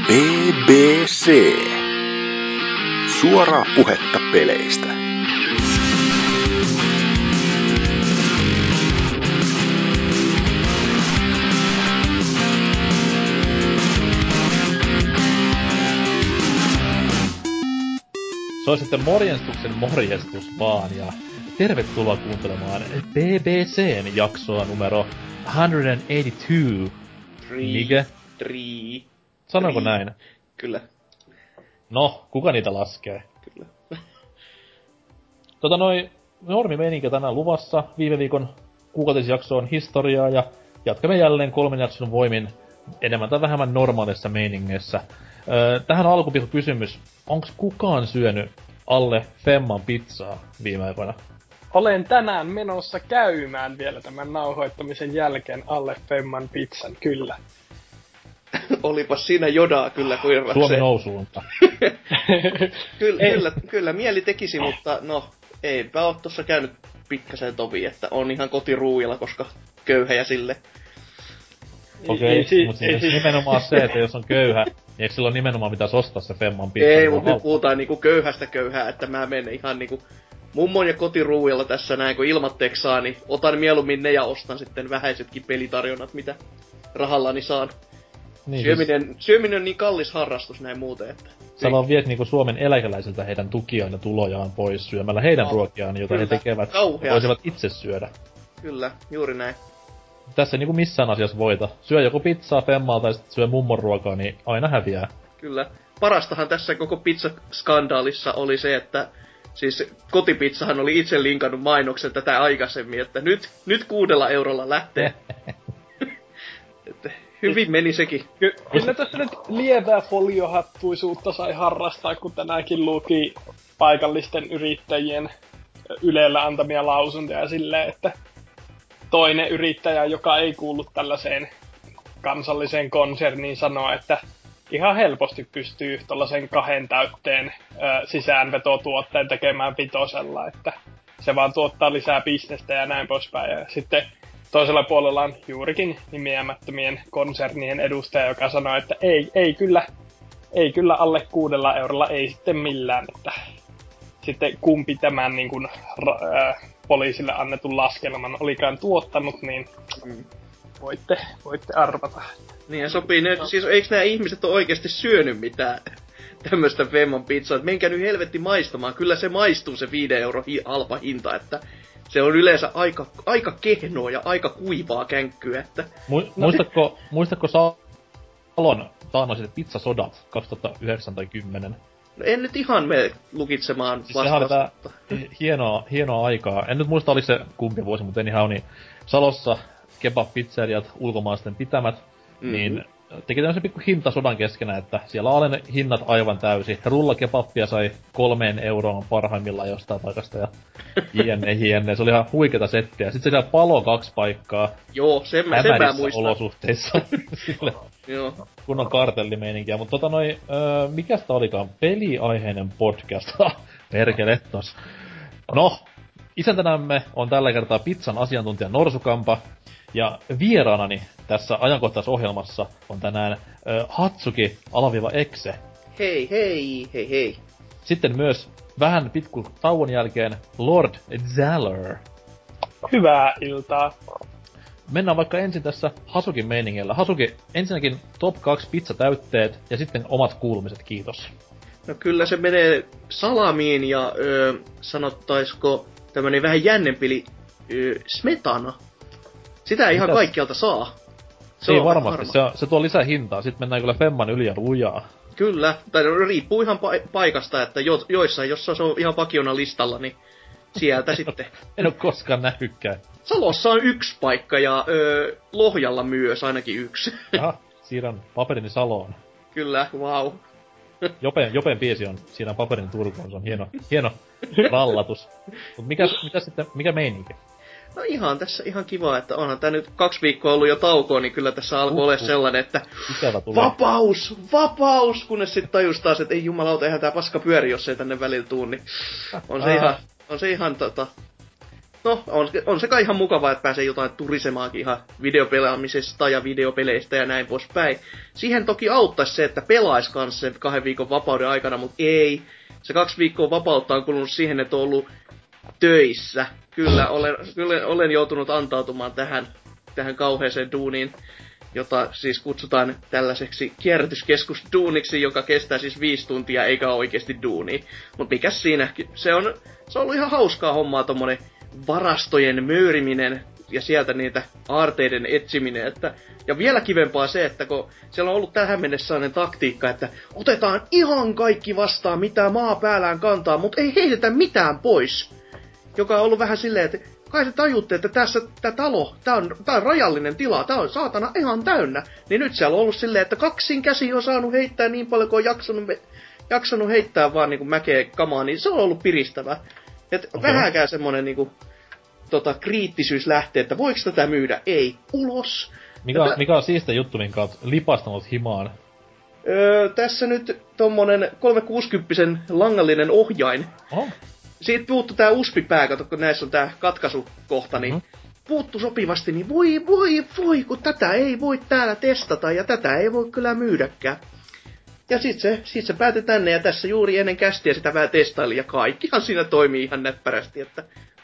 BBC. Suoraa puhetta peleistä. Se on sitten morjenstuksen morjestus vaan, ja tervetuloa kuuntelemaan BBCn jaksoa numero 182. Mikä? Sanoinko näin? Kyllä. No, kuka niitä laskee? Kyllä. Normimeininki tänään luvassa. Viime viikon kuukautisjakso on historiaa, ja jatkamme jälleen 3 jakson voimin enemmän tai vähemmän normaalissa meiningeissä. Tähän alkupikku kysymys. Onks kukaan syönyt alle Femman pizzaa viime aikoina? Olen tänään menossa käymään vielä tämän nauhoittamisen jälkeen alle Femman pizzan, kyllä. Olipas siinä jodaa kyllä kuirvakseen. Suomi nousuun. Kyllä, mieli tekisi, mutta no, eipä oo tossa käynyt pikkasen tovi, että on ihan kotiruuilla, koska köyhä ja sille. Okei, mutta siis nimenomaan se, että jos on köyhä, niin eikö silloin nimenomaan pitäisi ostaa se Femman pizza? Ei, mutta nyt puhutaan niinku köyhästä köyhää, että mä menen ihan niinku mummon ja kotiruuilla tässä näin, kun ilmatteeksi saa, niin otan mieluummin ne ja ostan sitten vähäisetkin pelitarjonnat, mitä rahallani saan. Niin, syöminen on niin kallis harrastus näin muuten, että... Sä vaan viet niinku Suomen eläkeläisiltä heidän tukiaan ja tulojaan pois syömällä heidän ruokiaan, jota he tekevät ja voisivat itse syödä. Kyllä, juuri näin. Tässä ei niinku missään asiassa voita. Syö joko pizzaa Femmalta tai sitten syö mummon ruokaa, niin aina häviää. Kyllä. Parastahan tässä koko pizzaskandaalissa oli se, että siis Kotipizzahan oli itse linkannut mainoksen tätä aikaisemmin, että nyt 6 eurolla lähtee. Että hyvin meni sekin. Kyllä tässä nyt lievää foliohattuisuutta sai harrastaa, kun tänäänkin luki paikallisten yrittäjien Ylellä antamia lausuntoja silleen, että toinen yrittäjä, joka ei kuulu tällaiseen kansalliseen konserniin, sanoo, että ihan helposti pystyy tuollaisen 2 täytteen sisäänvetotuotteen tekemään 5, että se vaan tuottaa lisää bisnestä ja näin poispäin. Ja sitten toisella puolella on juurikin nimeämättömien konsernien edustaja, joka sanoo, että ei kyllä alle 6 eurolla, ei sitten millään, että sitten kumpi tämän niin kuin, poliisille annetun laskelman olikaan tuottanut, niin voitte arvata. Niin ja sopii nyt, siis eikö nämä ihmiset ole oikeasti syönyt mitään tämmöstä Femman pizzaa, että menkää nyt helvetti maistamaan, kyllä se maistuu se 5 euro halpa hinta, että se on yleensä aika kehnoa ja aika kuivaa känkkyä, että... Muistatko Salon taannoiset pizzasodat 2009 tai 10? No en nyt ihan mene lukitsemaan siis vastausta. Hienoa aikaa. En nyt muista oliko se kumpi vuosi, mutta en ihan niin Salossa kebab-pizzeriat ulkomaisten pitämät, niin teki tämmösen pikku hintasodan keskenään, että siellä on hinnat aivan täysi. Rullakebappia sai 3 euroon parhaimmillaan jostain paikasta ja jne. Se oli ihan huikeeta settiä. Sitten se siellä palo 2 paikkaa. Joo, sen mä muistan. Olosuhteissa. Joo. Kunnon kartellimeininkiä. Mutta mikäs tää olikaan? Peliaiheinen podcast. Perkelettos. No, isäntänämme on tällä kertaa pizzan asiantuntija Norsukampa. Ja vieraanani tässä ajankohtaisohjelmassa on tänään Hatsuki-Exe. Hei. Sitten myös vähän pitku tauon jälkeen Lord Zaller. Hyvää iltaa. Mennään vaikka ensin tässä Hasukin meiningillä. Hasuki, ensinnäkin top 2 pizzatäytteet ja sitten omat kuulumiset, kiitos. No kyllä se menee salamiin ja sanottaisko tämmönen vähän jännempi smetana. Sitä ei ihan kaikkialta saa. Se ei varmasti, se tuo lisää hintaa. Sitten mennään kyllä Femman yli ja lujaa. Kyllä, tai riippuu ihan paikasta, että joissain, jos se on ihan vakiona listalla, niin sieltä sitten. En oo koskaan nähnytkään. Salossa on 1 paikka ja Lohjalla myös ainakin 1. Jaha, siirrän paperini Saloon. Kyllä, vau. Jopen biisi on siinä paperin Turkuun, se on hieno rallatus. Mut mikä meininki? No ihan tässä ihan kiva, että onhan tää nyt 2 viikkoa ollut jo taukoa, niin kyllä tässä alkoi olla sellainen, että vapaus, kunnes sit tajus taas, että ei jumalauta, eihän tää paska pyöri, jos ei tänne välillä tuu, niin on se ihan no, on se kai ihan mukavaa, että pääsee jotain turisemaankin ihan videopelaamisesta ja videopeleistä ja näin poispäin. Siihen toki auttaisi se, että pelaisi kanssa sen 2 viikon vapauden aikana, mutta ei. Se 2 viikkoa vapautta on kulunut siihen, että on ollut töissä. Kyllä olen joutunut antautumaan tähän kauheeseen duuniin, jota siis kutsutaan tällaiseksi kierrätyskeskusduuniksi, joka kestää siis 5 tuntia eikä ole oikeesti duunia. Mut mikäs siinä, se on ollut ihan hauskaa hommaa tommonen varastojen möyriminen ja sieltä niitä aarteiden etsiminen. Ja vielä kivempaa se, että kun siellä on ollut tähän mennessä sellainen taktiikka, että otetaan ihan kaikki vastaan, mitä maa päällään kantaa, mutta ei heitetä mitään pois. Joka on ollut vähän silleen, että kai te tajutte, että tää talo, tää on rajallinen tila, tää on saatana ihan täynnä. Niin nyt siellä on ollut silleen, että 2 käsi on saanut heittää niin paljon kuin on jaksanut heittää vaan niinku mäkeä kamaa, niin se on ollut piristävää. Et vähäkään semmonen niinku kriittisyys lähtee, että voiko tätä myydä? Ei. Ulos. Mikä on siistä juttu, minkä oot lipastanut himaan? Tässä nyt tommonen 360 langallinen ohjain. Oh. Siitä puuttu tää USB-pää, kato, kun näissä on tää katkaisukohta, niin puuttu sopivasti, niin voi, kun tätä ei voi täällä testata ja tätä ei voi kyllä myydäkään. Ja sit se päätyi tänne ja tässä juuri ennen kästiä sitä vähän testaili ja kaikkihan siinä toimii ihan näppärästi, että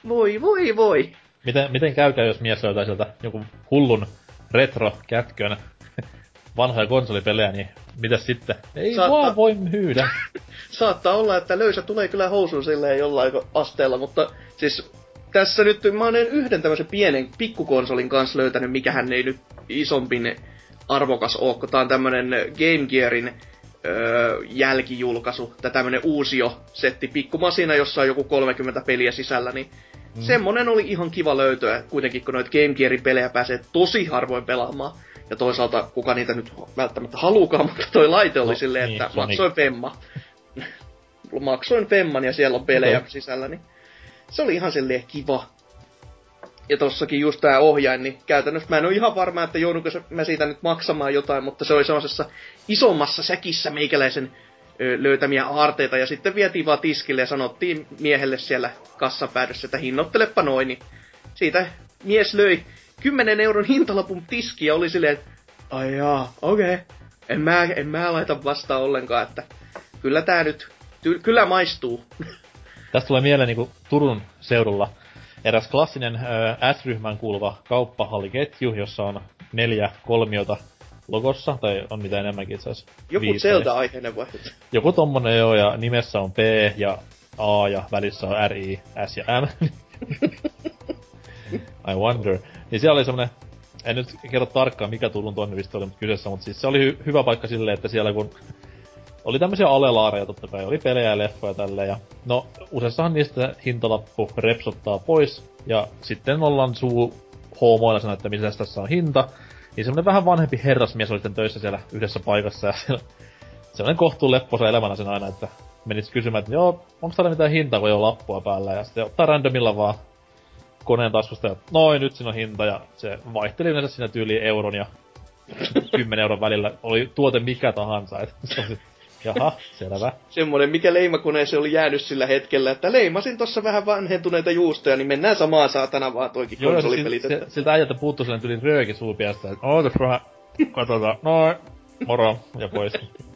voi. Miten käykää, jos mies löytää sieltä joku hullun retro-kätkön vanhoja konsolipelejä, niin mitäs sitten? Ei vaan voi myydä. Saattaa olla, että löysä tulee kyllä housuun silleen jollain asteella, mutta siis tässä nyt mä oon yhden tämmösen pienen pikkukonsolin kanssa löytänyt, mikähän ei nyt isompin arvokas oo, kun tää on tämmönen Game Gearin jälkijulkaisu, tai tämmönen uusio-setti pikkumasina, jossa on joku 30 peliä sisällä, niin semmonen oli ihan kiva löytöä, kuitenkin kun noit Game Gearin pelejä pääsee tosi harvoin pelaamaan. Ja toisaalta kuka niitä nyt välttämättä haluukaan, mutta toi laite oli silleen, että maksoin femman ja siellä on pelejä sisällä, niin se oli ihan silleen kiva. Ja tossakin just tää ohjain, niin käytännössä mä en oo ihan varma, että joudunko mä siitä nyt maksamaan jotain, mutta se oli semmoisessa isommassa säkissä meikäläisen löytämiä aarteita, ja sitten vietiin vaan tiskille ja sanottiin miehelle siellä kassan päädyssä, että hinnoittelepa noin, niin siitä mies löi 10 euron hintalapun tiskiä, oli silleen, että ai jaa, okei. En mä laita vastaan ollenkaan, että kyllä tää nyt, kyllä maistuu. Tästä tulee mieleen niinku Turun seudulla eräs klassinen S-ryhmään kuuluva kauppahalliketju, jossa on 4 kolmiota logossa, tai on mitä enemmänkin itse asiassa. Joku Zelda-aiheinen vai? Joku tommonen joo, ja nimessä on P ja A ja välissä on R, I, S ja M. I wonder. Niin siellä oli semmonen, en nyt kerro tarkkaan mikä Turun toimipisto oli kyseessä, mutta siis se oli hyvä paikka silleen, että siellä kun oli tämmösiä alelaareja totta kai, oli pelejä ja leffoja tälleen, ja no useassahan niistä hintalappu repsottaa pois, ja sitten ollaan hoomoilla sanoa, että missä tässä on hinta, niin semmonen vähän vanhempi herrasmies oli sitten töissä siellä yhdessä paikassa, ja semmonen kohtuu lepposa elämänä sen aina, että menit kysymään, että joo, onks täällä mitään hintaa, kun ei oo lappua päällä, ja sitten ottaa randomilla vaan koneen taskusta, ja noin, nyt siinä on hinta, ja se vaihteli yleensä siinä tyyliin euron ja 10 euron välillä, oli tuote mikä tahansa, että se oli, jaha, selvä. Semmonen, mikä leimakoneeseen oli jäänyt sillä hetkellä, että leimasin tossa vähän vanhentuneita juustoja, niin mennään samaan saatana vaan toikin konsolipelit. Siltä äijältä puuttuu sellainen tyyliin rööki suupiasta, että ootas vähän, katsotaan, noin, moro, ja pois.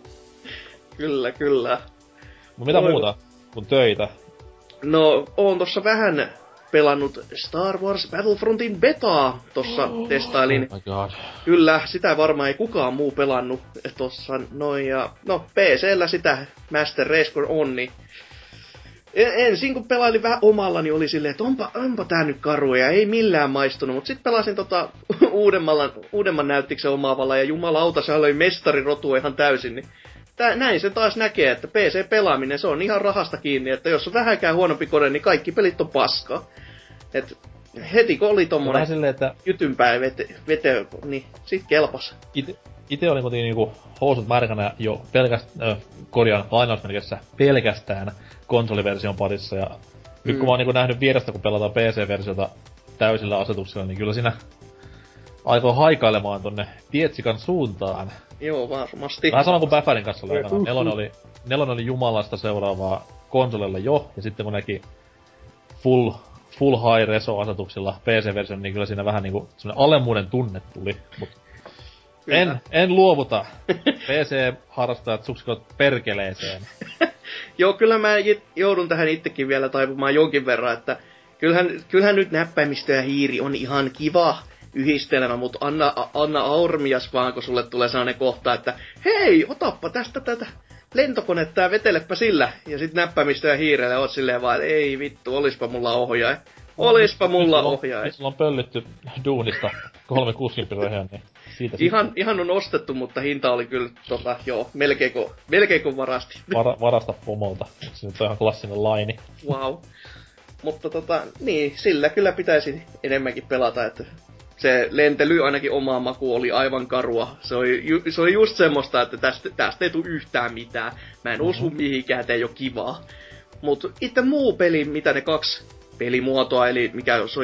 Kyllä. Mut mitä muuta kuin töitä? No, oon tossa vähän pelannut Star Wars Battlefrontin betaa tossa testailin. Oh my god. Kyllä, sitä varmaan ei kukaan muu pelannut tossa noin ja no PC:llä sitä Master Race on, niin ensin kun pelailin vähän omalla, niin oli silleen, että onpa tää nyt karu ja ei millään maistunut, mut sit pelasin uudemman näyttiksen omaavalla ja jumalauta, se oli mestarirotua ihan täysin, niin näin se taas näkee, että PC-pelaaminen, se on ihan rahasta kiinni, että jos on vähänkään huonompi kone, niin kaikki pelit on paskaa. Et heti kun oli tommonen jytynpää vete, niin sit kelpas. Ite oli kotiin niinku housut märkänä jo korjaan lainausmerkissä pelkästään konsoliversion parissa, ja nyt kun mä oon niinku nähnyt vierestä, kun pelataan PC-versiota täysillä asetuksilla, niin kyllä siinä aikoo haikailemaan tonne Tietsikan suuntaan. Joo, varmasti. Vähän sama kuin Bäfärin kanssa oli aikana. Nelonen oli jumalasta seuraavaa konsolille jo, ja sitten kun näki full full high reso-asetuksilla PC-version, niin kyllä siinä vähän niinku semmonen alemmuuden tunne tuli, mut en luovuta. PC-harrastajat suksikot perkeleeseen. Joo, kyllä mä joudun tähän itsekin vielä taipumaan jonkin verran, että kyllähän nyt näppäimistö ja hiiri on ihan kiva yhdistelmä, mutta anna aurmias vaan, kun sulle tulee sellainen kohta, että hei, otappa tästä tätä lentokonetta ja vetelepä sillä. Ja sit näppäimistö ja hiirelle oot silleen vaan, että ei vittu, olispa mulla ohjaaja. Olispa mulla ohjaaja. Nyt sulla on pöllitty duunista 360 niin siitä ihan on ostettu, mutta hinta oli kyllä joo, melkein kuin varasti. Varasta pomolta. Se nyt on ihan klassinen laini. Wow. Mutta niin, sillä kyllä pitäisi enemmänkin pelata, että se lentely ainakin omaa maku oli aivan karua. Se oli just semmoista, että tästä ei tule yhtään mitään. Mä en usu mihinkään, että ei oo kivaa. Mut itse muu peli, mitä ne 2 pelimuotoa, eli mikä se oli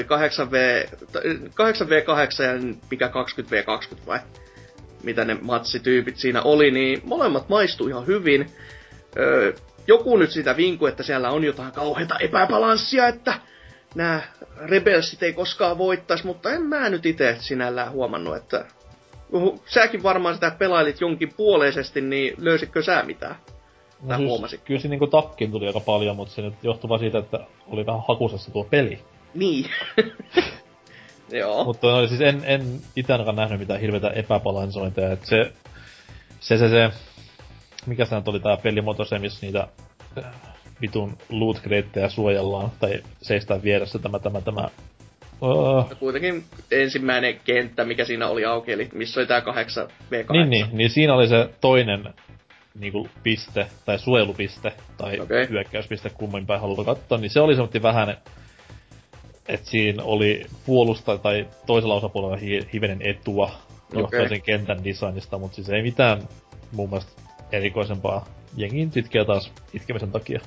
8v8 ja mikä 20v20 vai mitä ne matsityypit siinä oli, niin molemmat maistuu ihan hyvin. Joku nyt sitä vinkui, että siellä on jotain kauheata epäbalanssia, että nämä rebelsit ei koskaan voittais, mutta en mä nyt itse sinällään huomannut, että säkin varmaan sitä pelailit jonkin puoleisesti, niin löysitkö sä mitään? No siis, kyllä se niinku takkiin tuli aika paljon, mutta se nyt johtui vaan siitä, että oli vähän hakusessa tuo peli. Niin. Joo. Mutta no, siis en ite ainakaan nähnyt mitään hirveätä epäbalansointeja, että se mikä se nyt oli tää pelimuoto se, missä niitä vitun loot crateja suojellaan, tai seistään vieressä tämä. Kuitenkin ensimmäinen kenttä, mikä siinä oli auki, eli missä oli tää 8v8. Niin siinä oli se toinen niinku piste, tai suojelupiste, tai hyökkäyspiste, kummin päin haluta katsoa, niin se oli semmoinen vähän, että siinä oli puolusta tai toisella osapuolella hivenen etua johtuen sen kentän designista, mutta siis ei mitään mun mielestä erikoisempaa. Jengin itkee taas itkemisen takia.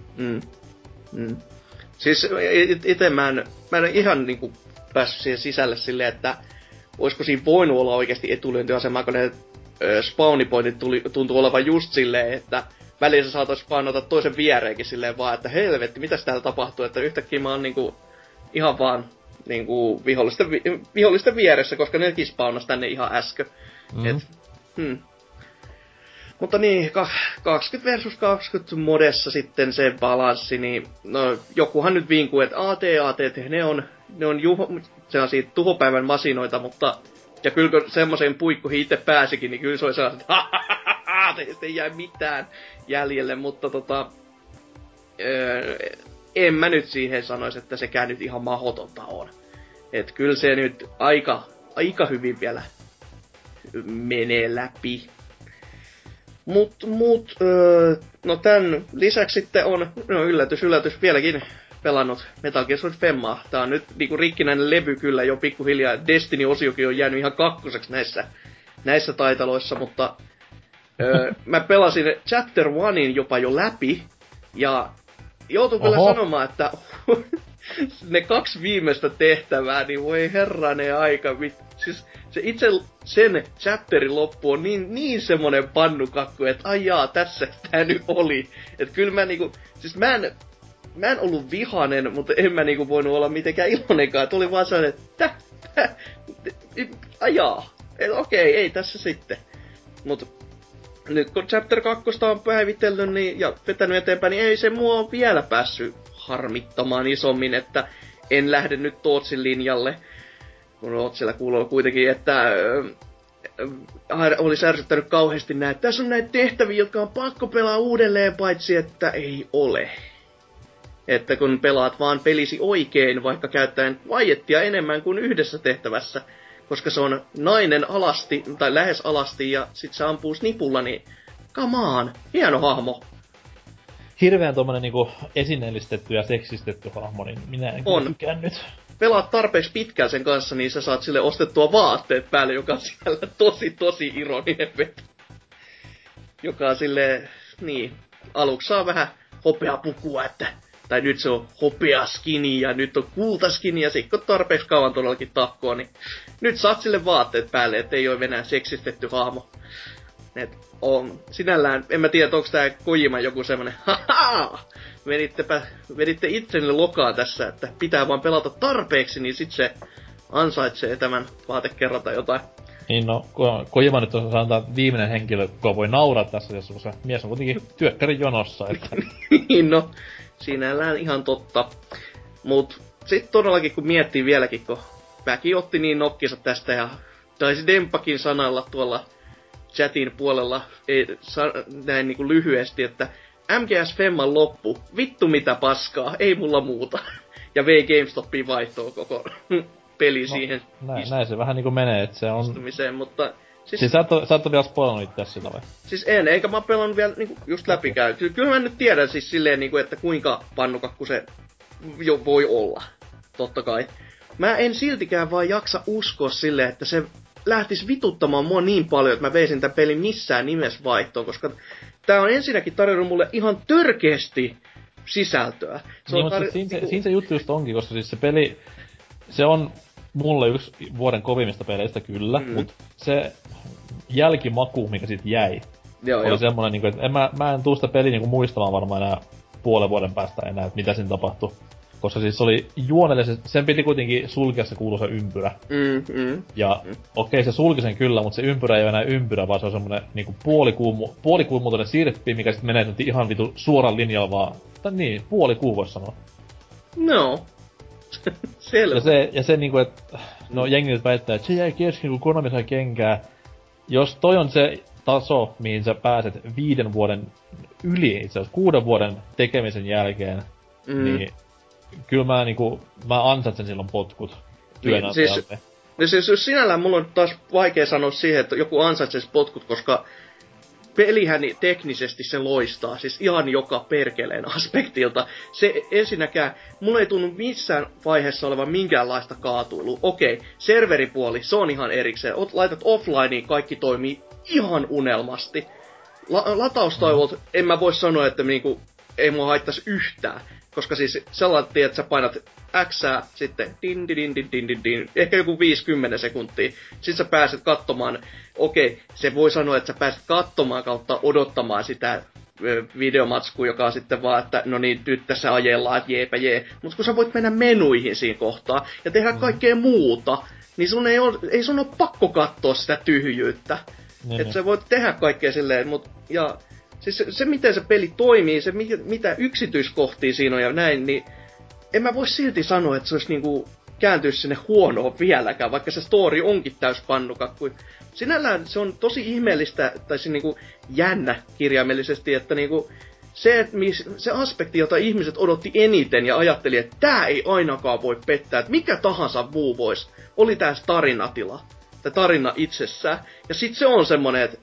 Siis ite mä en ihan niinku päässyt siihen sisälle silleen, että oisko siinä voinut olla oikeesti etulyöntiasemaa, kun ne spawnipointit tuntuu olevan just silleen, että väliin sä saatais spawnata toisen viereenkin silleen vaan, että helvetti, mitäs täällä tapahtuu, että yhtäkkiä mä oon niinku ihan vaan niinku vihollisten vieressä, koska nekin spawnas tänne ihan äskö. Mutta niin, 20 versus 20 modessa sitten se balanssi, niin no jokuhan nyt vinkuu, että AT, ne on sellaisia tuhopäivän masinoita, mutta ja kyllä kun semmoiseen puikkuihin itse pääsikin, niin kyllä se oli sellainen, että teistä ei jää mitään jäljelle, mutta en mä nyt siihen sanoisi, että sekään nyt ihan mahdotonta on. Et kyllä se nyt aika hyvin vielä menee läpi. No tän lisäksi sitten on, yllätys, vieläkin pelannut Metal Gear Solid Femmaa. Tää on nyt niinku rikkinäinen levy kyllä jo pikkuhiljaa. Destiny-osiokin on jäänyt ihan kakkoseksi näissä taitaloissa, mutta mä pelasin Chapter 1 jopa jo läpi, ja joutun kyllä sanomaan, että ne 2 viimeistä tehtävää, niin voi herranen aika, siis se itse sen chapterin loppu on niin semmonen pannukakku, että aijaa, tässä tää nyt oli. Et kyllä mä niinku, siis mä en ollut vihanen, mutta en mä niinku voinut olla mitenkään iloinenkaan. Et oli vaan sellainen, että ajaa. Et okei, ei tässä sitten. Mut nyt kun chapter 2 on päivitellyt niin, ja vetänyt eteenpäin, niin ei se mua vielä päässyt harmittamaan isommin, että en lähde nyt Tootsin linjalle. Kun Tootsilla kuuluu kuitenkin, että olisi ärsyttänyt kauheasti näin, että tässä on näitä tehtäviä, jotka on pakko pelaa uudelleen, paitsi että ei ole. Että kun pelaat vaan pelisi oikein, vaikka käyttäen vaiettia enemmän kuin yhdessä tehtävässä, koska se on nainen alasti, tai lähes alasti, ja sit se ampuu snipulla, niin come on, hieno hahmo. Hirveän tommonen niinku esineellistetty ja seksistetty hahmo, niin minä en kyllä tykään nyt. Pelaat tarpeeksi pitkään sen kanssa, niin sä saat sille ostettua vaatteet päälle, joka on siellä tosi ironinen veto. Joka on silleen, niin, aluksi saa vähän hopeapukua, että tai nyt se on hopeaskini ja nyt on kultaskini ja sit kun tarpeeksi kauan todellakin tahkoa, niin nyt saat sille vaatteet päälle, ettei oo enää seksistetty hahmo. Et on sinällään, en mä tiedä, onko tää Kojima joku semmonen, haha! veditte itsenne lokaa tässä, että pitää vaan pelata tarpeeksi, niin sit se ansaitsee tämän vaatekerrata jotain. Niin no, Kojima nyt on sanotaan viimeinen henkilö, joka voi nauraa tässä asiassa, koska mies on kuitenkin työkkärin jonossa, että... Niin no, sinällään ihan totta. Mut sit todellakin kun miettii vieläkin, kun väki otti niin nokkinsa tästä ja taisi Dempakin sanalla tuolla chatin puolella näin niinku lyhyesti, että MGS Femman loppu, vittu mitä paskaa, ei mulla muuta. Ja vei GameStopiin vaihtoon koko peli siihen. Näin se vähän niinku menee, että se on... Mutta... Siis sä et oo vielä spoilannut itse sitä vai? Siis eikä mä pelannut vielä niinku just läpikään. Okay. Kyllä mä nyt tiedän siis silleen niinku, että kuinka pannukakku se jo voi olla. Totta kai. Mä en siltikään vaan jaksa uskoa silleen, että se lähtis vituttamaan mua niin paljon, että mä veisin tän pelin missään nimessä vaihtoon, koska tää on ensinnäkin tarjonnut mulle ihan törkeästi sisältöä. Siinä se juttu just onkin, koska siis se peli, se on mulle yksi vuoden kovimmista peleistä kyllä, mut se jälkimaku, mikä siitä jäi, oli semmonen niinku, että mä en tuu sitä peliä niinku muistamaan varmaan enää puolen vuoden päästä enää, että mitä siinä tapahtui. Koska siis se oli juonellisesti, sen piti kuitenkin sulkea se kuuluisa ympyrä. Okei, se sulki sen kyllä, mutta se ympyrä ei ole enää ympyrä, vaan se on semmonen niinku puolikuumuutoinen siirteppi, mikä sit menee ihan vitu suoran linjalla vaan. Tai niin, puolikuu vois sanoa. No. Selvä. Ja se niinku, että no jengi nyt väittää, että se jäi kesken, kun Konami sai kenkää. Jos toi on se taso, mihin sä pääset 5 vuoden yli, itse asiassa 6 vuoden tekemisen jälkeen, niin kyllä mä ansaitsen silloin potkut työnantajalle. Siis sinällään mulla on taas vaikea sanoa siihen, että joku ansaitsee potkut, koska pelihän teknisesti se loistaa, siis ihan joka perkeleen aspektilta. Se ensinnäkään, mulla ei tunnu missään vaiheessa olevan minkäänlaista kaatuilua. Okei, serveripuoli, se on ihan erikseen. Laitat offlineen, kaikki toimii ihan unelmasti. Lataustoivot, en mä voi sanoa, että niinku, ei mua haittais yhtään. Koska siis sellainen, että sä painat Xää, sitten din, ehkä joku 50 sekuntia. Sitten sä pääset katsomaan, okei, se voi sanoa, että sä pääset katsomaan kautta odottamaan sitä videomatskua, joka on sitten vaan, että no niin, nyt tässä ajellaan, että jeepä jee. Mutta kun sä voit mennä menuihin siinä kohtaa ja tehdä kaikkea muuta, niin sun ei sun ole pakko katsoa sitä tyhjyyttä. Että sä voit tehdä kaikkea silleen, siis se miten se peli toimii, se mitä yksityiskohtia siinä on ja näin, niin en mä voi silti sanoa, että se olisi niinku kääntyisi sinne huonoon vieläkään, vaikka se story onkin täys pannukakku. Sinällään se on tosi ihmeellistä, tai se niinku jännä kirjaimellisesti, että niinku se aspekti, jota ihmiset odotti eniten ja ajatteli, että tää ei ainakaan voi pettää, että mikä tahansa muu voisi, oli tää tarinatila, tai tarina itsessään. Ja sit se on semmonen, että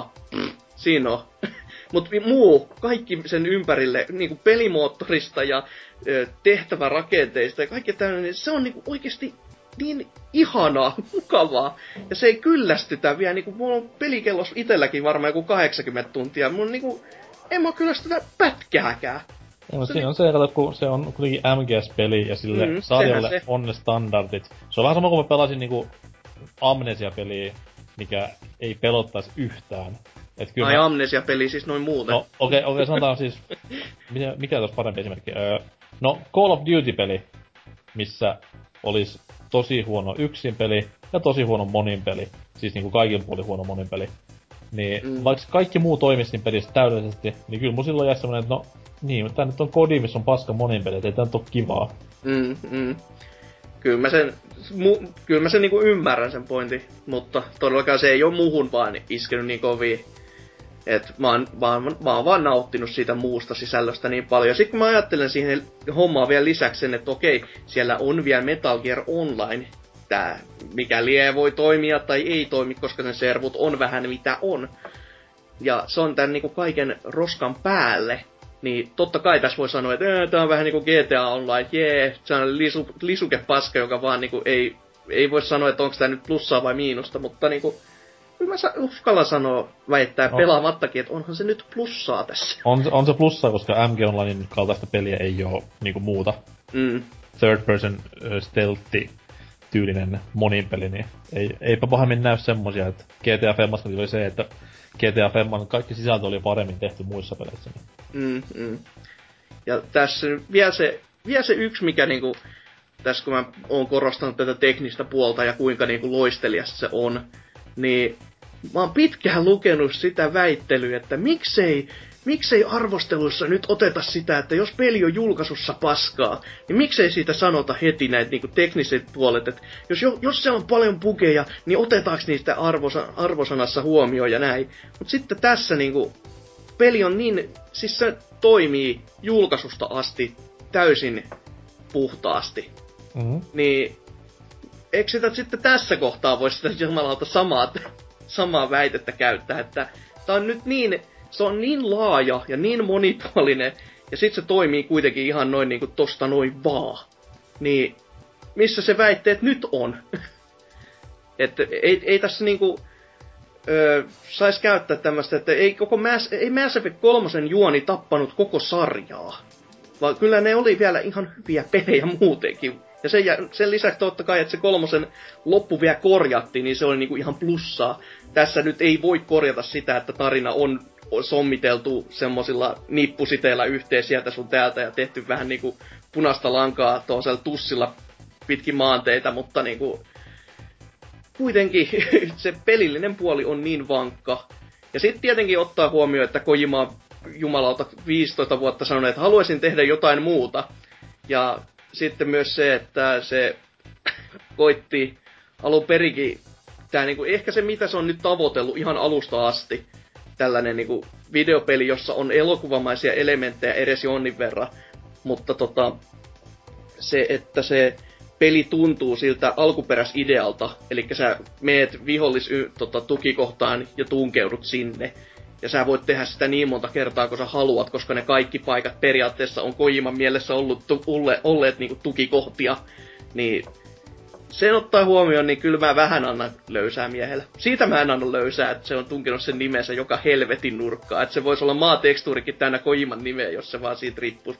siinä on. Mut kaikki sen ympärille, niinku pelimoottorista ja tehtävärakenteista ja kaikki tämmöinen, se on niinku oikeesti niin ihanaa, mukavaa. Ja se ei kyllästytä vielä, niinku mulla on pelikellos itelläkin varmaan joku 80 tuntia, mulla niinku, en mä kyllästytä pätkääkään. No, siinä on se, kun se on kuitenkin MGS-peli ja sille sarjalle on ne standardit. Se on vähän sama kuin mä pelasin niinku Amnesia-peliä, mikä ei pelottais yhtään. Amnesia-peli siis noin muuten. No, okei, sanotaan siis, mikä tos parempi esimerkki? No, Call of Duty-peli, missä olisi tosi huono yksin peli ja tosi huono monin peli. Siis niinku kaikin puolin huono monin peli. Niin, vaikka kaikki muu toimisi niin pelissä täydellisesti, niin kyllä mun silloin jäi semmonen, että no, niin, tää nyt on kodi, missä on paska monin peli, et ei tää nyt oo kivaa. Kyllä mä sen niinku ymmärrän sen pointin, mutta todellakaan se ei oo muuhun vaan iskenyt niin kovin. Et mä oon vaan nauttinut siitä muusta sisällöstä niin paljon. Ja sit kun mä ajattelen siihen hommaa vielä lisäksi sen, että okei, siellä on vielä Metal Gear Online, tää mikäli ei voi toimia tai ei toimi, koska sen servut on vähän mitä on. Ja se on tän niinku kaiken roskan päälle. Niin totta kai tässä voi sanoa, että tää on vähän niinku GTA Online, se on lisukepaska, joka vaan niinku ei voi sanoa, että onko tää nyt plussaa vai miinusta, mutta niinku kyllä mä uskallan sanoa, väittää pelaamattakin, että onhan se nyt plussaa tässä. On se plussaa, koska MG Onlinein kaltaista peliä ei oo niinku muuta. Third person stealthy tyylinen monin peli, niin eipä pahemmin näy semmosia, että GTA Femmasta oli se, että GTA Femman kaikki sisältö oli paremmin tehty muissa peleissä. Ja tässä vielä se yksi, mikä niinku, tässä kun mä oon korostanut tätä teknistä puolta ja kuinka niinku loistelias se on, niin mä oon pitkään lukenut sitä väittelyä, että miksei arvosteluissa nyt oteta sitä, että jos peli on julkaisussa paskaa, niin miksei siitä sanota heti näitä niinku tekniset puolet, että jos se on paljon bugeja, niin otetaanko niistä arvosanassa huomioon ja näin. Mut sitten tässä niinku, peli on niin, siis se toimii julkaisusta asti täysin puhtaasti. Mm-hmm. Niin, eikö sitä sitten tässä kohtaa voisi sitä jumalauta samaa väitettä käyttää, että tää on nyt niin, se on niin laaja ja niin monipuolinen, ja sit se toimii kuitenkin ihan noin niinku tosta noin vaan. Niin, missä se väitteet nyt on? Että ei tässä niinku sais käyttää tämmöstä, että ei Mass Effect 3 juoni tappanut koko sarjaa. Vaan kyllä ne oli vielä ihan hyviä pelejä muutenkin. Ja sen lisäksi totta kai, että se 3 loppu vielä korjattiin, niin se oli niinku ihan plussaa. Tässä nyt ei voi korjata sitä, että tarina on sommiteltu semmosilla nippusiteillä yhteen sieltä sun täältä ja tehty vähän niinku punaista lankaa tuollaisella tussilla pitkin maanteita, mutta niinku kuitenkin se pelillinen puoli on niin vankka. Ja sitten tietenkin ottaa huomioon, että Kojima jumalauta 15 vuotta sanonut, että haluaisin tehdä jotain muuta. Ja sitten myös se, että se koitti alun perikin, tää niinku, ehkä se mitä se on nyt tavoitellut ihan alusta asti, tällainen niinku videopeli, jossa on elokuvamaisia elementtejä edes jonnin verran, mutta se, että se peli tuntuu siltä alkuperäisidealta, eli sä meet tukikohtaan ja tunkeudut sinne, ja sä voit tehdä sitä niin monta kertaa, kun sä haluat, koska ne kaikki paikat periaatteessa on Kojiman mielessä olleet niinku tukikohtia, niin sen ottaa huomioon, niin kyllä mä vähän annan löysää miehelle. Siitä mä en anna löysää, että se on tunkenut sen nimensä joka helvetin nurkkaa. Että se voisi olla maatekstuurikin täynnä Kojiman nimeä, jos se vaan siitä riippuisi.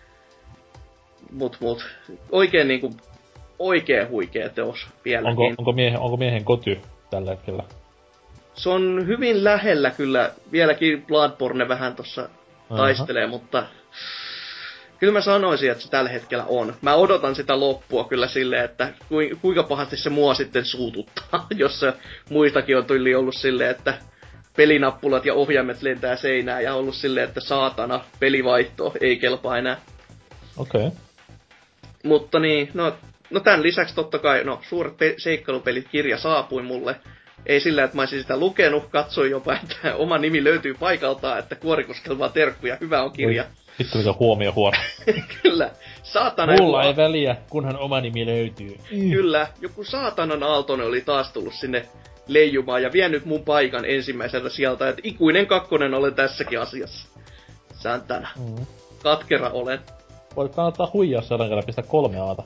Mut. Oikein niinku, oikein huikea teos vieläkin. Onko miehen koty tällä hetkellä? Se on hyvin lähellä kyllä. Vieläkin Bloodborne vähän tossa taistelee, mutta kyllä mä sanoisin, että se tällä hetkellä on. Mä odotan sitä loppua kyllä silleen, että kuinka pahasti se mua sitten suututtaa, jos se muistakin on tyyli ollut silleen, että pelinappulat ja ohjaimet lentää seinään ja ollut silleen, että saatana, pelivaihto ei kelpaa enää. Okei. Okay. Mutta niin, no tän lisäksi totta kai, suuret seikkailupelit kirja saapui mulle. Ei sillä, että mä olisin sitä lukenut, katsoin jopa, että oma nimi löytyy paikaltaan, että Kuorikoskelmaa terkkuja, hyvä on kirja. Vittu mikä huomio huono. Kyllä, saatana. Mulla ei väliä, kunhan oma nimi löytyy. Kyllä, joku saatanan Aaltonen oli taas tullut sinne leijumaan ja vienyt mun paikan ensimmäiseltä sieltä, että ikuinen kakkonen olen tässäkin asiassa. Santana. Katkera olen. Voit kannattaa huijaa sadan kerran pistää 3 aata.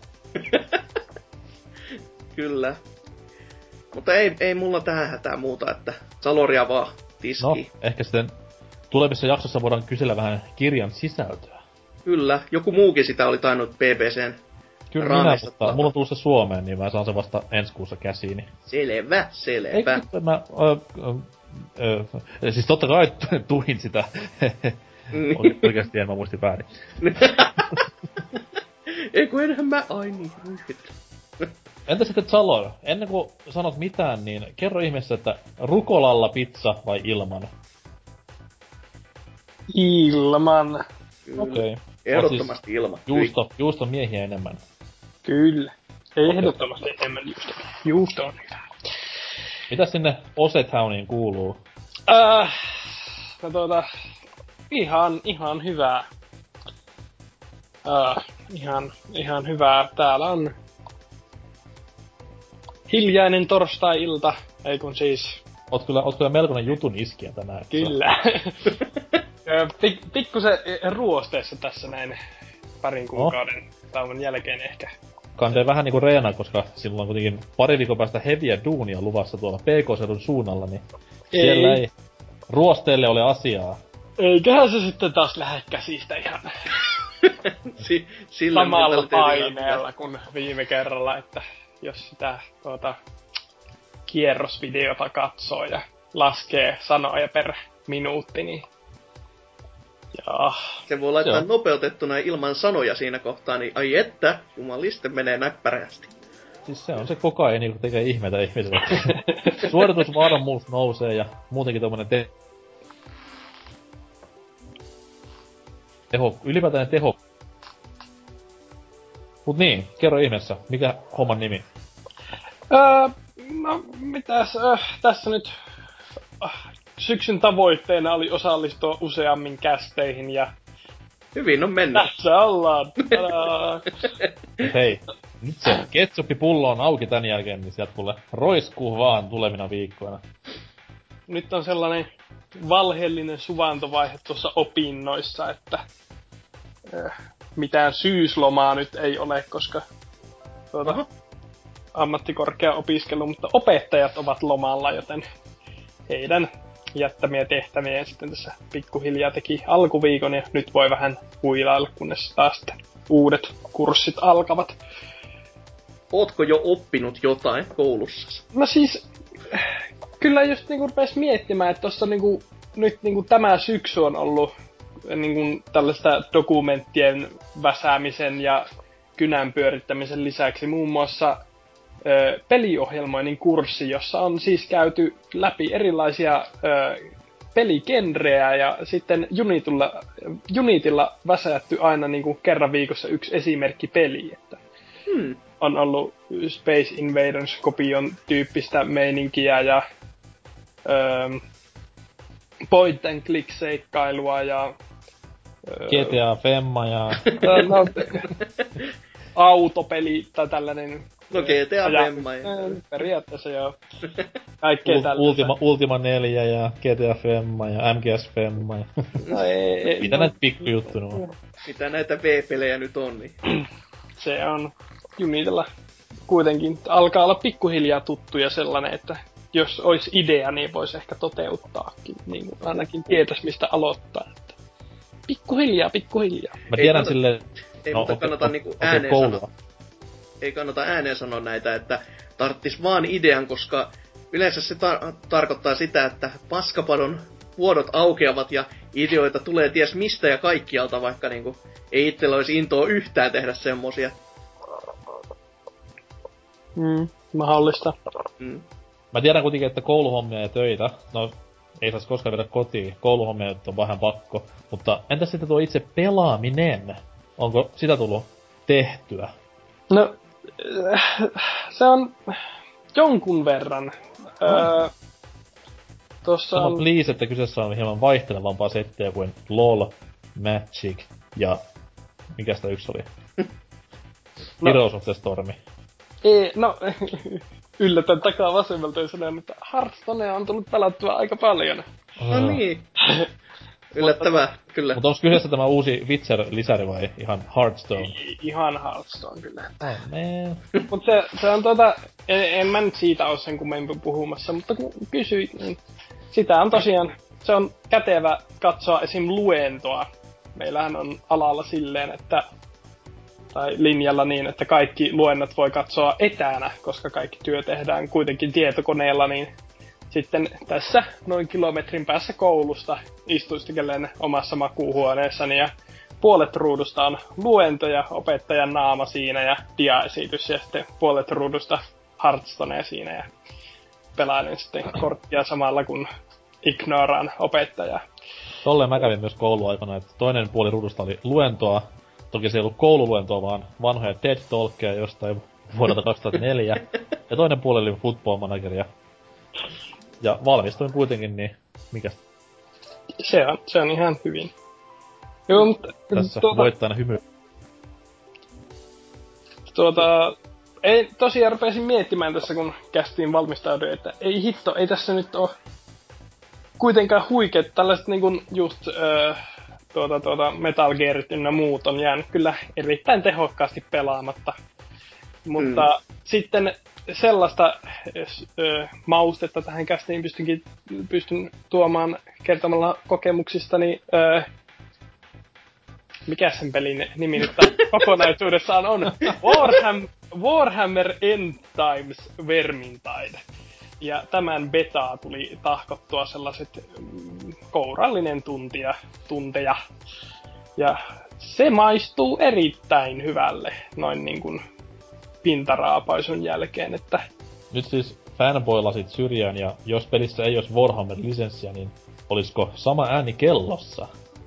Kyllä. Mutta ei mulla tähän hätää muuta, että Saloria vaan tiski. No, ehkä sitten tulevissa jaksossa voidaan kysellä vähän kirjan sisältöä. Kyllä, joku muukin sitä oli tainnut BBCn Kyllä minä, mutta mulla on tullut se Suomeen, niin mä saan sen vasta ensi kuussa käsiini. Selvä. Eikö mä... siis totta kai tuin sitä. Oikeesti en mä muistin väärin. Eiku enhän mä niin. Entä sitten Zalor? Ennen kuin sanot mitään, niin kerro ihmeessä, että rukolalla pizza vai ilman? Ilman. Okei. Ehdottomasti siis ilman. Juusto miehiä enemmän. Kyllä. Ehdottomasti enemmän juusto. Juusto on hyvä. Mitä sinne Osetowniin kuuluu? Ihan hyvää. Ihan hyvää. Täällä on hiljainen torstai-ilta, ei kun siis... Oot kyllä melkoinen jutun iskiä tänään. Kyllä. Pikkusen ruosteessa tässä näin parin kuukauden tauon jälkeen ehkä. Kandee vähän niinku reenaa, koska silloin on kuitenkin pari viikon päästä heviä duunia luvassa tuolla PK-seudun suunnalla, niin siellä ei ruosteelle ole asiaa. Eiköhän se sitten taas lähde käsistä ihan samalla paineella kuin viime kerralla, että jos sitä kierrosvideota katsoo ja laskee sanoja per minuutti, niin Jaa. Se voi laittaa Joo. nopeutettuna ilman sanoja siinä kohtaa, niin ai että, jumaliste menee näppärästi. Siis se on se kokaini, kun tekee ihmeitä ihmisille. Suoritusvarmuus nousee ja muutenkin tommonen ylipäätään teho. Mut niin, kerro ihmeessä, mikä homman nimi? No, mitäs, tässä nyt syksyn tavoitteena oli osallistua useammin kästeihin ja Hyvin on mennyt. tässä ollaan. Tadaa. Hei, nyt se ketsuppipullo on auki tän jälkeen, niin sieltä kuule roiskuu vaan tulevina viikkoina. Nyt on sellainen valheellinen suvantovaihe tuossa opinnoissa, että mitään syyslomaa nyt ei ole, koska ammattikorkea-opiskelu, mutta opettajat ovat lomalla, joten heidän jättämiä tehtäviä sitten tässä pikkuhiljaa teki alkuviikon ja nyt voi vähän huilailla, kunnes taas sitten uudet kurssit alkavat. Ootko jo oppinut jotain koulussa? No siis, kyllä just niinku rupes miettimään, että tossa niinku, nyt niinku tämä syksy on ollut niinku tällaista dokumenttien väsäämisen ja kynän pyörittämisen lisäksi muun muassa peliohjelmoinnin kurssi, jossa on siis käyty läpi erilaisia peligenrejä ja sitten Unitilla väsätty aina niinku kerran viikossa yksi esimerkki peli, että on ollut Space Invaders-kopion tyyppistä meininkiä ja point and click seikkailua ja GTA Femma ja... no, autopeli tai tällainen. No GTA Femma. Periaatteessa joo. Kaikkea tällaista. Ultima 4 ja GTA Femma ja MGS Femma ja... No ei, mitä näitä pikkujuttuja on? Mitä näitä V-pelejä nyt on, niin... Se on Unitilla kuitenkin. Alkaa olla pikkuhiljaa tuttuja sellainen, että jos olisi idea, niin voisi ehkä toteuttaakin. Niin ainakin tietäisi, mistä aloittaa. Että pikkuhiljaa. Mä tiedän silleen... Ei, mutta kannata niinku ääneen sanoa. Ei kannata ääneen sanoa näitä, että tarttis vaan idean, koska yleensä se tarkoittaa sitä, että paskapadon vuodot aukeavat ja ideoita tulee ties mistä ja kaikkialta, vaikka niinku ei itsellä olisi intoa yhtään tehdä semmosia. Mahdollista. Mä tiedän kuitenkin, että kouluhommia ja töitä, no ei saisi koskaan viedä kotiin, kouluhommia nyt on vähän pakko, mutta entäs sitten tuo itse pelaaminen? Onko sitä tullut tehtyä? No, se on jonkun verran. Tossa on... please, että kyseessä on hieman vaihtelevampaa settiä kuin LOL, Magic ja... Mikäs tää yksi oli? Heroes of the Storm. No, yllätän takaa vasemmalta ja sanon, että Hearthstonea on tullut pelattua aika paljon. No niin. Yllättävää, kyllä. Mutta onko kyseessä tämä uusi Witcher-lisäri vai ihan Hearthstone? Ihan Hearthstone, kyllä. Mut se on en mä nyt siitä oo sen kummemmin puhumassa, mutta kun kysyit, niin sitä on tosiaan, se on kätevä katsoa esim. Luentoa. Meillähän on alalla silleen, että tai linjalla niin, että kaikki luennot voi katsoa etänä, koska kaikki työ tehdään kuitenkin tietokoneella, niin sitten tässä noin kilometrin päässä koulusta istuiskelen omassa makuuhuoneessani ja puolet ruudusta on luento ja opettajan naama siinä ja diaesitys ja sitten puolet ruudusta Hearthstonea siinä ja pelailen sitten korttia samalla kun ignoraan opettajaa. Tolleen mä kävin myös kouluaikana, että toinen puoli ruudusta oli luentoa. Toki se ei ollut koululuentoa, vaan vanhoja TED Talkia jostain vuodelta 2004. Ja toinen puoli oli Football Manageria. Ja valmistuin kuitenkin, niin mikäs? Se on ihan hyvin. Joo, mutta... Tässä voittajana hymy. Ei, tosiaan rupesin miettimään tässä, kun kästiin valmistauduin, että ei hitto, ei tässä nyt oo kuitenkaan huikeet tällaiset niinku just Metal Gearit ynnä muut on jäänyt kyllä erittäin tehokkaasti pelaamatta. Mutta sitten sellaista maustetta tähän kästiin pystyn tuomaan kertomalla kokemuksistani. Mikä sen pelin nimi nyt kokonaisuudessaan on? Warhammer End Times Vermintide. Ja tämän betaa tuli tahkottua sellaiset kourallinen tunteja. Ja se maistuu erittäin hyvälle noin niin kuin pintaraapaisun jälkeen, että... Nyt siis fanboylasit syrjään, ja jos pelissä ei olisi Warhammer-lisenssiä, niin olisiko sama ääni kellossa?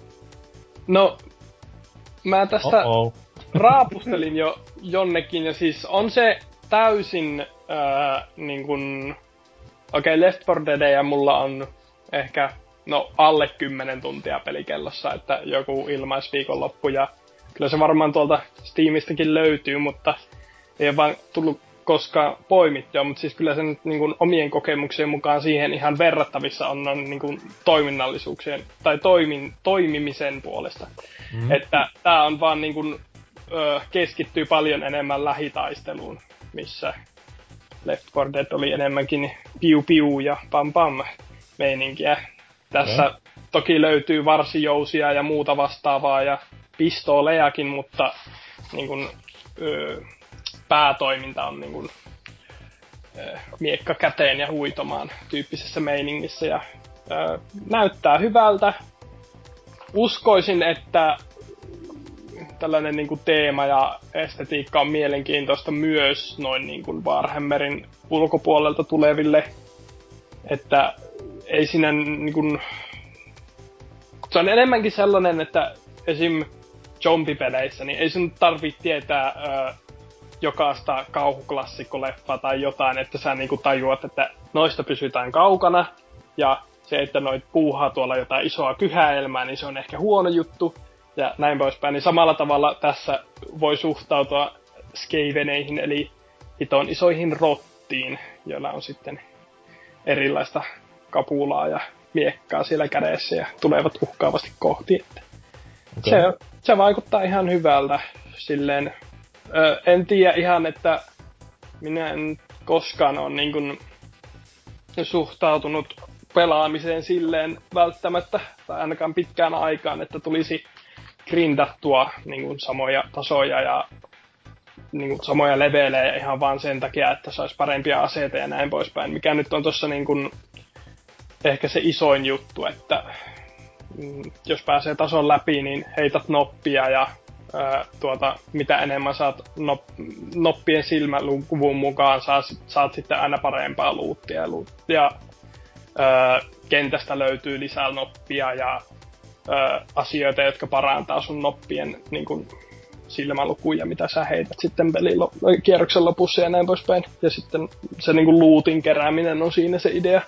No, mä tästä raapustelin jo jonnekin, ja siis on se täysin niin kuin... Okei, Left 4 Deadia mulla on ehkä, alle 10 tuntia pelikellossa, että joku ilmaisviikonloppu, ja kyllä se varmaan tuolta Steamistäkin löytyy, mutta ei ole vaan tullut koskaan poimittua, mutta siis kyllä se nyt niin kuin omien kokemuksien mukaan siihen ihan verrattavissa on niin kuin toiminnallisuuksien tai toimimisen puolesta. Että tää on vaan niin kuin, keskittyy paljon enemmän lähitaisteluun, missä Left 4 Dead oli enemmänkin piu ja pam pam meininkiä. Tässä toki löytyy varsijousia ja muuta vastaavaa ja pistoolejakin, mutta niin kun, päätoiminta on niin kun, miekka käteen ja huitomaan tyyppisessä meiningissä ja näyttää hyvältä. Uskoisin, että tällainen niin kuin teema ja estetiikka on mielenkiintoista myös noin niin kuin Warhammerin ulkopuolelta tuleville, että ei siinä niin kuin... Se on enemmänkin sellainen, että esim. Zombie-peleissä, niin ei sun tarvitse tietää jokaista kauhuklassikkoleffaa tai jotain, että sä niin kuin tajuat, että noista pysytään kaukana, ja se, että noit puuhaa tuolla jotain isoa kyhäelmää, niin se on ehkä huono juttu, ja näin poispäin. Niin samalla tavalla tässä voi suhtautua skeiveneihin, eli hiton isoihin rottiin, joilla on sitten erilaista kapulaa ja miekkaa siellä kädessä ja tulevat uhkaavasti kohti. Okay. Se vaikuttaa ihan hyvältä silleen. En tiedä ihan, että minä en koskaan ole niin kuin suhtautunut pelaamiseen silleen välttämättä, tai ainakaan pitkään aikaan, että tulisi grindattua niin kuin samoja tasoja ja niin kuin samoja levelejä ihan vaan sen takia, että saisi parempia aseita ja näin poispäin. Mikä nyt on tossa niin kuin ehkä se isoin juttu, että jos pääsee tason läpi, niin heität noppia ja mitä enemmän saat noppien silmäluvun mukaan, saat sitten aina parempaa luuttia. Ja kentästä löytyy lisää noppia ja asioita, jotka parantaa sun noppien niin kuin, silmälukuja, mitä sä heität sitten kierroksen lopussa ja näin poispäin. Ja sitten se niin kuin lootin kerääminen on siinä se idea.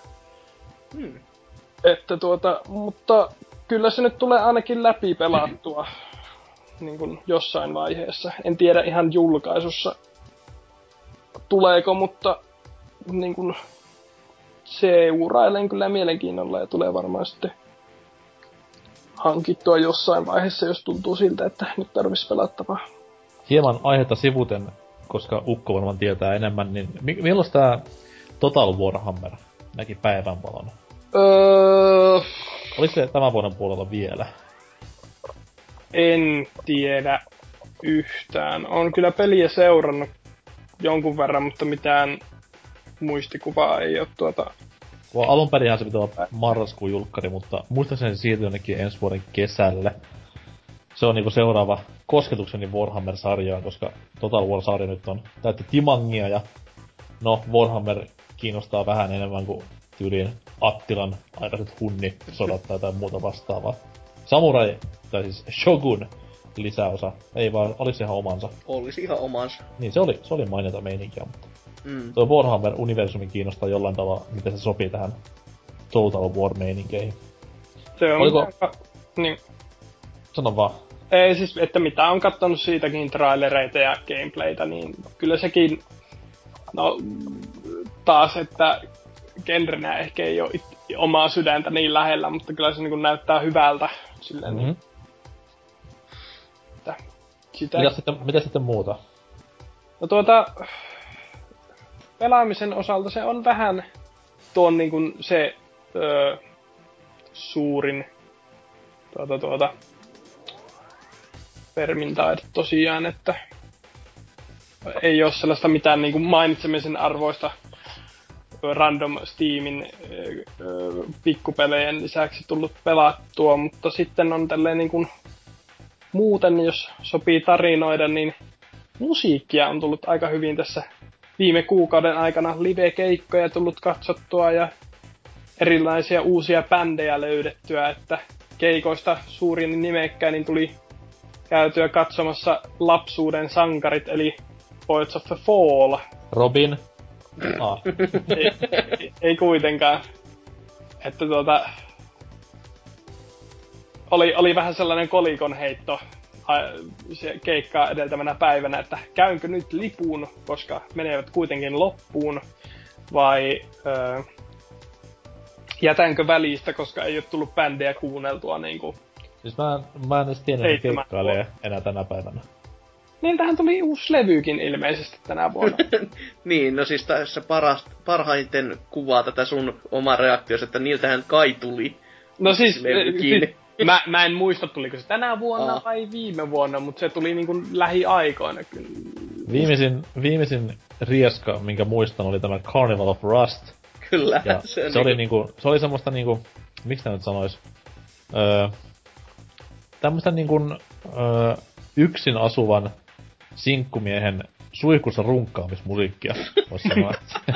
Että mutta kyllä se nyt tulee ainakin läpi pelattua niin kuin jossain vaiheessa. En tiedä ihan julkaisussa tuleeko, mutta niin kuin seurailen kyllä mielenkiinnolla ja tulee varmaan sitten hankittua jossain vaiheessa, jos tuntuu siltä, että nyt tarvitsisi pelattavaa. Hieman aihetta sivuten, koska Ukko varmaan tietää enemmän, niin milloin tää Total Warhammer näki päivänvalon? Oliko se tämän vuoden puolella vielä? En tiedä yhtään. On kyllä peliä seurannut jonkun verran, mutta mitään muistikuvaa ei ole Alunperinhän se pitää olla marraskuun julkkari, mutta muistaakseni se siirtyi jonnekin ensi vuoden kesälle. Se on niinku seuraava kosketukseni Warhammer-sarjaan, koska Total War-sarja nyt on täyttä timangia ja Warhammer kiinnostaa vähän enemmän kuin tyyliin Attilan aikaiset hunnisodat tai jotain muuta vastaavaa. Samurai, tai siis Shogun lisäosa, ei vaan, olisi ihan omansa. Olisi ihan omansa. Niin, se oli mainita meininkiä, mutta tuo Warhammer-universumi kiinnostaa jollain tavalla, miten se sopii tähän Total War-meininkeihin. Se on oliko... Niin. Sano vaan. Ei siis, että mitä on kattonut siitäkin trailereita ja gameplaytä, niin kyllä sekin, taas, että genrenä ehkä ei ole omaa sydäntä niin lähellä, mutta kyllä se niin näyttää hyvältä. Silleen, niin, mitä sitten muuta? No pelaamisen osalta se on vähän tuon niin kuin se suurin Vermintaide tosiaan, että ei ole sellaista mitään niin kuin mainitsemisen arvoista random Steamin pikkupelejen lisäksi tullut pelattua, mutta sitten on tälleen niin kuin muuten, jos sopii tarinoida, niin musiikkia on tullut aika hyvin tässä viime kuukauden aikana, live-keikkoja tullut katsottua ja erilaisia uusia bändejä löydettyä, että keikoista suurin nimekkäin niin tuli käytyä katsomassa lapsuuden sankarit, eli Poets of the Fall. Robin. Ei kuitenkaan. Että oli vähän sellainen kolikon heitto keikkaa edeltävänä päivänä, että käynkö nyt lipuun, koska menevät kuitenkin loppuun, vai jätänkö välistä, koska ei ole tullut bändejä kuunneltua niinku. Siis mä en edes tiedä, että keikkailee enää tänä päivänä. Niin, tähän tuli uusi levykin ilmeisesti tänä vuonna. Niin, no siis tässä parhaiten kuvaa tätä sun oma reaktios, että niiltähän kai tuli. No siis mä en muista, tuliko se tänä vuonna vai viime vuonna, mutta se tuli niinku lähiaikoina kyllä. Viimeisin rieska, minkä muistan, oli tämä Carnival of Rust. Kyllä. Ja se oli niinku, se oli semmoista niinku, miksi tää nyt sanois, tämmöstä niinkun yksin asuvan sinkkumiehen suihkussa runkkaamismusiikkia, vois sanoa.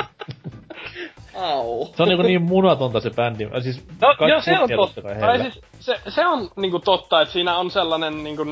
Au. Se on niinku niin munatonta se bändi. Siis no, joo, se on totta. Tai siis, se on niinku totta, että siinä on sellainen niinku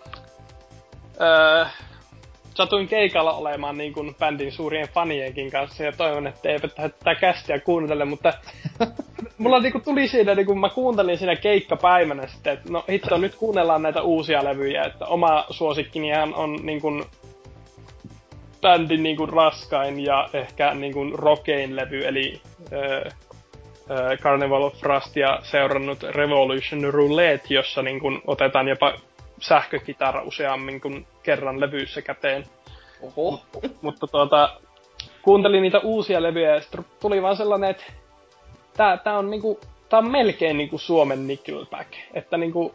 satuin keikalla olemaan niin kuin bändin suurien fanienkin kanssa ja toivon, että eivät tätä kästiä kuuntele, mutta mulla niinku tuli siinä, niin kun mä kuuntelin siinä keikkapäivänä sitten, että no hitto, nyt kuunnellaan näitä uusia levyjä, että oma suosikkinihan on niin kuin bändin niin kuin raskain ja ehkä niin kuin rockein levy, eli Carnival of Rustia seurannut Revolution Roulette, jossa niin kuin otetaan jopa sähkökitara useammin kuin kerran levyissä käteen. Oho. Mutta kuuntelin niitä uusia levyjä ja sitten tuli vaan sellainen, että tää on melkein niinku Suomen Nickelback. Että niinku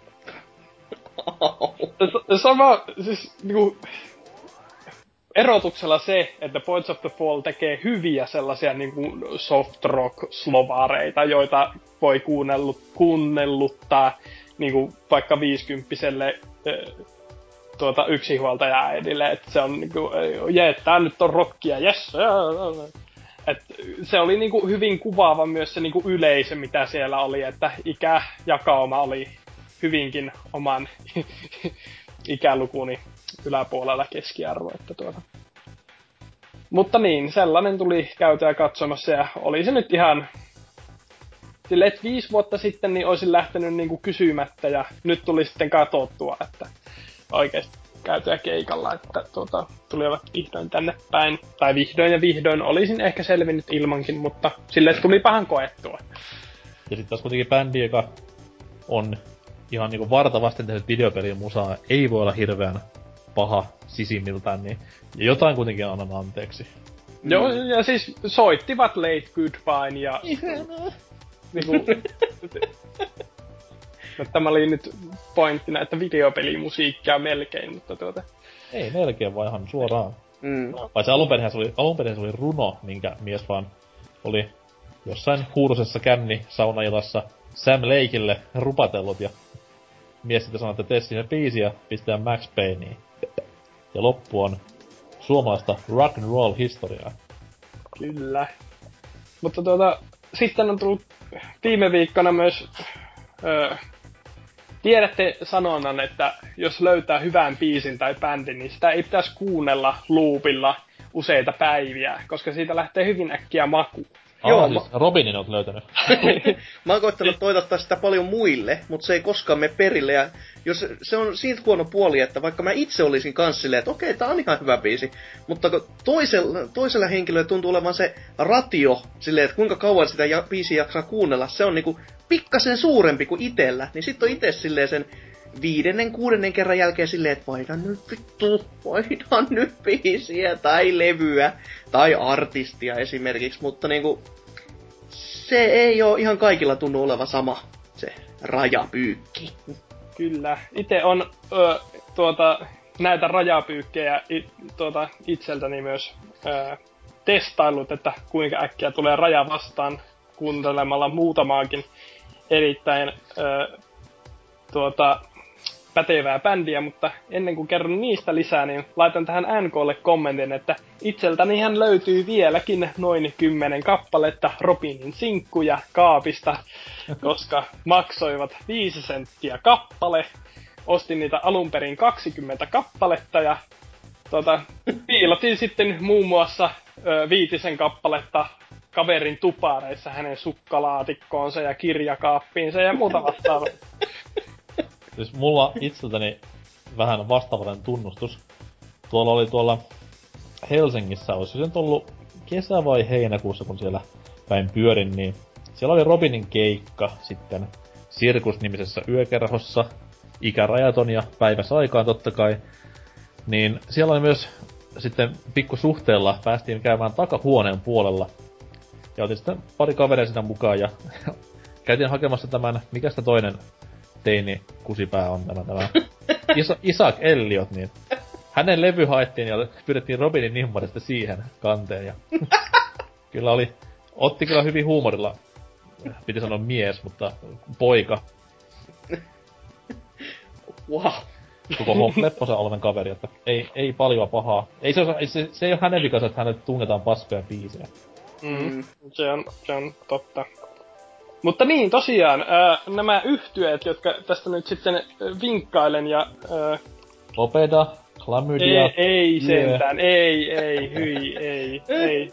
sama siis niinku erotuksella se, että Poets of the Fall tekee hyviä sellaisia niinku soft rock slovareita, joita voi kuunnelluttaa niinku vaikka 50-selle yksinhuoltaja-äidille, että se on niinku, tää nyt on rockia, jes! Et se oli niinku hyvin kuvaava myös se niinku yleisö, mitä siellä oli, että ikäjakauma oli hyvinkin oman ikälukuni yläpuolella keskiarvo, että Mutta niin, sellainen tuli käytyä katsomassa ja oli se nyt ihan silleen, että 5 vuotta sitten niin olisin lähtenyt niinku kysymättä ja nyt tuli sitten katsottua, että oikeesti käytyä keikalla, että tulivat vihdoin tänne päin. Tai vihdoin olisin ehkä selvinnyt ilmankin, mutta sille tuli pahan koettua. Ja sit taas kuitenkin bändi, joka on ihan niinku vartavasti tehnyt videopelin musaa, ei voi olla hirveän paha sisimmiltään, niin jotain kuitenkin annan anteeksi. Joo, ja siis soittivat Late Goodbye ja niinku tämä oli nyt pointtina, että videopelimusiikkia melkein, mutta Ei melkein, vaan ihan suoraan. Paitsi alunperin se oli runo, minkä mies vaan oli jossain huurusessa saunajilassa Sam Lakeille rupatellut ja mies sitten sanoi, että tee siinä biisi ja pistää Max Paynein. Ja loppu on suomalaista rock and roll historiaa. Kyllä. Mutta sitten on tullut viime viikkona myös tiedätte sanonnan, että jos löytää hyvän biisin tai bändin, niin sitä ei pitäisi kuunnella loopilla useita päiviä, koska siitä lähtee hyvin äkkiä maku. Joo, siis Robinin oot löytänyt. Mä oon koittanut toitottaa sitä paljon muille, mutta se ei koskaan mene perille. Ja jos se on siitä huono puoli, että vaikka mä itse olisin kans silleen, että okei, tää on ihan hyvä biisi, mutta toisella henkilöllä tuntuu olevan se ratio silleen, että kuinka kauan sitä biisiä jaksaa kuunnella, se on niinku pikkasen suurempi kuin itellä. Niin sit on ite silleen sen 5.–6. kerran jälkeen silleen, että vaihdan nyt biisiä tai levyä tai artistia esimerkiksi, mutta niinku se ei oo ihan kaikilla tunnu oleva sama se rajapyykki. Kyllä, ite on näitä rajapyykkejä itseltäni myös testaillut, että kuinka äkkiä tulee raja vastaan kuuntelemalla muutamaakin erittäin pätevää bändiä, mutta ennen kuin kerron niistä lisää, niin laitan tähän NK:lle kommentin, että itseltäni hän löytyy vieläkin noin 10 kappaletta Robinin sinkkuja kaapista, koska maksoivat 5 senttiä kappale. Ostin niitä alun perin 20 kappaletta ja piilotin sitten muun muassa 5 kappaletta kaverin tupareissa hänen sukkalaatikkoonsa ja kirjakaappiinsa ja muuta vastaavaa. Siis mulla itseltäni vähän vastaavallinen tunnustus. Tuolla Helsingissä, olisi se nyt ollut kesä- vai heinäkuussa, kun siellä päin pyörin, niin siellä oli Robinin keikka sitten Sirkus-nimisessä yökerhossa, ikärajaton ja päiväsaikaan totta kai. Niin siellä oli myös sitten pikkusuhteella päästiin käymään takahuoneen puolella. Ja otin sitten pari kaveria sinä mukaan ja käytiin hakemassa tämän, mikä sitä toinen teini kusipää on tämä Isaac Elliot, niin hänen levy haettiin ja pyydettiin Robinin nimmarista siihen kanteen ja otti kyllä hyvin huumorilla, piti sanoa mies, mutta poika. Wow. Koko lepposa olevan kaveri, että ei paljon pahaa. Se ei oo hänen vikansa, että hänet tunnetaan paskoja biisejä. Se on totta. Mutta niin, tosiaan, nämä yhtyeet, jotka tästä nyt sitten vinkkailen ja... Lopeda, Chlamydia... Ei sentään, hyi, ei.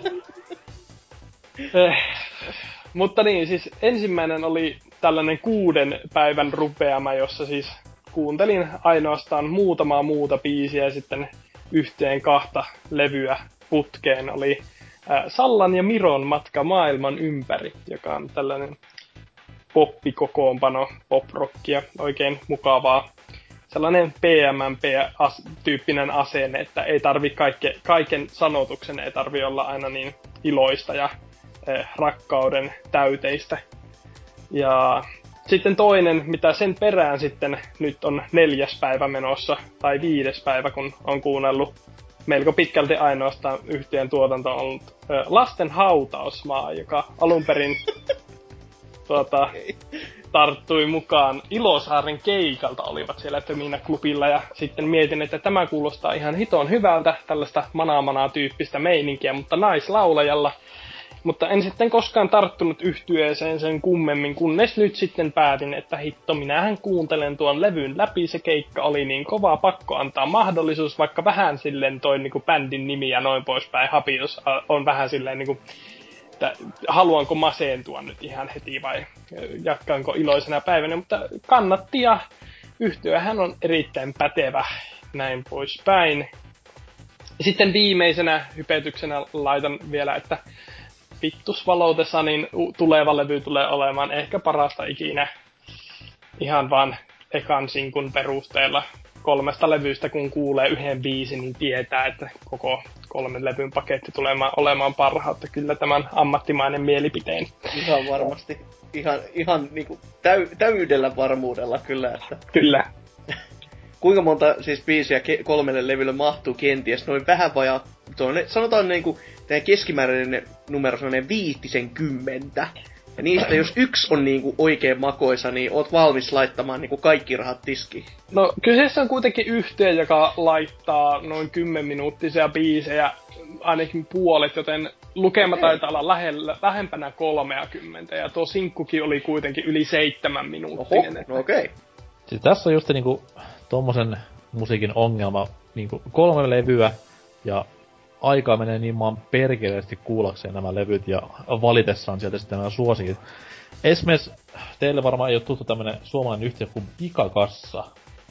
Mutta niin, siis ensimmäinen oli tällainen 6 päivän rupeama, jossa siis kuuntelin ainoastaan muutamaa muuta biisiä ja sitten 1-2 levyä putkeen oli Sallan ja Miron matka maailman ympäri, joka on tällainen poppikokoonpano, poprockia, oikein mukavaa. Sellainen PMMP-tyyppinen asenne, että ei tarvi kaiken sanotuksen, ei tarvi olla aina niin iloista ja rakkauden täyteistä. Ja sitten toinen, mitä sen perään sitten nyt on 4. päivä menossa, tai 5. päivä, kun on kuunnellut melko pitkälti ainoastaan yhtiön tuotanto on ollut Lasten hautausmaa, joka alun perin tarttui mukaan Ilosaaren keikalta, olivat siellä Töminä-klubilla, ja sitten mietin, että tämä kuulostaa ihan hiton hyvältä, tällaista manaa-tyyppistä meininkiä, mutta naislaulajalla. Mutta en sitten koskaan tarttunut yhtyeeseen sen kummemmin, kunnes nyt sitten päätin, että hitto, minähän kuuntelen tuon levyn läpi, se keikka oli niin kova, pakko antaa mahdollisuus, vaikka vähän silleen toi niinku bändin nimi ja noin poispäin, Hapios on vähän silleen niinku, että haluanko masentua nyt ihan heti vai jatkaanko iloisena päivänä, mutta kannatti ja yhtyehän on erittäin pätevä, näin poispäin. Sitten viimeisenä hypetyksenä laitan vielä, että vittusvaloutessa, niin tuleva levy tulee olemaan ehkä parasta ikinä. Ihan vaan ekan sinkun perusteella 3 levystä, kun kuulee 1 biisin, niin tietää, että koko 3 levyn paketti tulee olemaan parhautta. Kyllä tämän ammattimainen mielipiteen. Ihan varmasti. Ihan niinku täydellä varmuudella kyllä. Että... Kyllä. Kuinka monta siis biisiä 3 levylle mahtuu kenties? Noin vähän vajaa, sanotaan niinku, tämä keskimääräinen numero on 50. Ja niistä jos 1 on niinku oikein makoisa, niin oot valmis laittamaan niinku kaikki rahat tiskiin. No kyseessä on kuitenkin yhtye, joka laittaa noin 10-minuuttisia biisejä, ainakin puolet, joten lukema taitaa olla lähempänä 30, ja tuo sinkkukin oli kuitenkin yli 7 minuuttinen. Oho, no okei. Siis tässä on just niinku tommosen musiikin ongelma, niinku 3 levyä, ja aikaa menee niin maan perkeleesti kuullakseen nämä levyt ja valitessaan sieltä sitten nämä suosikit. Esimerkiksi teille varmaan ei ole tuttu tämmönen suomalainen yhtiö kuin Pikakassa.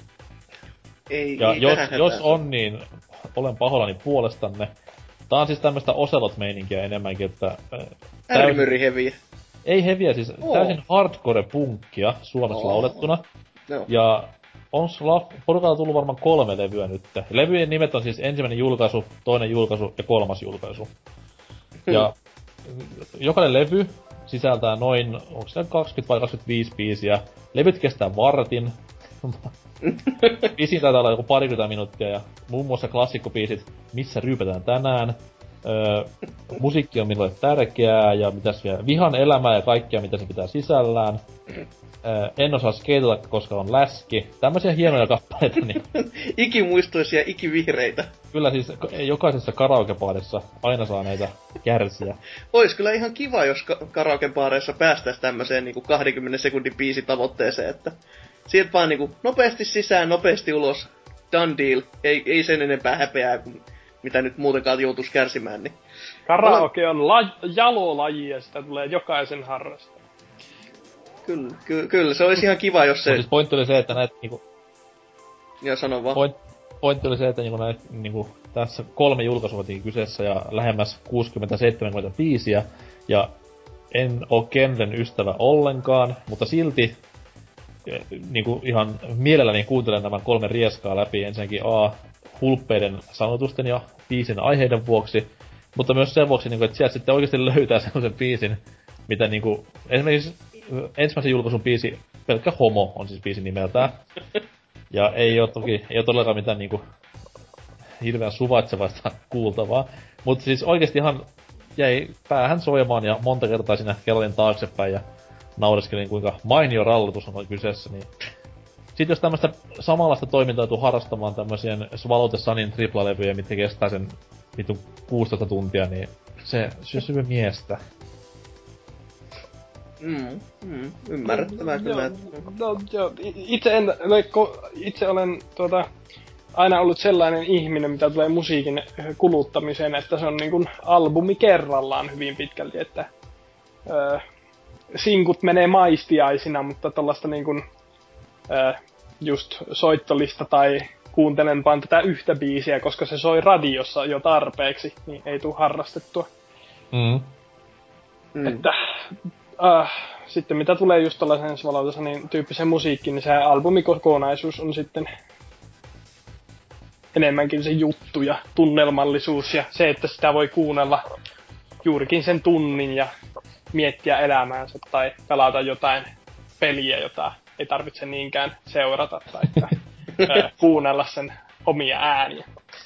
Ja jos on, niin olen pahoillani puolestanne. Tää on siis tämmöstä Ocelot-meininkiä enemmänkin, että... Äärimyriheviä. Ei heviä, siis täysin hardcore-punkkia suomeksi laulettuna. No. Ja porukalla tullut varmaan 3 levyä nyt. Levyjen nimet on siis 1. julkaisu, 2. julkaisu ja 3. julkaisu. Ja jokainen levy sisältää noin, onko se 20 vai 25 biisiä. Levyt kestää vartin. Pisin taitaa olla joku 20 minuuttia ja muun muassa klassikkobiisit Missä ryypätään tänään, Musiikki on minulle tärkeää, ja mitäs vielä, vihan elämää ja kaikkea, mitä se pitää sisällään. En osaa skeitata, koska on läski. Tämmösiä hienoja kappaleita, niin... Ikimuistoisia, ikivihreitä. Kyllä siis jokaisessa karaokebaarissa aina saa näitä kärsiä. Ois kyllä ihan kiva, jos karaokebaareissa päästäis tämmöseen niinku 20 sekunnin biisitavoitteeseen, että sieltä vaan niinku nopeasti sisään, nopeasti ulos, done deal. Ei sen enempää häpeää kuin mitä nyt muutenkaan joutuis kärsimään, niin... Karaoke on jalolaji ja sitä tulee jokaisen harrastaa. Kyllä, se olisi ihan kiva, jos se... No siis pointti oli se, että näet niinku... Ja sano vaan. Pointti oli se, että niinku näet niinku... Tässä 3 julkaisua kyseessä ja lähemmäs 60-70 biisiä. Ja en oo genren ystävä ollenkaan, mutta silti niinku ihan mielelläni kuuntelen nämä 3 rieskaa läpi. Ensinnäkin hulppeiden sanotusten ja biisin aiheiden vuoksi, mutta myös sen vuoksi, niinku, että sieltä sitten oikeesti löytää sellaisen biisin, mitä niinku... Esimerkiksi ensimmäisen julkaisun biisi, pelkkä Homo on siis biisin nimeltään. Ja ei oo todellakaan mitään niinku hirveän suvaitsevaista kuultavaa. Mutta siis oikeesti ihan jäi päähän soimaan ja monta kertaa siinä kelloin taaksepäin ja naureskelin kuinka mainio rallitus on kyseessä, niin... Sitten jos tämmöstä samanlaista toimintaa tuu harrastamaan tämmösien Swallow the Sunin triplalevyjä, mitkä kestää sen vitun 16 tuntia, niin se syy miestä. Ymmärrettävää kyllä. Joo. Itse olen aina ollut sellainen ihminen, mitä tulee musiikin kuluttamiseen, että se on niin kuin albumi kerrallaan hyvin pitkälti, että sinkut menee maistiaisina, mutta tollaista niin kuin just soittolista tai kuuntelen vaan tätä yhtä biisiä, koska se soi radiossa jo tarpeeksi, niin ei tule harrastettua. Että sitten mitä tulee just tollaisen Swallow niin tyyppisen musiikkiin, niin se albumikokonaisuus on sitten enemmänkin se juttu ja tunnelmallisuus ja se, että sitä voi kuunnella juurikin sen tunnin ja miettiä elämäänsä tai pelata jotain peliä, jota ei tarvitse niinkään seurata tai kuunnella sen omia ääniä.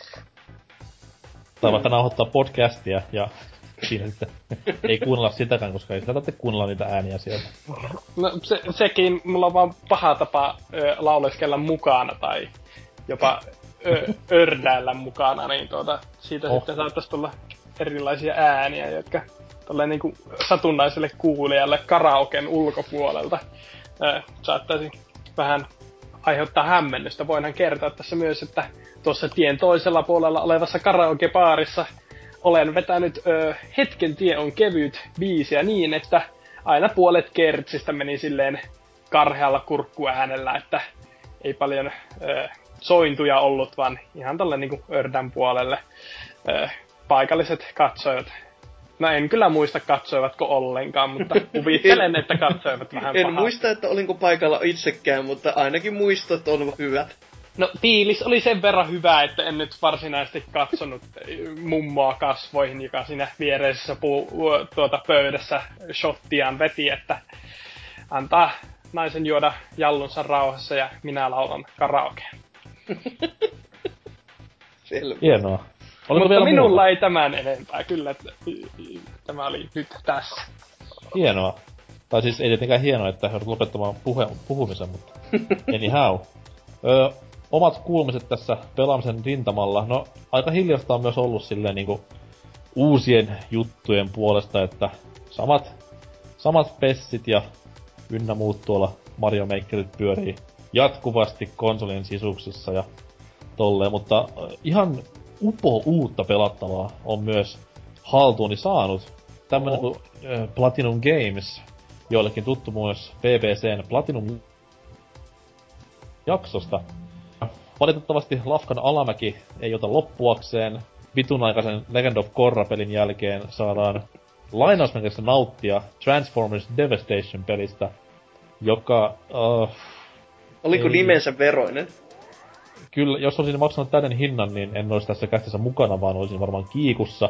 Tai vaikka nauhoittaa podcastia ja siinä sitten ei kuunnella sitäkään, koska ei sitä tarvitse kuunnella niitä ääniä sieltä. No sekin, mulla on vaan paha tapa lauleskella mukana tai jopa ördäillä mukana, niin siitä sitten saattaisi tulla erilaisia ääniä, jotka tolleen niinku satunnaiselle kuulijalle karaoken ulkopuolelta saattaisi vähän aiheuttaa hämmennystä. Voinhan kertoa tässä myös, että tuossa tien toisella puolella olevassa karaokebaarissa olen vetänyt Hetken tie on kevyt biisiä niin, että aina puolet kertsistä meni silleen karhealla kurkkuäänellä, että ei paljon sointuja ollut, vaan ihan tälle niinku ördän puolelle paikalliset katsoivat. No en kyllä muista katsoivatko ollenkaan, mutta kuvittelen, että katsoivat vähän pahaa. En muista, että olinko paikalla itsekään, mutta ainakin muistot on hyvät. No fiilis oli sen verran hyvä, että en nyt varsinaisesti katsonut mummoa kasvoihin, joka siinä viereisessä pöydässä shottiaan veti, että antaa naisen juoda jallunsa rauhassa ja minä laulan karaokea. Selvä. Hienoa. Mutta vielä minulla muuta? Ei tämän enempää, kyllä tämä oli nyt tässä. Hienoa. Tai siis ei tietenkään hienoa, että joudut lopettamaan puhumisen, mutta anyhow. Omat kuulumiset tässä pelaamisen rintamalla. No, aika hiljasta on myös ollut silleen niinku uusien juttujen puolesta, että samat pessit ja ynnä muut tuolla Mario Makerit pyörii jatkuvasti konsolin sisuksissa ja tolleen, mutta ihan uutta pelattavaa on myös haltuuni saanut. Tämmönen kuin Platinum Games, joillekin tuttu myös BBCn Platinum jaksosta. Valitettavasti Lafkan alamäki ei ota loppuakseen. Vitunaikaisen Legend of Korra-pelin jälkeen saadaan lainausmerkeissä nauttia Transformers Devastation-pelistä, joka... Oliko nimensä veroinen? Kyllä, jos olisin maksanut täyden hinnan, niin en olisi tässä kästissä mukana, vaan olisin varmaan kiikussa.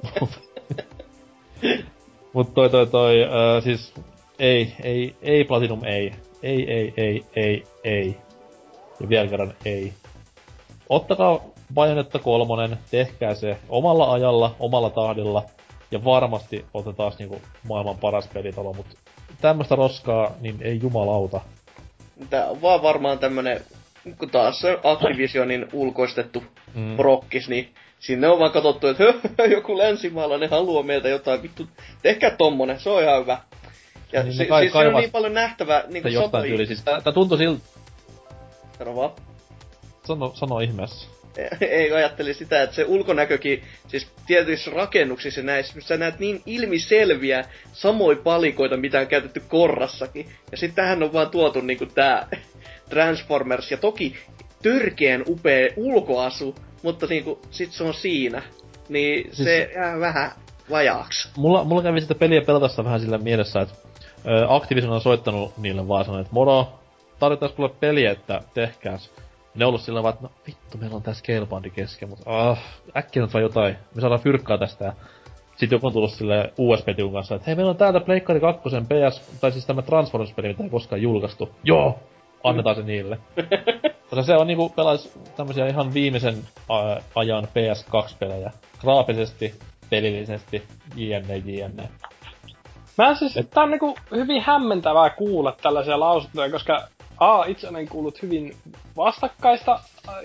Mut siis... Ei Platinum, ei. Ei. Ja vielä kerran ei. Ottakaa Bayonetta 3, tehkää se omalla ajalla, omalla tahdilla, ja varmasti otetaan taas niinku maailman paras pelitalo, mut tämmöstä roskaa, niin ei jumalauta. Tää on vaan varmaan tämmönen, kun taas se Activisionin ulkoistettu prokkis, niin sinne on vaan katsottu, että joku länsimaalainen haluaa meiltä jotain, vittu, tehkää tommonen, se on ihan hyvä. Ja niin siis siinä on niin paljon nähtävää, niinku jostain tyyli, siis tää tuntui siltä. Sano vaan. Sano ihmeessä. Ei ajattelin sitä, että se ulkonäkökin, siis tietyissä rakennuksissa näissä, sä näet niin ilmiselviä samoja palikoita, mitä on käytetty Korrassakin. Ja sit tähän on vaan tuotu niinku tää Transformers, ja toki törkeen upea ulkoasu, mutta niinku sit se on siinä. Niin siis se jää vähän vajaaksi. Mulla kävi sitä peliä pelatessa vähän sillä mielessä, että Activision on soittanut niille vaan sanonut, että moro, tarvitais kuule peliä, että tehkääs. Ne on ollut sillä vaan, että no vittu, meillä on tää Scalebandi kesken, mutta äkkiä nyt vaan jotain, me saadaan fyrkkaa tästä. Ja sit joku on tullut sille USB-tikun kanssa, että hei, meillä on täältä Pleikkari 2 PS, tai siis tämä Transformers-peli, mitä ei koskaan julkaistu. Joo! Annetaan se niille. Koska se on niinku pelais tämmösiä ihan viimeisen ajan PS2-pelejä. Graafisesti, pelillisesti, jne. Mä siis, tää on niinku hyvin hämmentävää kuulla tällaisia lausuntoja, koska itse olen kuullut hyvin vastakkaista,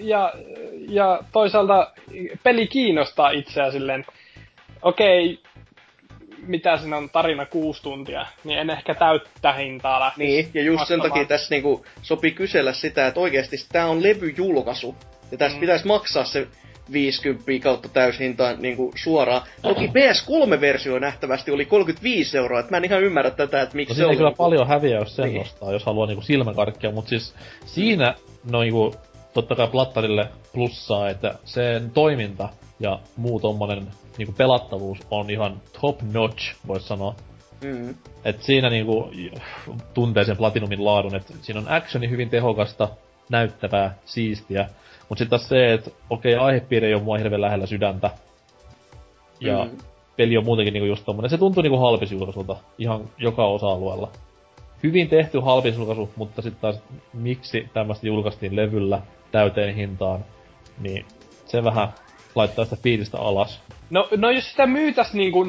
ja toisaalta peli kiinnostaa itseä silleen, okei, mitä siinä on tarina 6 tuntia, niin en ehkä täyttä hintaa lähtisi. Niin, ja just sen takia tässä niinku sopii kysellä sitä, että oikeesti tää on levyjulkaisu, ja tässä pitäisi maksaa se 50 kautta täyshintaan niinku suoraan. Toki PS3-versio nähtävästi oli 35 €, et mä en ihan ymmärrä tätä, että miksi no, se on. Siinä kyllä paljon häviä, jos sen nostaa, jos haluaa niinku silmäkarkkia, mut siis siinä no niinku totta kai plattarille plussaa, että sen toiminta ja muu tommonen niinku pelattavuus on ihan top notch, vois sanoa. Et siinä niinku tuntee sen Platinumin laadun, että siinä on actioni hyvin tehokasta, näyttävää, siistiä. Mut sit taas se, että okei, aihepiiri ei oo mua hirveen lähellä sydäntä. Ja peli on muutenkin niinku just tommonen. Se tuntuu niinku halpisjulkaisulta ihan joka osa-alueella. Hyvin tehty halpisjulkaisu, mutta sit taas miksi tämmöstä julkaistiin levyllä täyteen hintaan, niin se vähän laittaa sitä fiilistä alas. No jos sitä myytäs niinku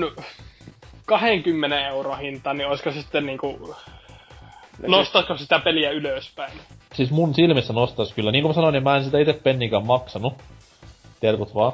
20 € hintaan, niin oisko se sitten niinku nostaisiko sitä peliä ylöspäin? Siis mun silmissä nostais kyllä. Niin kuin mä sanoin, niin mä en sitä ite penninkään maksanut. Terkut vaan.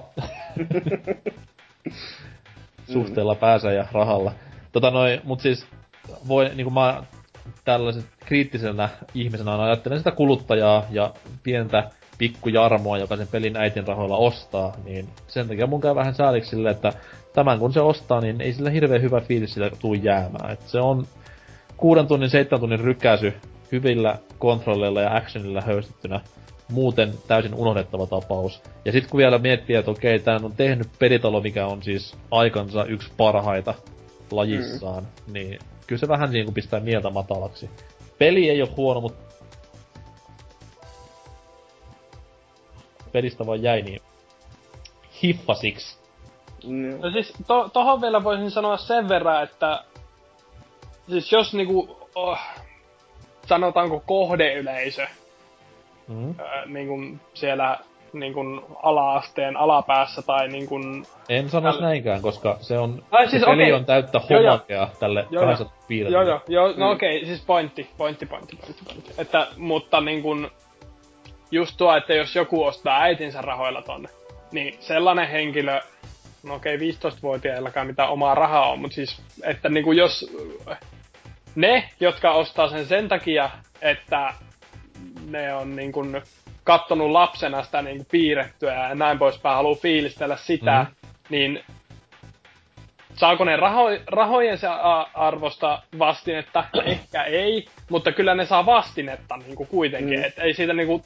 Suhteella päässä ja rahalla. Mut siis voi, niinku mä tällaisen kriittisenä ihmisenä ajattelen sitä kuluttajaa ja pientä pikkujarmoa, joka sen pelin äitin rahoilla ostaa, niin sen takia mun käy vähän sääliksi silleen, että tämän kun se ostaa, niin ei sillä hirveen hyvä fiilis sillä tuu jäämään. Et se on 6 tunnin, 7 tunnin rykäsy hyvillä kontrolleilla ja actionilla höystettynä. Muuten täysin unohdettava tapaus. Ja sit kun vielä miettii, että okei, tän on tehnyt pelitalo, mikä on siis aikansa yksi parhaita lajissaan, niin kyllä se vähän niinku pistää mieltä matalaksi. Peli ei oo huono, mut pelistä vaan jäi niin hiffasiksi. No siis tohon vielä voisin sanoa sen verran, että siis jos niinku sanotaanko kohdeyleisö niinku siellä niinku ala-asteen alapäässä tai niinku en sanois näinkään, koska se on siis se peli on täyttä homakea tälle 205. Joo, no okei, siis pointti. Että mutta niinkun just tuo, että jos joku ostaa äitinsä rahoilla tonne, niin sellainen henkilö, no okei, 15-vuotiaillakaan mitä omaa rahaa on, mutta siis, että niinku jos ne, jotka ostaa sen takia, että ne on niinku kattonut lapsena sitä niinku piirrettyä ja näin poispäin, haluu fiilistellä sitä, niin saako ne rahojensa arvosta vastinetta? Ehkä ei, mutta kyllä ne saa vastinetta niinku kuitenkin, et ei siitä niinku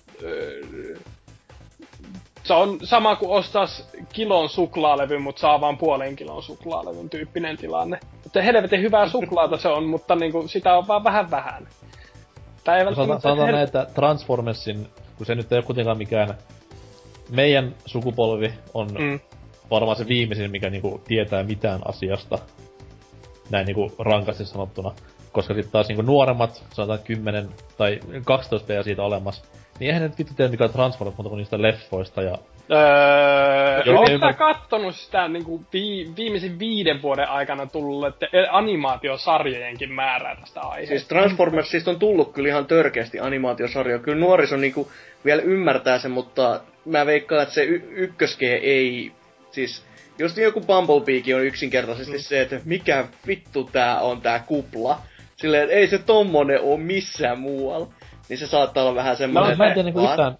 se on sama kuin ostais kilon suklaalevy, mut saa vaan puolen kilon suklaalevyn tyyppinen tilanne. Mutta helvetin hyvää suklaata se on, mutta niinku sitä on vaan vähän. Sanotaan näin, että Transformersin, kun se nyt ei ole kuitenkaan mikään meidän sukupolvi on varmaan se viimeisin, mikä niinku tietää mitään asiasta. Näin niinku rankasti sanottuna. Koska sit taas niinku nuoremmat, sanotaan 10 tai 12 ja siitä olemassa, niin eihän ne nyt vittu tee mikään Transformers muuta kuin niistä leffoista ja Oletko sä kattonut sitä niinku viimeisen 5 vuoden aikana tullut animaatiosarjojenkin määrää tästä aiheesta? Siis Transformersista on tullut kyllä ihan törkeästi animaatiosarjoja. Kyllä nuoriso niinku vielä ymmärtää sen, mutta mä veikkaan, että se ykköskee ei... Siis just joku Bumblebeekin on yksinkertaisesti se, että mikä vittu tää on tää kupla. Silleen, että ei se tommonen oo missään muualla. Niin se saattaa olla vähän semmonen... Mä en tiedä niinku yhtään...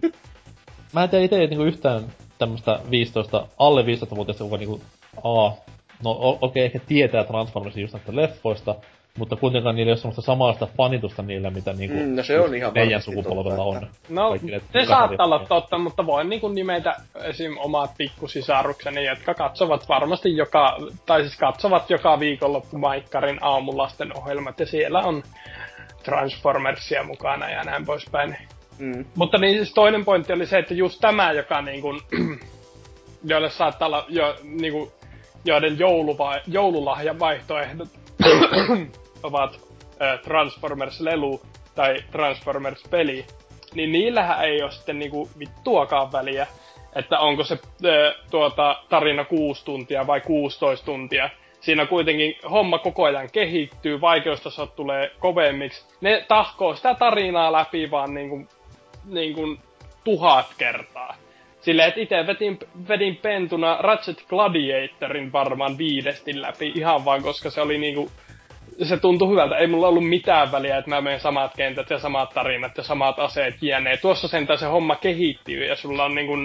Mä en tiedä ite niinku yhtään tämmöstä alle 15-vuotiaista, joka niinku okei, ehkä tietää Transformersin just näistä leffoista, mutta kuitenkaan niillä ei ole semmoista samanlaista fanitusta niillä, mitä niinku no se on ihan meidän sukupolvella on. No, se saattaa olla totta, mutta voin niinku nimetä esim. Omat pikkusisarukseni, jotka katsovat varmasti katsovat joka viikonloppu Maikkarin aamulasten ohjelmat, ja siellä on Transformersia mukana ja näin poispäin. Mutta niin siis toinen pointti oli se, että just tämä, joka niinku, joille saattaa olla jo niinku, joiden joululahjavaihtoehdot ovat Transformers-lelu tai Transformers-peli, niin niillähän ei ole sitten niinku vittuakaan väliä, että onko se tarina 6 tuntia vai 16 tuntia. Siinä kuitenkin homma koko ajan kehittyy, vaikeustasot tulee kovemmiksi. Ne tahkoo sitä tarinaa läpi vaan niinku 1000 kertaa. Silleen, että ite vedin pentuna Ratchet Gladiatorin varmaan 5 läpi, ihan vaan koska se oli niinku... Se tuntui hyvältä, ei mulla ollut mitään väliä, että mä menen samat kentät ja samat tarinat ja samat aseet jänee. Tuossa sentään se homma kehittyy ja sulla on niinku...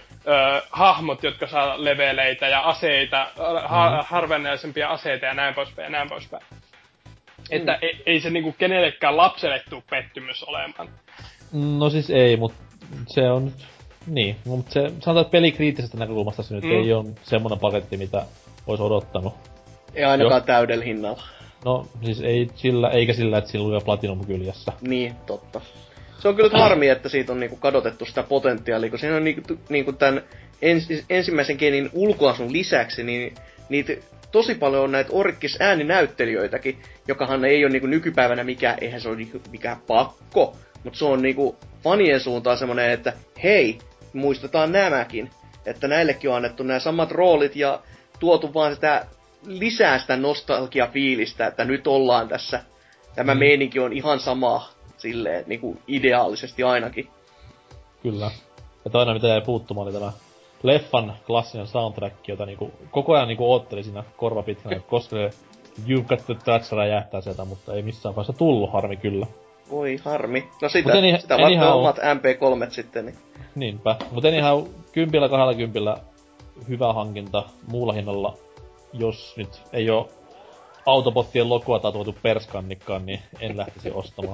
hahmot, jotka saa leveleitä ja aseita, harvinaisempia aseita ja näin poispäin. Että ei se niinku kenellekään lapselle tuu pettymys olemaan. No siis ei, mut se on nyt... Niin, mutta se sanotaan, että pelikriittisestä näkökulmasta se nyt ei oo semmonen paketti, mitä ois odottanut. Ei ainakaan täydellä hinnalla. No, siis ei sillä, eikä sillä, että sillä on jo Platinum kyljessä. Niin, totta. Se on kyllä harmi, että siitä on niinku kadotettu sitä potentiaalia, kun siinä on niinku tän ensimmäisen geenin ulkoasun lisäksi, niin niitä tosi paljon on näitä orkkis-ääninäyttelijöitäkin, jokahan ei ole niinku nykypäivänä eihän se ole mikään pakko, mutta se on niinku fanien suuntaan semmonen, että hei, muistetaan nämäkin, että näillekin on annettu nämä samat roolit ja tuotu vaan sitä lisää sitä nostalgiafiilistä, että nyt ollaan tässä. Tämä meininki on ihan sama silleen, niinku ideaalisesti ainakin. Kyllä. Ja toinen mitä jäi puuttumaan oli tämä leffan klassinen soundtrack, jota niinku koko ajan niinku ootteli siinä korvapitkänä, koska se You've Got the Touch räjähtää sieltä, mutta ei missään vaiheessa tullut, harmi kyllä. Voi harmi. No sitä varten omat MP3 sitten. Niin. Niinpä. Mut en ihan 10-20 hyvä hankinta muulla hinnalla, jos nyt ei oo Autobottien logoa tatuoitu perskannikkaan, niin en lähtisi ostamaan.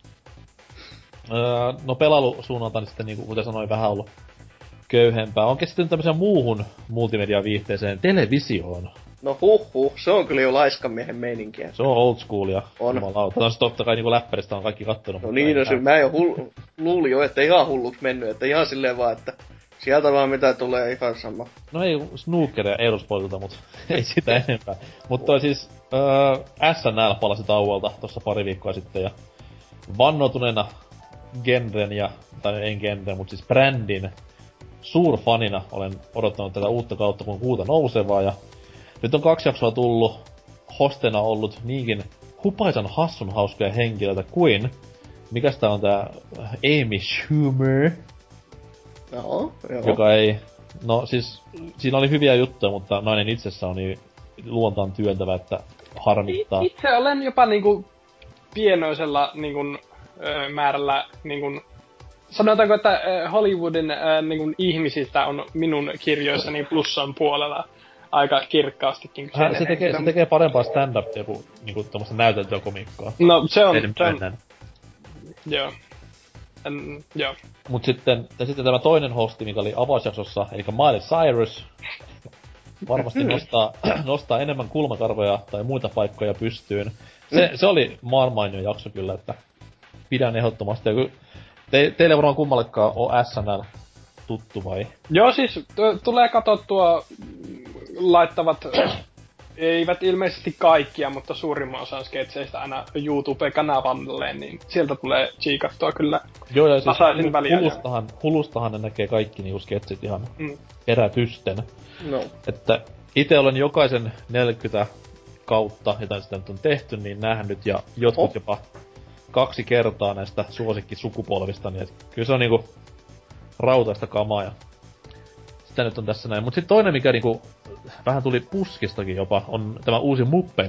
No pelailusuunnalta niin sitten niinku kuten sanoin vähän ollut köyhempää. On keskittynyt tämmöiseen muuhun multimedia-viihteeseen, televisioon. No se on kyllä jo laiskamiehen meininkiä. Se on old schoolia. On. Jumalauta. No totta kai niinku läppäristä on kaikki kattonut. No niin, mä jo luulin jo, että ihan hulluksi mennyt, että ihan silleen vaan, että sieltä vaan mitä tulee ihan sama. No ei Snooker ja Eurosportilta, mut ei sitä enempää. Mut toi siis SNL palasi tauolta tossa pari viikkoa sitten ja vannotuneena genren tai en genren, mut siis brändin suurfanina olen odottanut tätä uutta kautta kun kuuta nousevaa ja nyt on 2 jaksoa tullut, hostena ollut niinkin hupaisan hassun hauskoja henkilöitä kuin mikäs tää on tää Amy Schumer, joo. Joka ei... No siis, siinä oli hyviä juttuja, mutta nainen itsessään on niin luontaan työntävä, että harmittaa. Itse olen jopa niinku pienoisella niinku määrällä niinku... Sanotaanko, että Hollywoodin niinku ihmisistä on minun kirjoissani plussan puolella aika kirkkaastikin. Se tekee parempaa stand-upia kuin niinku tommoista näyteltyä-komiikkaa. No se on... Joo. Joo. Mut sitten tämä toinen hosti, mikä oli avausjaksossa, eli Miley Cyrus, varmasti nostaa enemmän kulmakarvoja tai muita paikkoja pystyyn. Se oli mainio jakso kyllä, että pidän ehdottomasti. Teille varmaan kummallekaan on SNL tuttu vai? Joo, siis tulee katsottua laittavat eivät ilmeisesti kaikkia, mutta suurimman osan sketseistä aina YouTube-kanavalle, niin sieltä tulee tsiikattua kyllä. Joo, ja siis väliä. Hulustahan ne näkee kaikki niinku sketsit ihan perätysten. No. Että ite olen jokaisen 40 kautta, jota sitä nyt on tehty, niin nähnyt, ja jotkut jopa 2 kertaa näistä suosikkisukupolvista, niin kyllä se on niinku rautaista kamaa, ja sitä nyt on tässä näin. Mut sit toinen, mikä niinku vähän tuli puskistakin jopa, on tämä uusi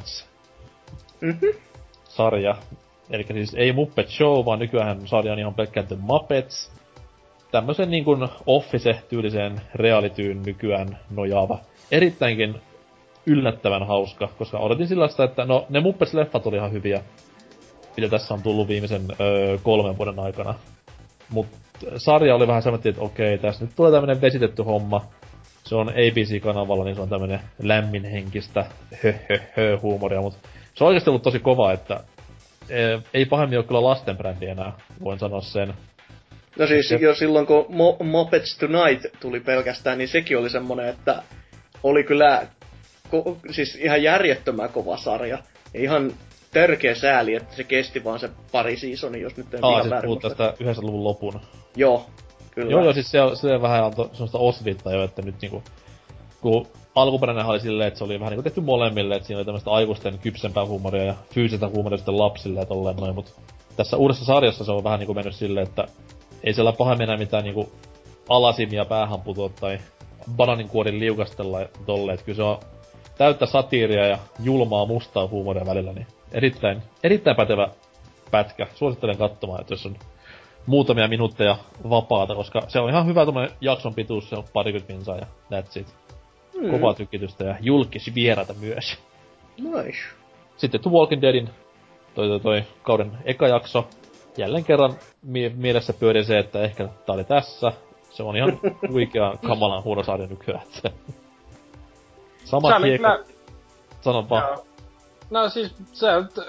Muppets-sarja. Elikkä siis ei Muppet Show, vaan nykyään sarja on ihan pelkkään The Muppets. Tämmösen niinkun Office-tyyliseen realityyn nykyään nojaava. Erittäinkin yllättävän hauska, koska odotin sellaista, että no ne Muppets-leffat oli ihan hyviä, mitä tässä on tullut viimeisen 3 vuoden aikana. Mut sarja oli vähän semmoinen, että okei, tässä nyt tulee tämmönen vesitetty homma. Se on ABC-kanavalla, niin se on tämmönen lämminhenkistä huumoria, mut se on oikeesti ollut tosi kova, että ei pahemmin oo kyllä lastenbrändi enää, voin sanoa sen. No siis jo silloin kun Muppets Tonight tuli pelkästään, niin sekin oli semmonen, että oli kyllä siis ihan järjettömän kova sarja. Ja ihan törkeä sääli, että se kesti vaan se pari seasonia, jos nyt en ihan siis väärin puhut tästä 90-luvun lopun. Joo, kyllä. Joo, siis se vähän antoi semmoista osviittaa jo, että nyt niinku kun alkuperäinen oli silleen, että se oli vähän niinku tehty molemmille, että siinä oli tämmöistä aikuisten kypsempää huumoria ja fyysistä huumoria sitten lapsille ja tolleen noin, mut tässä uudessa sarjassa se on vähän niinku mennyt silleen, että ei siellä pahemmin enää mitään niinku alasimia päähän putoa tai bananinkuorin liukastella ja tolleen, että kyllä se on täyttä satiiria ja julmaa mustaa huumoria välillä, niin erittäin pätevä pätkä. Suosittelen katsomaan, että jos on muutamia minuutteja vapaata, koska se on ihan hyvä tommonen jakson pituus, se on 20 minsaa ja that's it. Kovaa tykitystä ja julkisvieraita myös. Nice. Sitten The Walking Deadin toi kauden eka jakso. Jälleen kerran mielessä pyörii se, että ehkä tää oli tässä. Se on ihan huikea kamalan huono sarja nykyään. Sama kiekko. Kyllä... Sano vaan. No siis se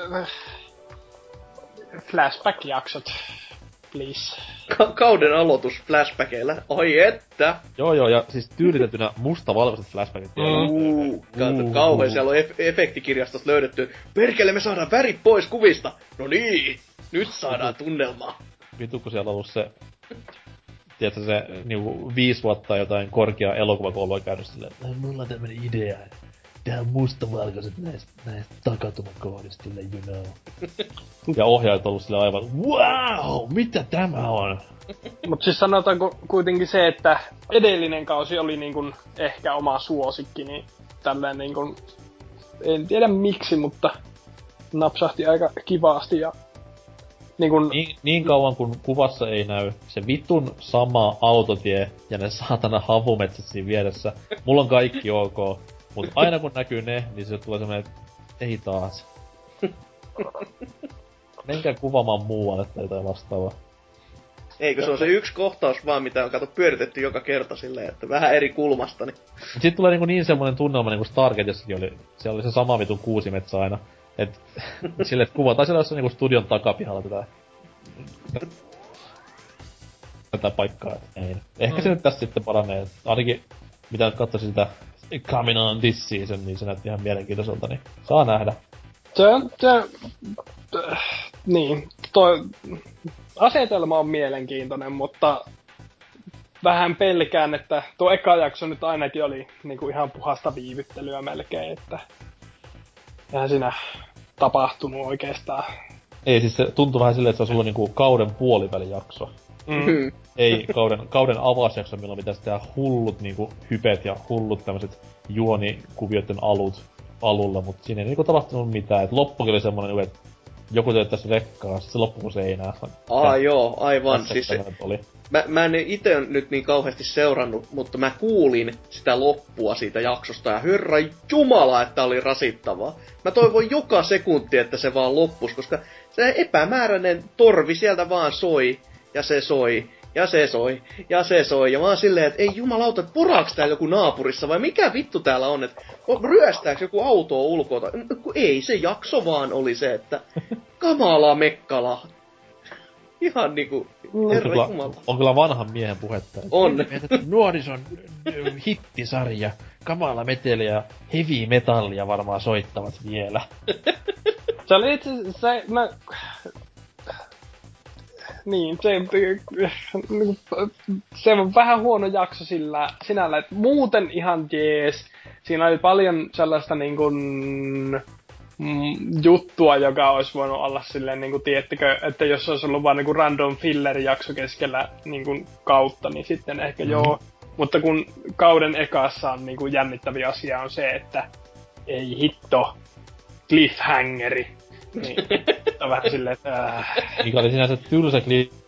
flashback-jaksot. Please. Kauden aloitus flashbackeilla. Oi että! Joo, ja siis tyylitettynä mustavalkoiset flashbackit. Kauhean, siellä on efektikirjastosta löydetty. Perkele, me saadaan värit pois kuvista! No niin! Nyt saadaan tunnelmaa. Vitu, kun siellä on ollut se... Tiedätkö se niinku 5 vuotta jotain korkea elokuvakoulua käynyt silleen, että mulla on tämmönen idea. Tehdään mustavalkoiset näistä takatumakohdista, you know. Ja ohjaajat on ollut silleen aivan, wow, mitä tämä on? Mut siis sanotaanko kuitenkin se, että edellinen kausi oli niinkun ehkä oma suosikki, niin tälleen niinkun, en tiedä miksi, mutta napsahti aika kivasti ja niinkun... Niin kauan kun kuvassa ei näy se vitun sama autotie ja ne saatana havumetsät siinä vieressä, mulla on kaikki ok. Mut aina kun näkyy ne, niin se tulee semmonen, että ei taas. Menkää kuvaamaan muualle tai jotain vastaavaa. Eikö se on se yksi kohtaus vaan, mitä on pyöritetty joka kerta silleen, että vähän eri kulmasta. Niin. Sit tulee niin semmonen tunnelma niinku Stargateissakin oli. Siellä oli se sama vitun kuusimetsä aina. Et silleen, että kuvataan siellä jossain niinku studion takapihalla tätä paikkaa. Ei. Ehkä se nyt tästä sitten paranee. Ainakin mitä nyt katsoisin sitä Coming on this season, niin se näytti ihan mielenkiintoiselta, niin saa nähdä. Niin, toi asetelma on mielenkiintoinen, mutta vähän pelkään, että tuo eka jakso nyt ainakin oli niinku ihan puhasta viivyttelyä melkein, että eihän siinä tapahtunut oikeastaan. Ei, siis se tuntui vähän silleen, että se olisi ollut niinku kauden puolivälijakso. Ei kauden avausjakso, milloin pitäisi tehdä hullut niinku hypet ja hullut tämmöset juonikuvioiden alulla, mut siinä ei niinku tapahtunut mitään. Et loppukin oli semmonen, että joku teettäis rekkaa, sit se loppu seinään. Joo, aivan. Siis mä en ite nyt niin kauheasti seurannut, mutta mä kuulin sitä loppua siitä jaksosta ja herra jumala, että oli rasittavaa. Mä toivon joka sekunti, että se vaan loppus, koska se epämääräinen torvi sieltä vaan soi. Ja se soi, ja se soi, ja se soi. Ja mä oon silleen, että ei jumalauta, että poraaks täällä joku naapurissa, vai mikä vittu täällä on, että ryöstääks joku autoa ulkoa? Ei, se jakso vaan oli se, että kamala mekkala. Ihan niinku, herra jumala. On kyllä vanhan miehen puhetta. On. Nuorison hittisarja, kamala meteli ja heavy metallia varmaan soittavat vielä. Se oli itse se on vähän huono jakso sinällä, että muuten ihan jees. Siinä oli paljon sellaista juttua, joka olisi voinut olla silleen tiettikö, että jos olisi ollut vaan random filler-jakso keskellä kautta, niin sitten ehkä joo. Mutta kun kauden ekassa on jännittäviä asia on se, että ei hitto, cliffhangeri. Niin, on vähän silleen, että Mikä oli sinänsä tylsä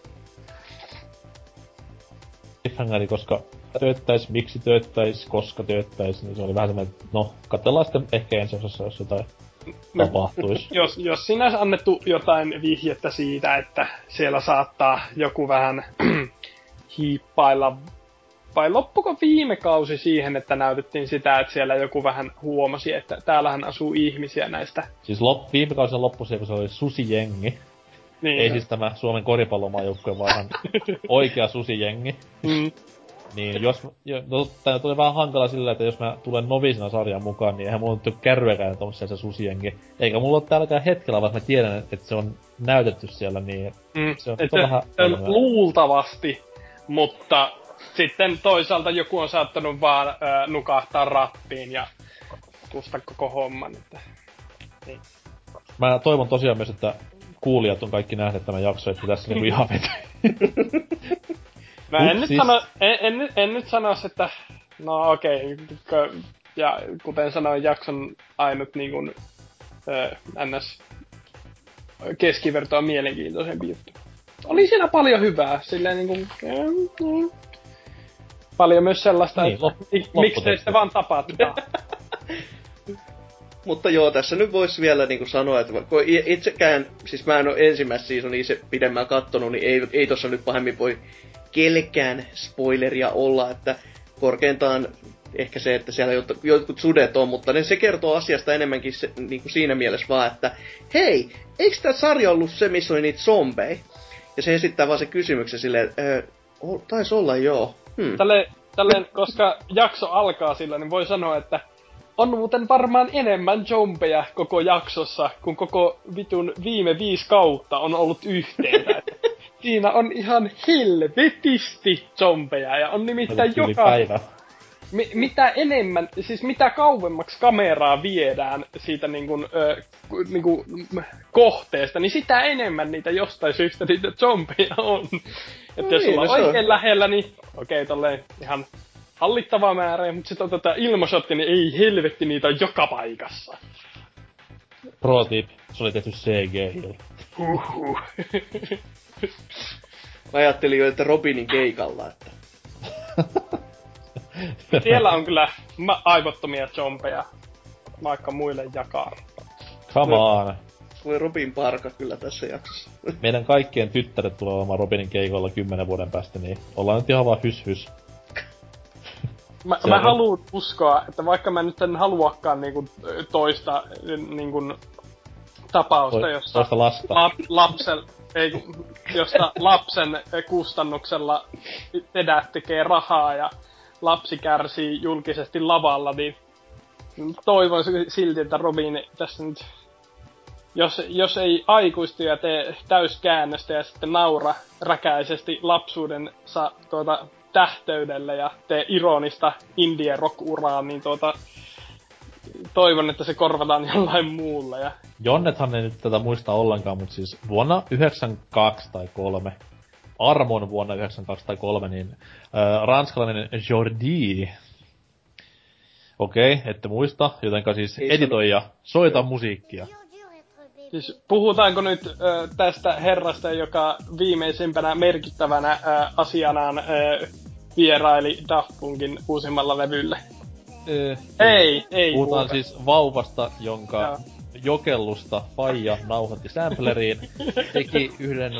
cliffhangeri, koska miksi tööttäis, koska tööttäis, niin se oli vähän semmoinen, että no, katsellaan sitten ehkä ensi osassa, jos jotain tapahtuis. Jos siinä olisi annettu jotain vihjettä siitä, että siellä saattaa joku vähän hiippailla, vai loppuko viime kausi siihen, että näytettiin sitä, että siellä joku vähän huomasi, että täällähän asuu ihmisiä näistä. Siis viime kausien loppuisia, kun se oli susijengi. Niin, ei siis tämä Suomen koripallomaajoukkue, vaan oikea susijengi. Niin tää tuli vähän hankala sillä, että jos mä tulen novisena sarjaan mukaan, niin eihän mulla ole kärryäkään tommosia se susijengi. Eikä mulla ole täälläkään hetkellä, vaikka mä tiedän, että se on näytetty siellä, niin se on vähän luultavasti, mutta sitten toisaalta joku on saattanut vaan nukahtaa rappiin ja kusta koko homman, että niin. Mä toivon tosiaan myös, että kuulijat on kaikki nähneet tämän jakso, että tässä niinku ihan vety. Mä en nyt sanois, että no okei, ja kuten sanoin, jakson ainut ns keskivertoa mielenkiintoisempi juttu. Oli siinä paljon hyvää, silleen paljon myös sellaista, niin, että miksi te sitten vaan tapatte. Mutta joo, tässä nyt vois vielä sanoa, että itsekään, siis mä en oo ensimmäistä seasonia itse pidemmän kattonut, niin ei tossa nyt pahemmin voi kellekään spoileria olla, että korkeintaan ehkä se, että siellä jotkut sudet on, mutta se kertoo asiasta enemmänkin siinä mielessä vaan, että hei, eikö tää sarja ollut se, missä oli niitä zombeja? Ja se esittää vaan se kysymyksen silleen, taisi olla joo. Tälleen, koska jakso alkaa sillä, niin voi sanoa, että on muuten varmaan enemmän zombeja koko jaksossa, kun koko vitun viime 5 kautta on ollut yhteensä. Siinä on ihan helvetisti zombeja ja on nimittäin joka päivä. Mitä enemmän, siis mitä kauemmaksi kameraa viedään siitä kohteesta, niin sitä enemmän niitä jostain syystä niitä zombeja on. Että jos ollaan oikein lähellä, niin okei, tolleen ihan hallittava määrä, mutta sitten on ilmashotti, niin ei helvetti, niitä on joka paikassa. Pro tip, se oli tehty CG:llä. Mä ajattelin jo, että Robinin keikalla, että siellä on kyllä aivottomia zombeja, vaikka muille jakaa. Come on. Voi Robin parka kyllä tässä jaksossa. Meidän kaikkien tyttäret tulee olemaan Robinin keikolla 10 vuoden päästä, niin ollaan nyt ihan vaan hys. Mä haluun uskoa, että vaikka mä nyt en haluakaan toista tapausta, jossa toista lasta. josta lapsen kustannuksella edät tekee rahaa ja lapsi kärsii julkisesti lavalla, niin toivon silti, että Robin tässä nyt, jos ei aikuistu ja tee täyskäännöstä ja sitten naura räkäisesti lapsuudensa tähteydelle ja tee ironista indie rock-uraa, niin toivon, että se korvataan jollain muulla. Ja Jonnethan ei nyt tätä muista ollenkaan, mutta siis vuonna 92 tai 3, Armon vuonna 92 tai 3, niin ranskalainen Jordi, okei, ette muista, jotenka siis editoi ja soita musiikkia. Siis puhutaanko nyt tästä herrasta, joka viimeisimpänä merkittävänä asianaan vieraili Daft Punkin uusimmalla levyllä? Ei. Puhutaan siis vauvasta, jonka jokellusta faija nauhoitti sampleriin, teki yhden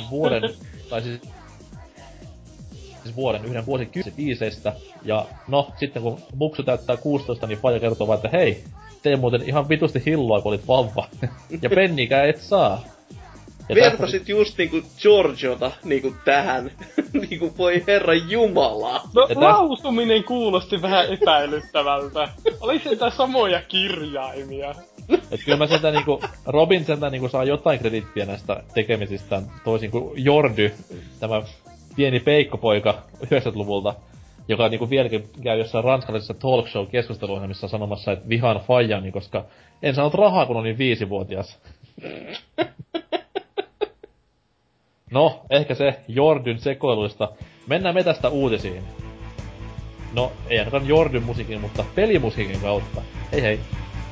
vuosikymmenen biiseistä, ja no, sitten kun muksu täyttää 16, niin faija kertoo vaan, että hei, tee muuten ihan vitusti hilloa, kun olit vauva, ja pennikään et saa. Vertasit just niinku Giorgiota niinku tähän. Niinku voi herran jumala. No lausuminen kuulosti vähän epäilyttävältä. Oli sieltä samoja kirjaimia. Et kyllä mä sieltä niinku, Robin sieltä niinku saa jotain kredittiä näistä tekemisistään, toisin kuin Jordy, tämä pieni peikkopoika 90-luvulta, joka niinku vieläkin käy jossain ranskalaisessa talk show keskusteluohjelmissa sanomassa, että vihaan faijani, koska en saanut rahaa, kun olin 5-vuotias. No, ehkä se Jordyn sekoiluista. Mennään me tästä uutisiin. No, ei ainakaan Jordyn musiikin, mutta pelimusiikin kautta. Hei hei.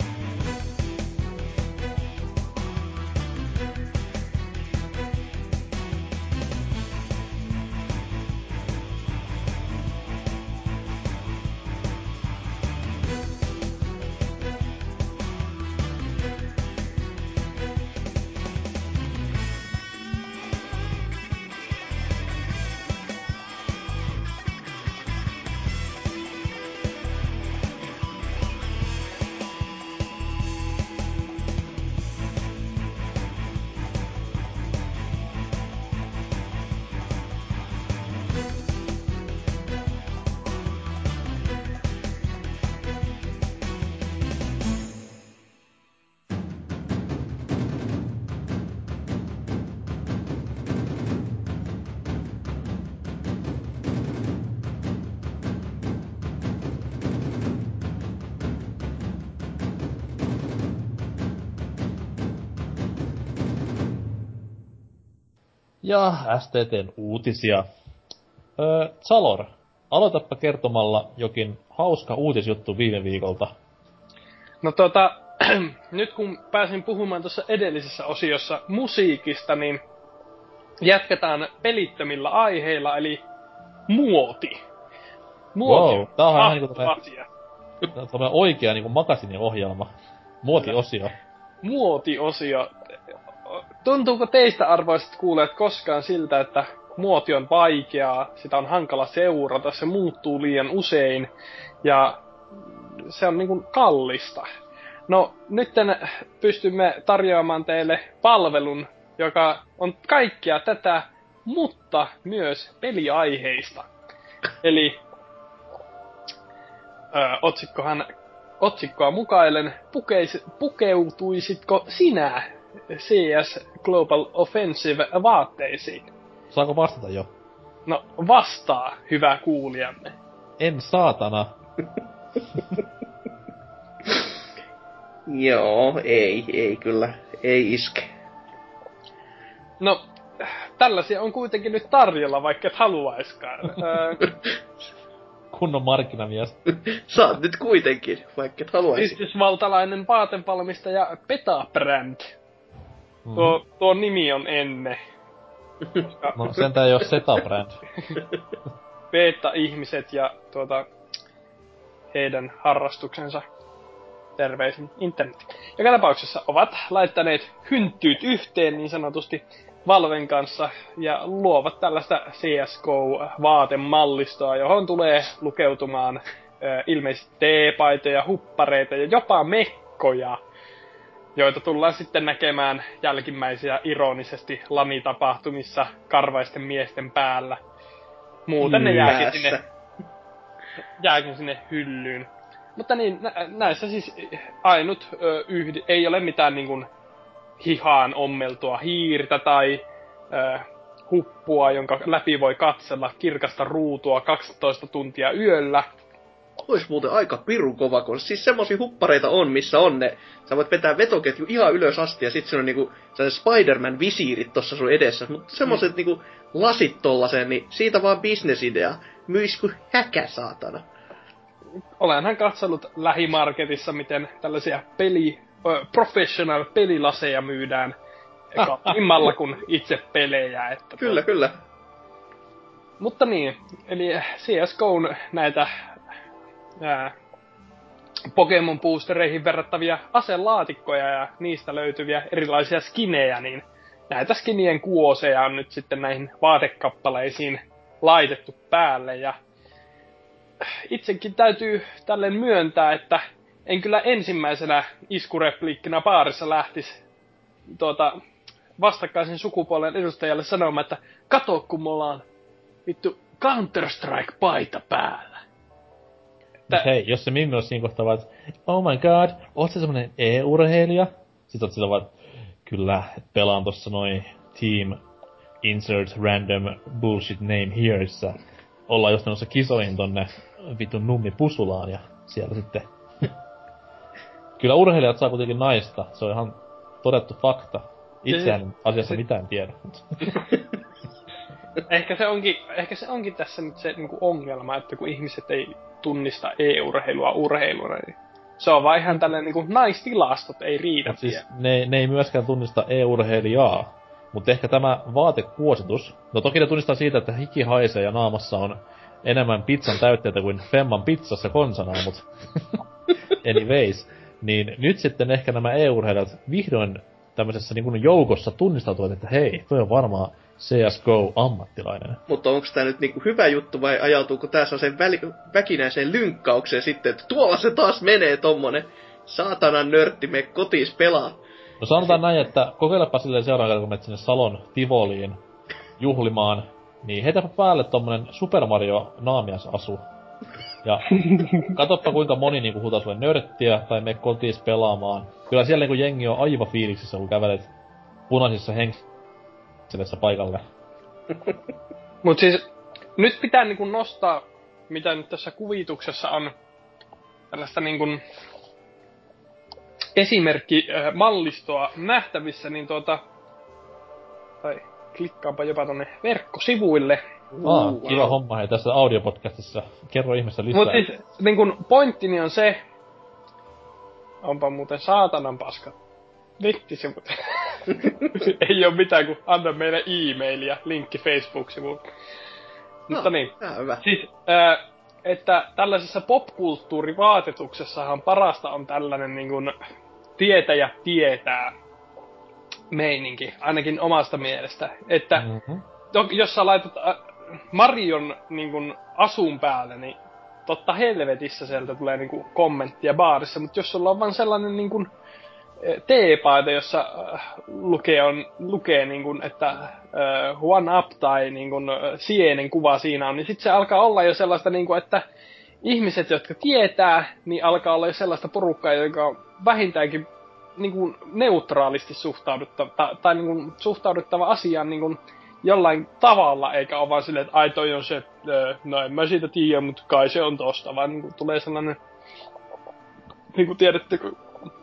Ja STT:n uutisia. Salor, aloitappa kertomalla jokin hauska uutisjuttu viime viikolta. No nyt kun pääsin puhumaan tuossa edellisessä osiossa musiikista, niin jatketaan pelittömillä aiheilla, eli muoti. Muoti wow, tää on ihan niinku asia. Tämmönen oikea niinku makasiniohjelma. Muotiosio. Muotiosio. Tuntuuko teistä, arvoisat kuulijat, koskaan siltä, että muoti on vaikeaa, sitä on hankala seurata, se muuttuu liian usein ja se on niinku kallista? No, nyt pystymme tarjoamaan teille palvelun, joka on kaikkea tätä, mutta myös peliaiheista. Eli otsikkoa mukaillen, pukeutuisitko sinä CS Global Offensive vaatteisiin? Saako vastata jo? No, vastaa, hyvä kuulijamme. En saatana. Joo, ei kyllä. Ei iske. No, tällaisia on kuitenkin nyt tarjolla, vaikka et haluaiskaan. Kunnon markkinamies. Saat nyt kuitenkin, vaikka et haluaisi. Yhdysvaltalainen vaatevalmistaja Beta-Brand. Tuo nimi on enne. No sentään ei oo Zeta-Brand. Beta-ihmiset ja heidän harrastuksensa, terveisin internet. Joka tapauksessa ovat laittaneet hynttyyt yhteen niin sanotusti Valven kanssa ja luovat tällaista CSGO-vaatemallistoa, johon tulee lukeutumaan ilmeisesti teepaitoja, huppareita ja jopa mekkoja, joita tullaan sitten näkemään jälkimmäisiä ironisesti lanitapahtumissa karvaisten miesten päällä. Muuten ne jääkin sinne hyllyyn. Mutta niin, näissä siis ainut ei ole mitään niin kuin hihaan ommeltua hiirtä tai huppua, jonka läpi voi katsella kirkasta ruutua 12 tuntia yöllä. Ois muuten aika pirun kova, kun siis semmosia huppareita on, missä on ne. Sä voit vetää vetoketju ihan ylös asti ja sit siinä on niinku Spider-Man-visiirit tossa sun edessä. Mutta semmoset niinku lasit tollaseen, niin siitä vaan bisnesidea. Myis kuin häkä, saatana. Olenhan katsellut lähimarketissa, miten tällaisia professional pelilaseja myydään kalliimmalla kuin itse pelejä. Että Kyllä. Mutta niin, eli CSGOn näitä Pokemon boostereihin verrattavia aselaatikkoja ja niistä löytyviä erilaisia skinejä, niin näitä skinien kuoseja on nyt sitten näihin vaatekappaleisiin laitettu päälle. Ja itsekin täytyy tälleen myöntää, että en kyllä ensimmäisenä iskurepliikkinä baarissa lähtisi vastakkaisen sukupuolen edustajalle sanomaan, että kato kun me ollaan vittu Counter-Strike-paita päällä. Hei, jos se Mimmi olisi siinä kohtaa vaan, että oh my god, oot sä semmonen e-urheilija? Sitten oot sillä vaan, kyllä, pelaan tossa noin team insert random bullshit name hereissa. Ollaan just menossa kisoihin tonne vitun Nummi Pusulaan ja siellä sitten... Kyllä urheilijat saa kuitenkin naista, se on ihan todettu fakta. Itseään asiassa mitään tiedä. Ehkä se onkin tässä nyt se niinku ongelma, että kun ihmiset ei tunnista e-urheilua urheiluna, niin se on vaan ihan tällainen niinku naistilastot ei riitä. Siis ne ei myöskään tunnista e-urheilijaa. Mutta ehkä tämä vaatekuositus, no toki ne tunnistaa siitä, että hiki haisee ja naamassa on enemmän pizzan täytteitä kuin Femman pizzassa konsanaa, mut anyways. Niin nyt sitten ehkä nämä e-urheilijat vihdoin tämmöisessä niin kuin joukossa tunnistautuvat, että hei, toi on varmaan CSGO-ammattilainen. Mutta onko tää nyt niinku hyvä juttu vai ajautuuko tää sen väkinäiseen lynkkaukseen sitten, että tuolla se taas menee tommonen saatanan nörtti, me kotis pelaa. No sanotaan näin, että kokeilepa silleen seuraavalla kun menet sinne Salon Tivoliin juhlimaan, niin heitäpä päälle tommonen Super Mario naamiasasu. Ja katoppa kuinka moni niinku huutaa sulle nörttiä tai me kotis pelaamaan. Kyllä siellä niinku jengi on aivan fiiliksissä, kun kävelet punaisissa henkselessä paikalle. Mut siis nyt pitää niinku nostaa, mitä nyt tässä kuvituksessa on tällaista niinku mallistoa nähtävissä, niin tai klikkaanpa jopa tonne verkkosivuille. Kiva homma hei tässä audiopodcastissa. Kerro ihmeessä lisää. Mut siis niinkun pointtini on se, onpa muuten saatanan paska nettisivut. Ei oo mitään kun anna meille e-mailia, linkki Facebook-sivuun. Mutta niin, hyvä. Siis että tällaisessa popkulttuurivaatetuksessahan parasta on tällainen niinkun tietäjä tietää meininki, ainakin omasta mielestä. Että jos sä laitat Marion niinkun asun päälle, niin totta helvetissä sieltä tulee niinku kommenttia baarissa, mutta jos sulla on vaan sellainen niinkun teepaita, jossa lukee niinkun, että one up tai niinkun sienen kuva siinä on, niin sit se alkaa olla jo sellaista niinku, että ihmiset, jotka tietää, niin alkaa olla jo sellaista porukkaa, joka on vähintäänkin niinkun neutraalisti tai niinkun suhtauduttava asiaan niinkun jollain tavalla, eikä ole vaan silleen, että ai toi on se, no en mä siitä tiedä, mutta kai se on tosta, vaan niinku tulee sellainen, niinku tiedättekö,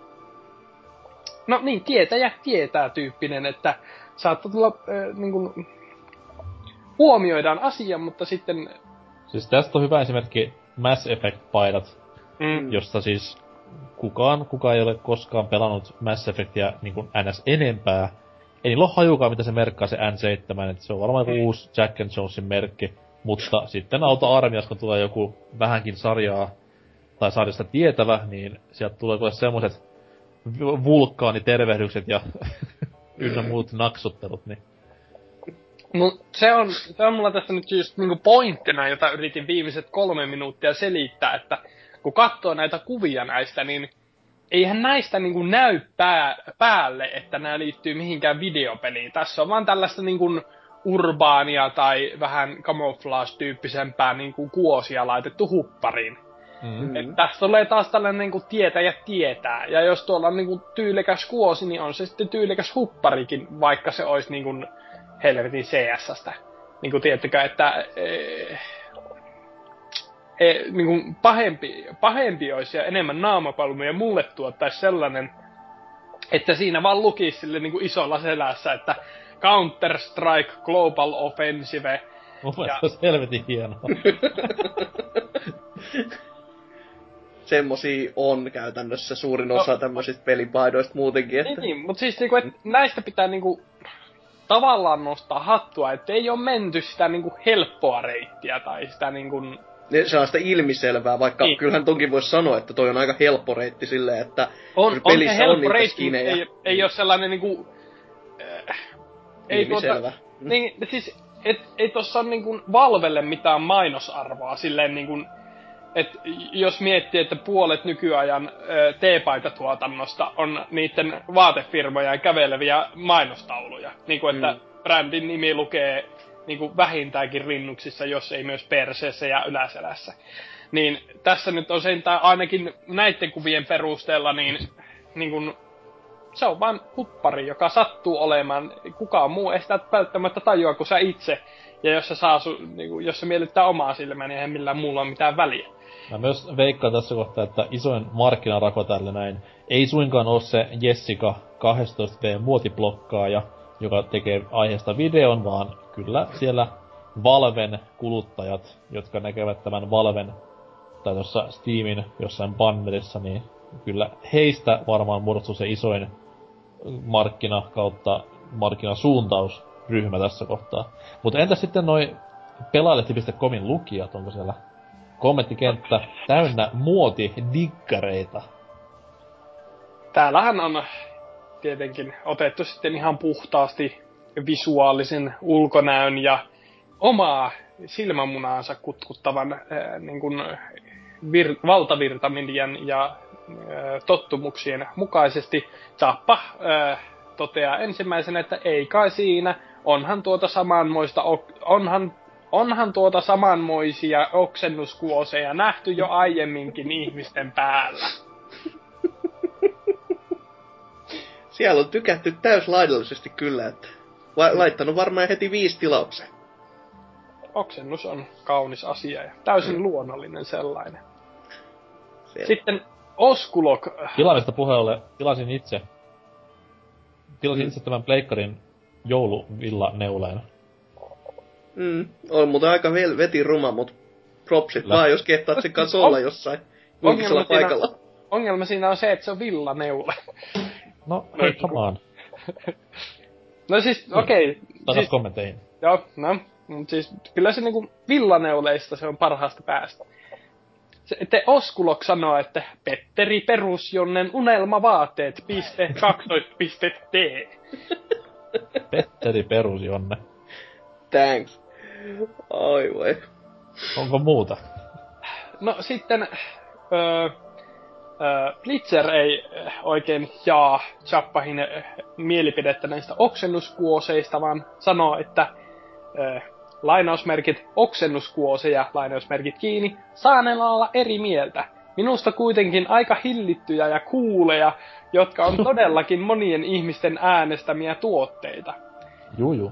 no niin, tietäjä tietää tyyppinen, että saattaa tulla niinku, huomioidaan asia, mutta sitten... Siis tästä on hyvä esimerkki Mass Effect-paidat, josta siis kukaan ei ole koskaan pelannut Mass Effectia niinku ns. Enempää. Ei niillä ole hajukaan, mitä se merkkaa se N7, että se on varmaan joku uusi Jack and Jonesin merkki. Mutta sitten auto-armias, kun tulee joku vähänkin sarjasta tietävä, niin sieltä tulee kyllä semmoset vulkaanitervehdykset ja ynnä muut naksuttelut, niin... Se on mulla tässä nyt just niinku pointtina, jota yritin viimeiset 3 minuuttia selittää, että kun katsoo näitä kuvia näistä, niin eihän näistä niinku näy päälle, että nämä liittyy mihinkään videopeliin. Tässä on vaan tällaista niinku urbaania tai vähän camouflage-tyyppisempää niinku kuosia laitettu huppariin. Että tässä tulee taas tällainen niinku tietäjä tietää. Ja jos tuolla on niinku tyylikäs kuosi, niin on se sitten tyylikäs hupparikin, vaikka se olisi niinku helvetin CS-stä. Niinku tiettykö, että niinku pahempi olisi ja enemmän naamapalmuja mulle tuottaisi sellainen, että siinä vaan lukisi sille niinku isolla selässä, että Counter-Strike Global Offensive. Se olisi helvetin hienoa. Semmosia on käytännössä suurin osa tämmöisistä pelipaidoista muutenkin. Että... Niin, mutta siis niinku, että näistä pitää niinku tavallaan nostaa hattua, että ei ole menty sitä niinku helppoa reittiä tai sitä niinku... Se on sitä ilmiselvää, vaikka niin. Kyllähän tonkin voisi sanoa, että toi on aika helppo reitti silleen, että pelissä on niitä reitti, skinejä. Ei ole sellainen niinku... ilmiselvä. Niin, siis ei tossa on niinku Valvelle mitään mainosarvoa silleen niinku... jos miettii, että puolet nykyajan teepaitatuotannosta on niiden vaatefirmojen käveleviä mainostauluja. Niinku että brändin nimi lukee niinku vähintäänkin rinnuksissa, jos ei myös perseessä ja yläselässä. Niin tässä nyt on sentään ainakin näiden kuvien perusteella niin kun, se on vaan huppari, joka sattuu olemaan. Kukaan muu ei sitä välttämättä tajua kuin sä itse. Ja jos se saa niinku, jos se miellyttää omaa silmää, niin eihän millään muulla ole mitään väliä. Mä myös veikkaan tässä kohtaa, että isoin markkinarako tälle näin ei suinkaan ole se Jessica 12V muotiblokkaaja, joka tekee aiheesta videon, vaan kyllä siellä Valven kuluttajat, jotka näkevät tämän Valven tai tuossa Steamin jossain bannerissa, niin kyllä heistä varmaan muodostuu se isoin markkina kautta markkinasuuntausryhmä tässä kohtaa. Mutta entäs sitten noi Pelaajalehti.comin lukijat, onko siellä kommenttikenttä täynnä muotidiggareita? Täällähän on tietenkin otettu sitten ihan puhtaasti visuaalisen ulkonäön ja omaa silmämunaansa kutkuttavan niin kuin valtavirtamedian ja tottumuksien mukaisesti. Zappa toteaa ensimmäisenä, että ei kai siinä, onhan tuota samanmoisia oksennuskuoseja nähty jo aiemminkin ihmisten päällä. Siellä on tykätty täyslaidallisesti kyllä, että laittanut varmaan heti 5 tilaukseen. Oksennus on kaunis asia ja täysin luonnollinen sellainen. Siellä. Sitten Oskulok. Tilaamista puheelle tilasin itse tämän pleikkarin jouluvillaneuleen. On muuten aika vetin ruma, mut propsit vaan, jos kehtaat sen kanssa olla jossain julkisella paikalla. Ongelma siinä on se, että se on villaneule. No, hei, come on. No siis, okei. Siis, kommentteihin. Joo, no. Siis kyllä se niinku villaneuleista se on parhaasta päästä. Te Oskulok sanoo, että Petteri Perusjonnen unelmavaateet .2.t. Petteri Perusjonne. Thanks. Ai voi. Onko muuta? No sitten Blitzer ei oikein jaa Chappahin mielipidettä näistä oksennuskuoseista, vaan sanoo, että lainausmerkit oksennuskuoseja, lainausmerkit kiinni, saanella olla eri mieltä. Minusta kuitenkin aika hillittyjä ja kuuleja, jotka on todellakin monien ihmisten äänestämiä tuotteita. Juju.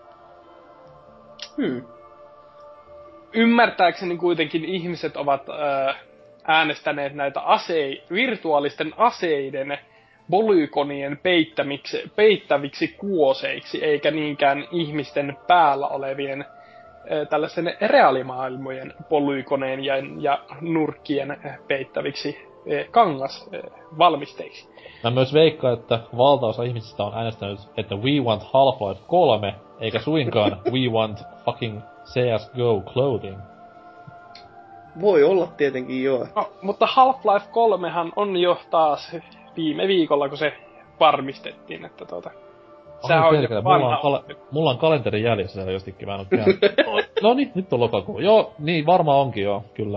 Ymmärtääkseni kuitenkin ihmiset ovat äänestäneet näitä virtuaalisten aseiden polygonien peittäviksi kuoseiksi, eikä niinkään ihmisten päällä olevien tällaisten reaalimaailmojen polygoneen ja nurkkien peittäviksi kangasvalmisteiksi. Mä myös veikkaan, että valtaosa ihmisistä on äänestänyt, että we want Half-Life 3, eikä suinkaan we want fucking CSGO clothing. Voi olla tietenkin joo. No, mutta Half-Life 3han on jo taas viime viikolla, kun se varmistettiin, että sehän on jo mulla on kalenteri jäljessä siellä jostikin, mä en oo käynyt. No niin, nyt on lokakuu. Joo, niin varmaan onkin joo, kyllä.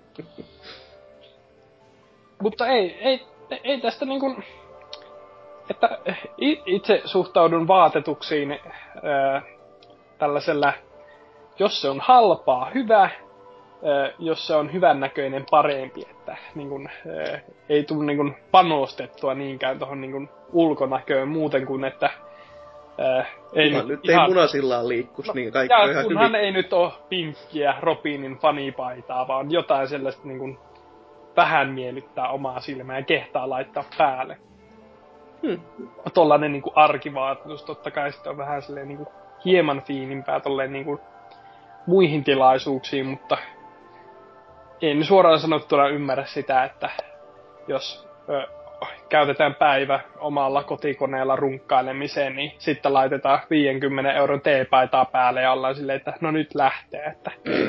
Mutta ei tästä niinkun, että itse suhtaudun vaatetuksiin tällaisella, jos se on halpaa, hyvä, jos se on hyvännäköinen parempi, että niinkun, ei tule niinkun panostettua niinkään tohon niinkun ulkonäköön muuten kuin, että ei nyt ihan, ei munasillaan liikkus, niin kaikki on ihan kunhan ei nyt oo pinkkiä Robinin fanipaitaa, vaan jotain sellaista niinkun vähän miellyttää omaa silmää ja kehtaa laittaa päälle. Tollanen niinku arkivaatetus, totta kai sitten on vähän silleen niinku hieman fiinimpää tolleen niinku muihin tilaisuuksiin, mutta en suoraan sanottuna ymmärrä sitä, että jos käytetään päivä omalla kotikoneella runkkailemiseen, niin sitten laitetaan 50 euron teepaitaa päälle ja ollaan silleen, että no nyt lähtee, että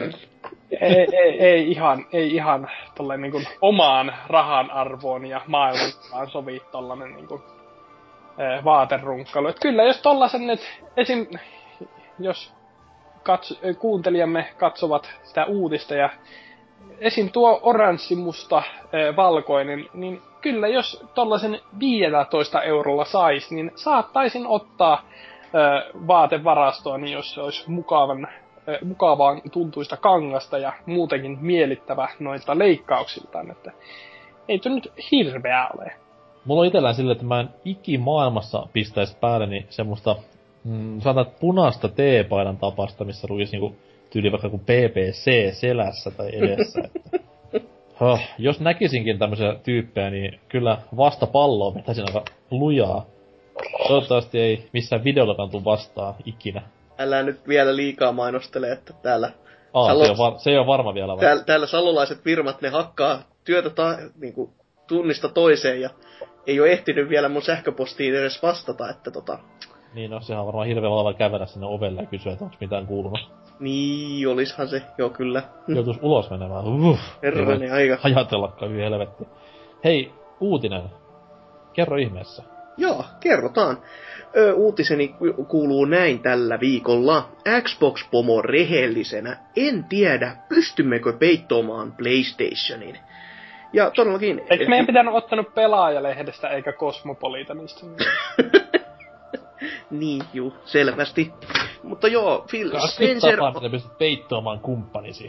ei ihan tolleen niin kuin omaan rahan arvoon ja maailmaan sovi tollanen niin kuin vaaterunkkailu. Et kyllä jos tollasen nyt jos kuuntelijamme katsovat sitä uutista ja esim. Tuo oranssi, musta, valkoinen, niin kyllä jos tollasen 15 eurolla sais, niin saattaisin ottaa vaatevarastoon, niin jos se olisi mukavaan tuntuista kangasta ja muutenkin mielittävä noita leikkauksiltaan, että ei tuo nyt hirveä ole. Mulla on itellään silleen, että mä en ikimaailmassa pistäis päälleni semmoista, sanotaan punaista T-paidan tapasta, missä lukisi niinku tyyli vaikka kuin PPC selässä tai edessä. Että. Jos näkisinkin tämmöisiä tyyppejä, niin kyllä vasta palloa vetäisin aika lujaa. Toivottavasti ei missään videollakaan tuu vastaan ikinä. Älä nyt vielä liikaa mainostele, että täällä... Se ei ole varma vielä vai? Täällä salolaiset firmat, ne hakkaa työtä niinku tunnista toiseen ja ei ole ehtinyt vielä mun sähköpostiin edes vastata, että Niin no, sehän on varmaan hirveä oleva kävellä sinne ovelle ja kysyä, että onko mitään kuulunut. Niin, olishan se, joo kyllä. Joutuis ulos menemään. Herranen aika. Ajatellakaan hyvin helvetti. Hei, uutinen. Kerro ihmeessä. Joo, kerrotaan. Uutiseni kuuluu näin tällä viikolla. Xbox-pomo rehellisenä. En tiedä, pystymmekö peittoamaan PlayStationin. Ja todellakin... Eikö meidän pitänyt ottanut Pelaajalehdestä eikä Cosmopolitanista? Niin, juu, selvästi. Mutta joo, Phil Spencer... Tapaa, miten pystyt peittoamaan kumppanisi.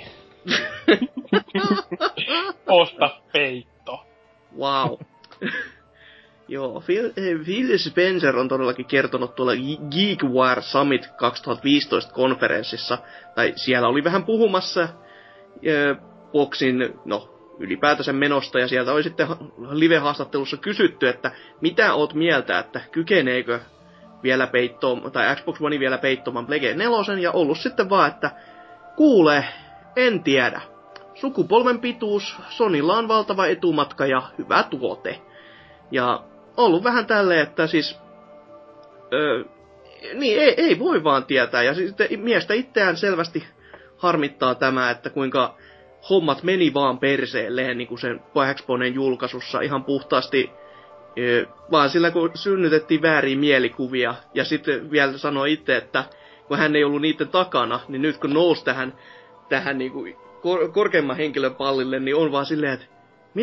Osta peitto. Wow. Joo, Phil Spencer on todellakin kertonut tuolla GeekWire Summit 2015 konferenssissa, tai siellä oli vähän puhumassa boksin, ylipäätänsä menosta, ja sieltä oli sitten live-haastattelussa kysytty, että mitä oot mieltä, että kykeneekö vielä tai Xbox One vielä peittomaan Plege 4, ja ollut sitten vaan, että kuule, en tiedä. Sukupolven pituus, Sonylla on valtava etumatka ja hyvä tuote. Ja ollut vähän tälleen, että siis... niin ei voi vaan tietää. Ja siis miestä itseään selvästi harmittaa tämä, että kuinka hommat meni vaan perseelleen niin kuin sen Xboxen julkaisussa ihan puhtaasti... vaan sillä kun synnytettiin vääriä mielikuvia. Ja sitten vielä sanoi itse, että kun hän ei ollut niiden takana, niin nyt kun nousi tähän niin kuin korkeimman henkilön pallille, niin on vaan silleen, että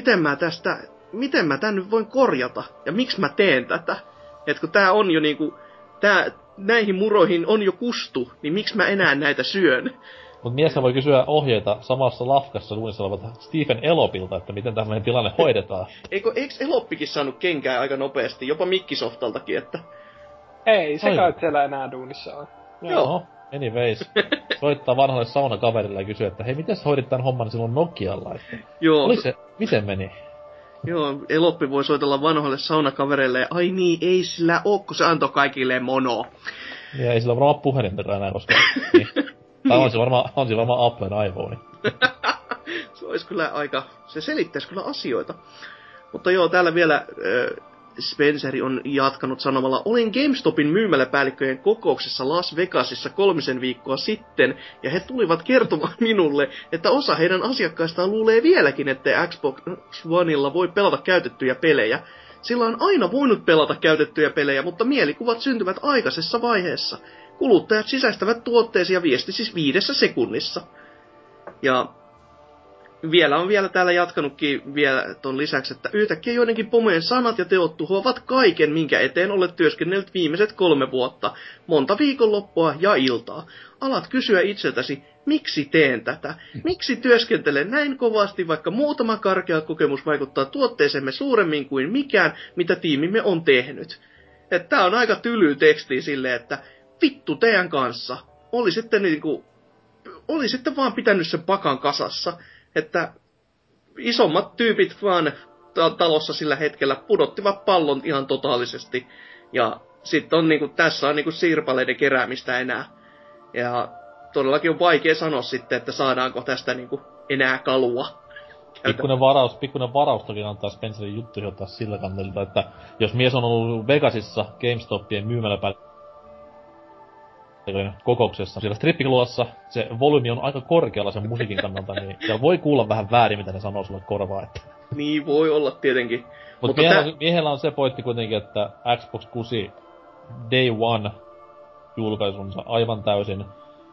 miten mä tän nyt voin korjata? Ja miksi mä teen tätä? Et kun tää on jo niinku, näihin muroihin on jo kustu, niin miksi mä enää näitä syön? Mut mies voi kysyä ohjeita samassa lafkassa duunissa olevalta Stephen Elopilta, että miten tämmöinen tilanne hoidetaan. Eikö Eloppikin saanut kenkää aika nopeasti, jopa Mikkisoftaltakin, että... Ei, se kai siellä enää duunissa on. Joo. Anyways. Soittaa vanhalle saunakaverille ja kysyy, että hei, miten sä hoidit tän homman silloin Nokialla? Että, joo. Miten meni? Joo, Eloppi voi soitella vanhoille saunakavereille ja ai niin, ei sillä oo, kun se antoi kaikille mono. Ja ei sillä varmaan puhelintakaan enää, koska... niin. Tai on se varmaan Applen iPhone. Se olisi kyllä se selittäisi kyllä asioita. Mutta joo, täällä vielä Spenceri on jatkanut sanomalla, olin GameStopin myymäläpäällikköjen kokouksessa Las Vegasissa 3 viikkoa sitten, ja he tulivat kertomaan minulle, että osa heidän asiakkaistaan luulee vieläkin, että Xbox Oneilla voi pelata käytettyjä pelejä. Sillä on aina voinut pelata käytettyjä pelejä, mutta mielikuvat syntyvät aikaisessa vaiheessa. Kuluttajat sisäistävät tuotteesi ja viesti siis 5 sekunnissa. Ja vielä täällä jatkanutkin vielä ton lisäksi, että yhtäkkiä joidenkin pomojen sanat ja teot tuhoavat kaiken, minkä eteen olet työskennellyt viimeiset 3 vuotta, monta viikonloppua ja iltaa. Alat kysyä itseltäsi, miksi teen tätä? Miksi työskentelen näin kovasti, vaikka muutama karkea kokemus vaikuttaa tuotteeseemme suuremmin kuin mikään, mitä tiimimme on tehnyt? Että tää on aika tyly teksti silleen, että vittu teidän kanssa. Olisitte vaan pitänyt sen pakan kasassa. Että isommat tyypit vaan talossa sillä hetkellä pudottivat pallon ihan totaalisesti. Ja sitten on tässä on sirpaleiden keräämistä enää. Ja todellakin on vaikea sanoa sitten, että saadaanko tästä enää kalua. Pikkuinen varaus toki antaa Spencerin juttuihin ottaa sillä kantilta, että jos mies on ollut Vegasissa GameStopien myymäläpäällikkö kokouksessa. Siellä strippiklubassa se volyymi on aika korkealla sen musiikin kannalta, niin siellä voi kuulla vähän väärin, mitä ne sanoo sulle korvaa. Että. Niin voi olla tietenkin. Mutta miehellä on se pointti kuitenkin, että Xbox 6 Day One julkaisunsa aivan täysin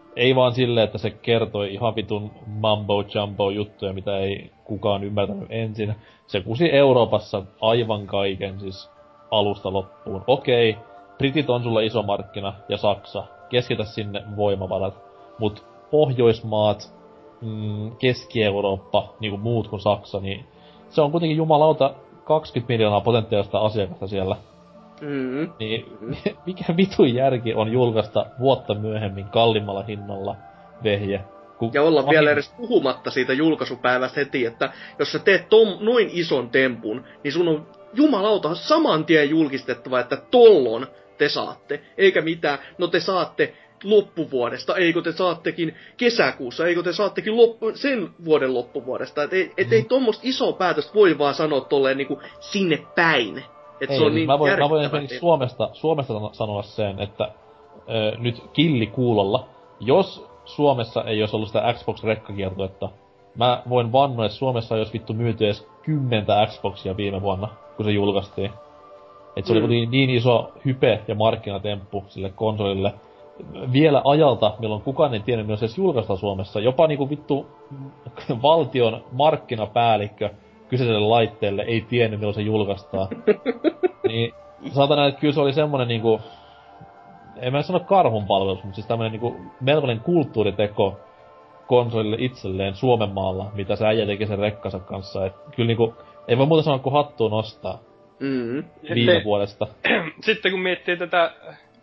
ei vaan silleen, että se kertoi ihan vitun mambo jumbo juttuja, mitä ei kukaan ymmärtänyt ensin. Se kusi Euroopassa aivan kaiken, siis alusta loppuun. Okei, Britit on sulle iso markkina ja Saksa. Keskitä sinne voimavarat. Mut Pohjoismaat, Keski-Eurooppa, niinku muut kuin Saksa, niin se on kuitenkin jumalauta 20 miljoonaa potentiaalista asiakasta siellä. Niin mikä vitun järki on julkaista vuotta myöhemmin kallimmalla hinnalla vehje? Ja ollaan vielä edes puhumatta siitä julkaisupäivästä heti, että jos sä teet noin ison tempun, niin sun on jumalauta saman tien julkistettava, että tollon te saatte. Eikä mitään, no te saatte loppuvuodesta, eikö te saattekin kesäkuussa, eikö te saattekin sen vuoden loppuvuodesta. Ei tommoista isoa päätöstä voi vaan sanoa tolleen niinku sinne päin. Ei, se on niin mä voin esimerkiksi Suomesta sanoa sen, että nyt killi kuulolla, jos Suomessa ei olisi ollut sitä Xbox-rekkakiertuetta, mä voin vannoa, että Suomessa ei olisi vittu myyty edes 10 Xboxia viime vuonna, kun se julkaistiin. Et se oli niin iso hype ja markkinatemppu sille konsolille. Vielä ajalta, milloin kukaan ei tiennyt, milloin se edes julkaistaan Suomessa. Jopa niinku vittu valtion markkinapäällikkö kyseiselle laitteelle ei tiennyt, milloin se julkaistaan. Niin saatana, että kyllä se oli semmonen niinku, en mä sano karhunpalvelus, mutta siis tämmönen niinku melkoinen kulttuuriteko konsolille itselleen Suomen maalla, mitä se äijä teki sen rekkansa kanssa. Et kyllä niinku, ei voi muuta sanoa kuin hattuun nostaa viime vuodesta. Sitten kun miettii tätä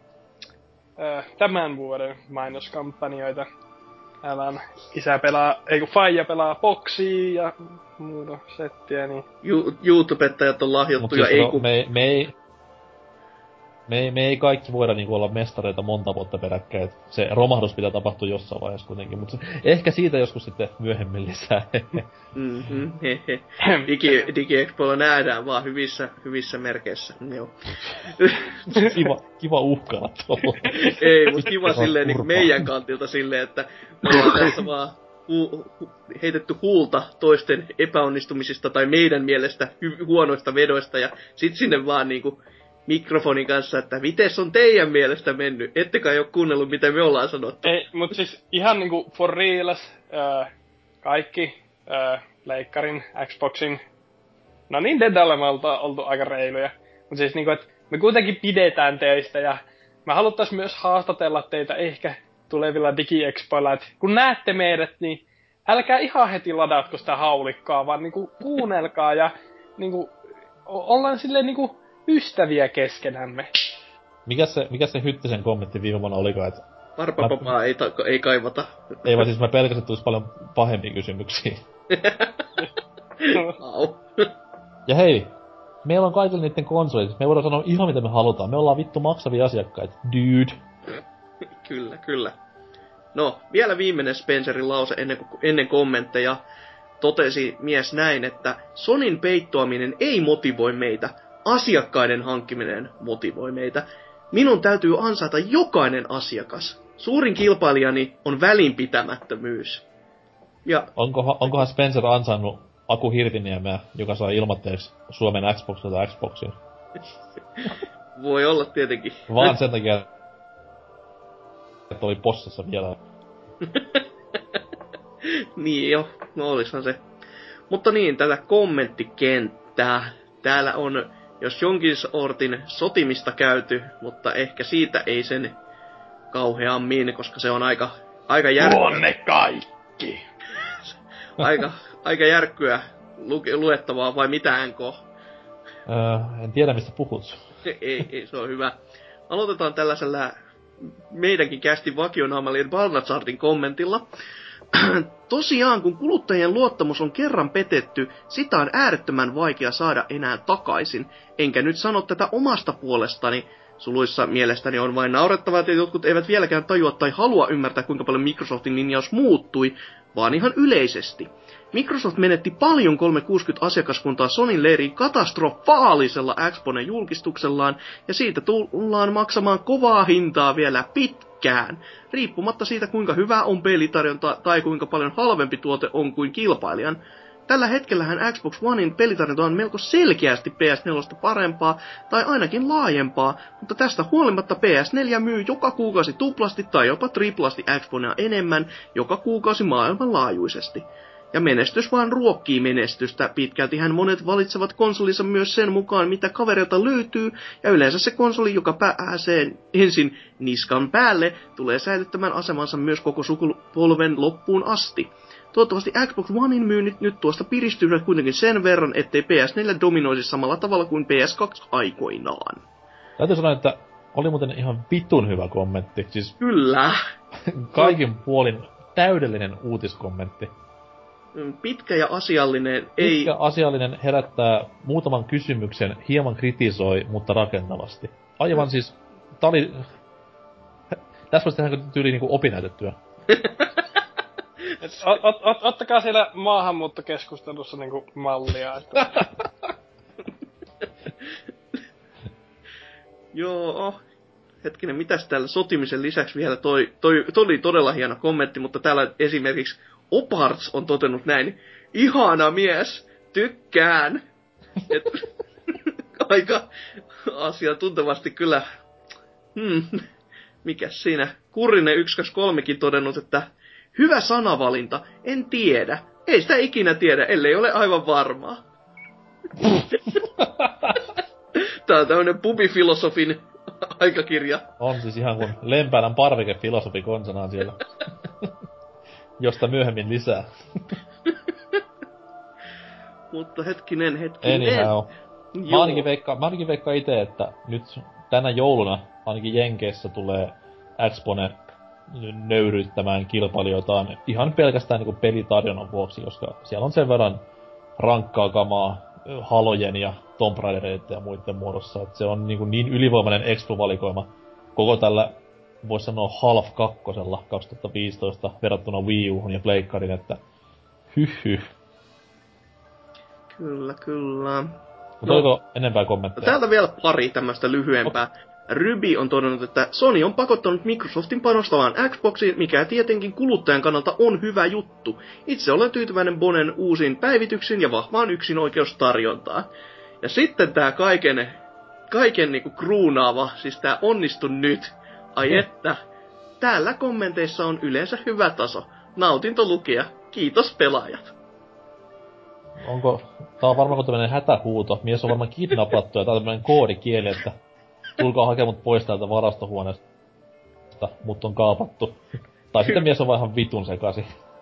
tämän vuoden mainoskampanjoita, täällä on faija pelaa boksia ja muuta settiä, niin YouTubettajat on lahjottu ja siis ei me ei kaikki voida niinku olla mestareita monta vuotta peräkkäin. Se romahdus pitää tapahtua jossain vaiheessa kuitenkin, mutta ehkä siitä joskus sitten myöhemmin lisää. Digi-Expoilla nähdään vaan hyvissä merkeissä. Joo. Kiva uhkailla tuolla. Ei, mut kiva silleen niin meidän kantilta silleen, että me ollaan tässä vaan heitetty huulta toisten epäonnistumisista tai meidän mielestä huonoista vedoista ja sit sinne vaan niinku mikrofonin kanssa, että mites on teidän mielestä mennyt? Ettekä ole kuunnellut, mitä me ollaan sanottu. Ei, mut siis ihan niinku for reals, kaikki Leikkarin, Xboxin, no niin olemme oltu aika reiluja. Mut siis niinku, että me kuitenkin pidetään teistä ja mä haluttais myös haastatella teitä ehkä tulevilla Digi-Expoilla, että kun näette meidät, niin älkää ihan heti ladatko sitä haulikkaa, vaan niinku kuunnelkaa ja niinku ollaan silleen niinku ystäviä keskenämme. Mikä se Hyttisen kommentti viime vuonna olikaan, että Varpapapaa ei kaivata. Ei vaan siis mä pelkästään tulisi paljon pahempia kysymyksiä. Ja hei, meillä on kaikilla niitten konsolit. Me voidaan sanoa ihan mitä me halutaan. Me ollaan vittu maksavia asiakkaita. Dude. Kyllä. No, vielä viimeinen Spencerin lause ennen kommentteja. Totesi mies näin, että Sonin peittoaminen ei motivoi meitä. Asiakkaiden hankkiminen motivoi meitä. Minun täytyy ansaita jokainen asiakas. Suurin kilpailijani on välinpitämättömyys. Ja onkohan Spencer ansainnut Aku Hirtiniemeä, joka sai ilmatteeksi Suomen Xboxilta Xboxin? Voi olla tietenkin. Vaan sen takia, että oli possassa vielä. Niin jo, no olishan se. Mutta niin, tätä kommenttikenttää. Täällä on, jos jonkin sortin sotimista käyty, mutta ehkä siitä ei sen kauheammin, koska se on aika järkkyä. Luonne kaikki! aika järkkyä luettavaa, vai mitä NK? En tiedä mistä puhut. ei, se on hyvä. Aloitetaan tällaisella meidänkin kästin vakionaamalien Balnazardin kommentilla. Tosiaan, kun kuluttajien luottamus on kerran petetty, sitä on äärettömän vaikea saada enää takaisin. Enkä nyt sano tätä omasta puolestani. Suluissa mielestäni on vain naurettavaa, että jotkut eivät vieläkään tajua tai halua ymmärtää, kuinka paljon Microsoftin linjaus muuttui, vaan ihan yleisesti. Microsoft menetti paljon 360-asiakaskuntaa Sonyn leiriin katastrofaalisella Xboxen julkistuksellaan, ja siitä tullaan maksamaan kovaa hintaa vielä pitkään, riippumatta siitä kuinka hyvä on pelitarjonta tai kuinka paljon halvempi tuote on kuin kilpailijan. tällä hetkellähän Xbox Onein pelitarjonta on melko selkeästi PS4 parempaa tai ainakin laajempaa, mutta tästä huolimatta PS4 myy joka kuukausi tuplasti tai jopa triplasti Xboxia enemmän joka kuukausi maailmanlaajuisesti. Ja menestys vaan ruokkii menestystä. Pitkältihän monet valitsevat konsolinsa myös sen mukaan, mitä kavereilta löytyy, ja yleensä se konsoli, joka pääsee ensin niskan päälle, tulee säilyttämään asemansa myös koko sukupolven loppuun asti. Toivottavasti Xbox Onein myynnit nyt tuosta piristyvät kuitenkin sen verran, ettei PS4 dominoisi samalla tavalla kuin PS2 aikoinaan. Täytyy sanoa, että oli muuten ihan vitun hyvä kommentti. Siis Kyllä. kaikin puolin täydellinen uutiskommentti. Pitkä ja asiallinen. Pitkä asiallinen, herättää muutaman kysymyksen, hieman kritisoi, mutta rakentavasti. Aivan siis, tää oli... Tässä voisi tehdä tyyliin niinku opinnäytetyö. Ottakaa siellä maahanmuuttokeskustelussa niinku mallia, että... Joo, hetkinen, mitäs täällä sotimisen lisäksi vielä toi oli todella hieno kommentti, mutta täällä esimerkiksi Oparts on totennut näin: ihana mies, tykkään. Et, aika asiantuntevasti kyllä. Mikäs siinä? Kurinen 123kin todennut, että hyvä sanavalinta, en tiedä. Ei sitä ikinä tiedä, ellei ole aivan varmaa. Tää on tämmönen pubifilosofin aikakirja. On siis ihan kuin Lempäälän parvekefilosofi konsanaan siellä. Josta myöhemmin lisää. Mutta hetkinen. Anyhow. Mä ainakin veikkaan ite, että nyt tänä jouluna ainakin Jenkeissä tulee Xbone nöyryyttämään kilpailijoitaan ihan pelkästään niinku pelitarjonnan vuoksi, koska siellä on sen verran rankkaa kamaa Halojen ja Tomb Raidereiden ja muiden muodossa, että se on niin ylivoimainen exclu-valikoima koko tällä, voisi sanoa Half 2 2015 verrattuna Wii U:hun ja Pleikkarin, että hyh. Kyllä. Mutta oliko enempää kommentteja? Täältä vielä pari tämmöistä lyhyempää. Ryby on todennut, että Sony on pakottanut Microsoftin panostamaan Xboxiin, mikä tietenkin kuluttajan kannalta on hyvä juttu. Itse olen tyytyväinen Bonen uusiin päivityksiin ja vahvaan yksinoikeustarjontaan. Ja sitten tää kaiken niinku kruunaava, siis tää onnistu nyt. Ai että, täällä kommenteissa on yleensä hyvä taso. Nautinto lukea. Kiitos pelaajat. Onko, tää on varmaan tämmönen hätähuuto. Mies on varmaan kidnappattu ja tää on tämmönen koodikieli, että tulkaa hakemaan mut pois täältä varastohuoneesta. Mut on kaapattu. Tai sitten mies on vaan ihan vitun sekasi.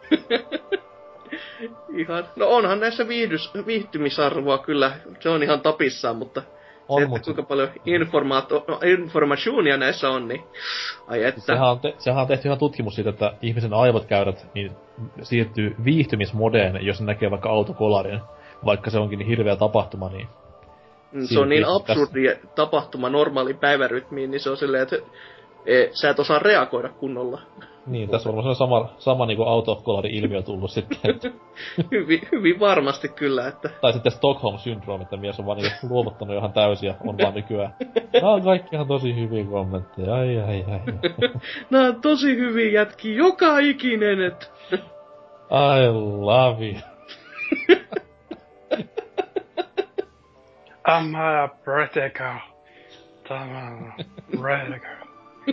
Ihan. No onhan näissä viihtymisarvoa kyllä. Se on ihan tapissaan, mutta on, se, että kuinka paljon informationia näissä on, niin ai että. Sehän on tehty ihan tutkimus siitä, että ihmisen aivotkäyrät niin siirtyy viihtymismodeen, jos ne näkee vaikka autokolarin. Vaikka se onkin niin hirveä tapahtuma, niin... Se on niin absurdi tapahtuma normaaliin päivärytmiin, niin se on silleen, että sä et osaa reagoida kunnolla. Niin, tässä on varmaan sama niinku autokolari-ilmiö tullut sitten. hyvin varmasti kyllä, että... Tai sitten Stockholm Syndrome, että mies on vaan niinku luovuttanut ihan täysin ja on vaan nykyään. Nää on kaikki ihan tosi hyviä kommentteja, ai. Nää on tosi hyviä jätki, joka ikinen, et... I love you. Am I a pretty girl? Am I a pretty girl?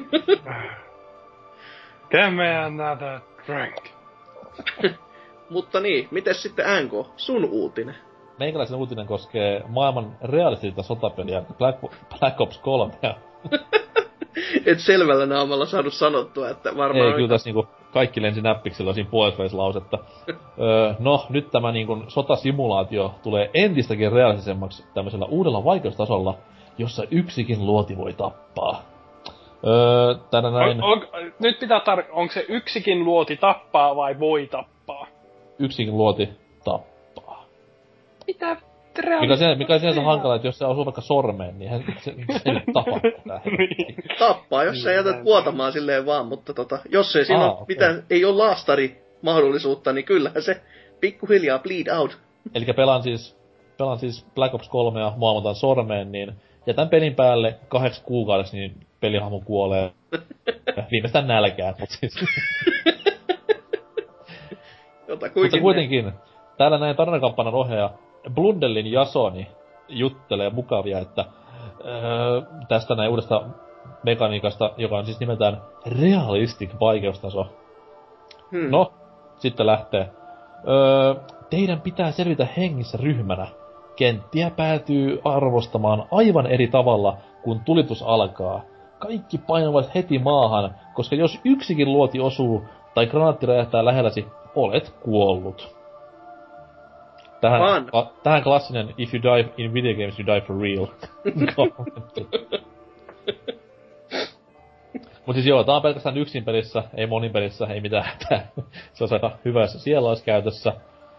Give me another drink. Mutta niin, mites sitten NK, sun uutinen? Meikäläisen uutinen koskee maailman realistisinta sotapeliä Black Ops 3. Et selvällä naamalla saanut sanottua, että varmaan... Ei, kyllä tässä niinku kaikki lensi näppiksellä siinä puolivälislausetta. No, nyt tämä niinku sotasimulaatio tulee entistäkin realistisemmaksi tämmöisellä uudella vaikeustasolla, jossa yksikin luoti voi tappaa. Tänä näin... Nyt pitää onko se yksikin luoti tappaa vai voi tappaa? Yksikin luoti tappaa. Mitä? Mikä on sinänsä hankala, että jos se osuu vaikka sormeen, niin se ei tapaa tätä. Tappaa, jos sä jätät vuotamaan silleen vaan, mutta jos ei siinä ole mitään, ei ole laastari mahdollisuutta, niin kyllähän se pikkuhiljaa bleed out. Elikkä pelaan siis Black Ops 3 ja maailmantaan sormeen, niin jätän pelin päälle 8 kuukaudeksi, niin pelihahmo kuolee. Viimeistään nälkään, mut siis... Mutta kuitenkin, täällä näin tarinakampanjan ohjaaja Blundellin Jasoni juttelee mukavia, että tästä näin uudesta mekaniikasta, joka on siis nimeltään realistic vaikeustaso. No, sitten lähtee. Teidän pitää selvitä hengissä ryhmänä. Kenttiä päätyy arvostamaan aivan eri tavalla, kun tulitus alkaa. Kaikki painavat heti maahan, koska jos yksikin luoti osuu tai granaatti räjähtää lähelläsi, olet kuollut. Tähän klassinen if you die in video games, you die for real. Mut siis joo, tää on pelkästään yksin pelissä, ei monin pelissä, ei mitään hätää. Se on aika hyvässä sielaiskäytössä.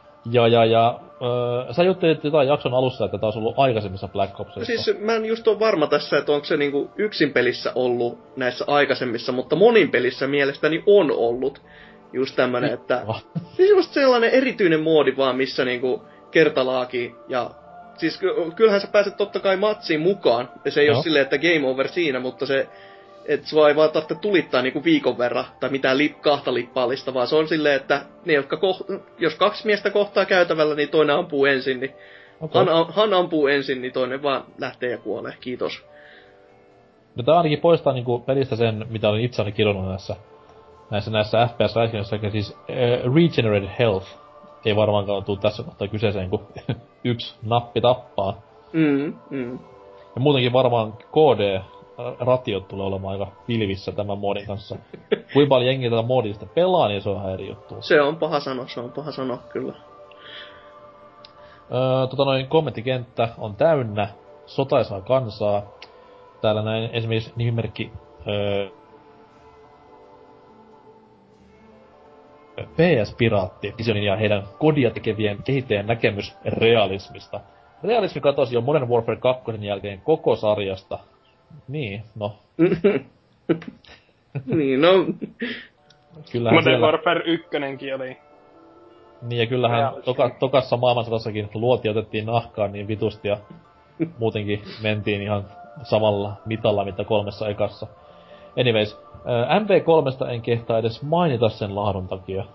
Sä juttelit jotain jakson alussa, että tää olisi ollut aikaisemmissa Black Opsissa. Siis mä en just oo varma tässä, että onko se niinku yksin pelissä ollut näissä aikaisemmissa, mutta monin pelissä mielestäni on ollut just tämmönen, että... Siis just sellainen erityinen moodi vaan, missä niinku kertalaaki ja... Siis kyllähän sä pääset totta kai matsiin mukaan, ja se ei oo silleen, että game over siinä, mutta se... Et sua ei vaan tarvitse tulittaa niinku viikon verran, tai mitään kahta lippaallista, vaan se on silleen, että ne, jotka jos kaksi miestä kohtaa käytävällä, niin toinen ampuu ensin, niin Han ampuu ensin, niin toinen vaan lähtee ja kuolee. Kiitos. No tää ainakin poistaa niinku pelistä sen, mitä olin itse kirjoittanut näissä FPS-räiskinnissä, eli siis Regenerated Health ei varmaankaan tuu tässä kohtaa kyseeseen, kun yksi nappi tappaa. Ja muutenkin varmaan KD-ratiot tulee olemaan aika pilvissä tämän moodin kanssa. Kuinka paljon jengiä tätä moodia sitten pelaa, niin se on ihan eri juttu. Se on paha sanoa, kyllä. Kommenttikenttä on täynnä sotaisaa kansaa. Täällä näin esimerkiksi nimimerkki PS-piraatti, Visionin ja heidän kodia tekevien kehittäjän näkemys realismista. Realismi katosi jo Modern Warfare 2 jälkeen koko sarjasta. Niin, no. Niin, no. Kyllähän Modern Warfare 1:nkin oli. Niin, ja kyllähän tokassa maailmansodassakin luoti otettiin nahkaan niin vitusti ja muutenkin mentiin ihan samalla mitalla, mitä 3 ekassa. Anyways, MP3 en kehtaa edes mainita sen laadun takia.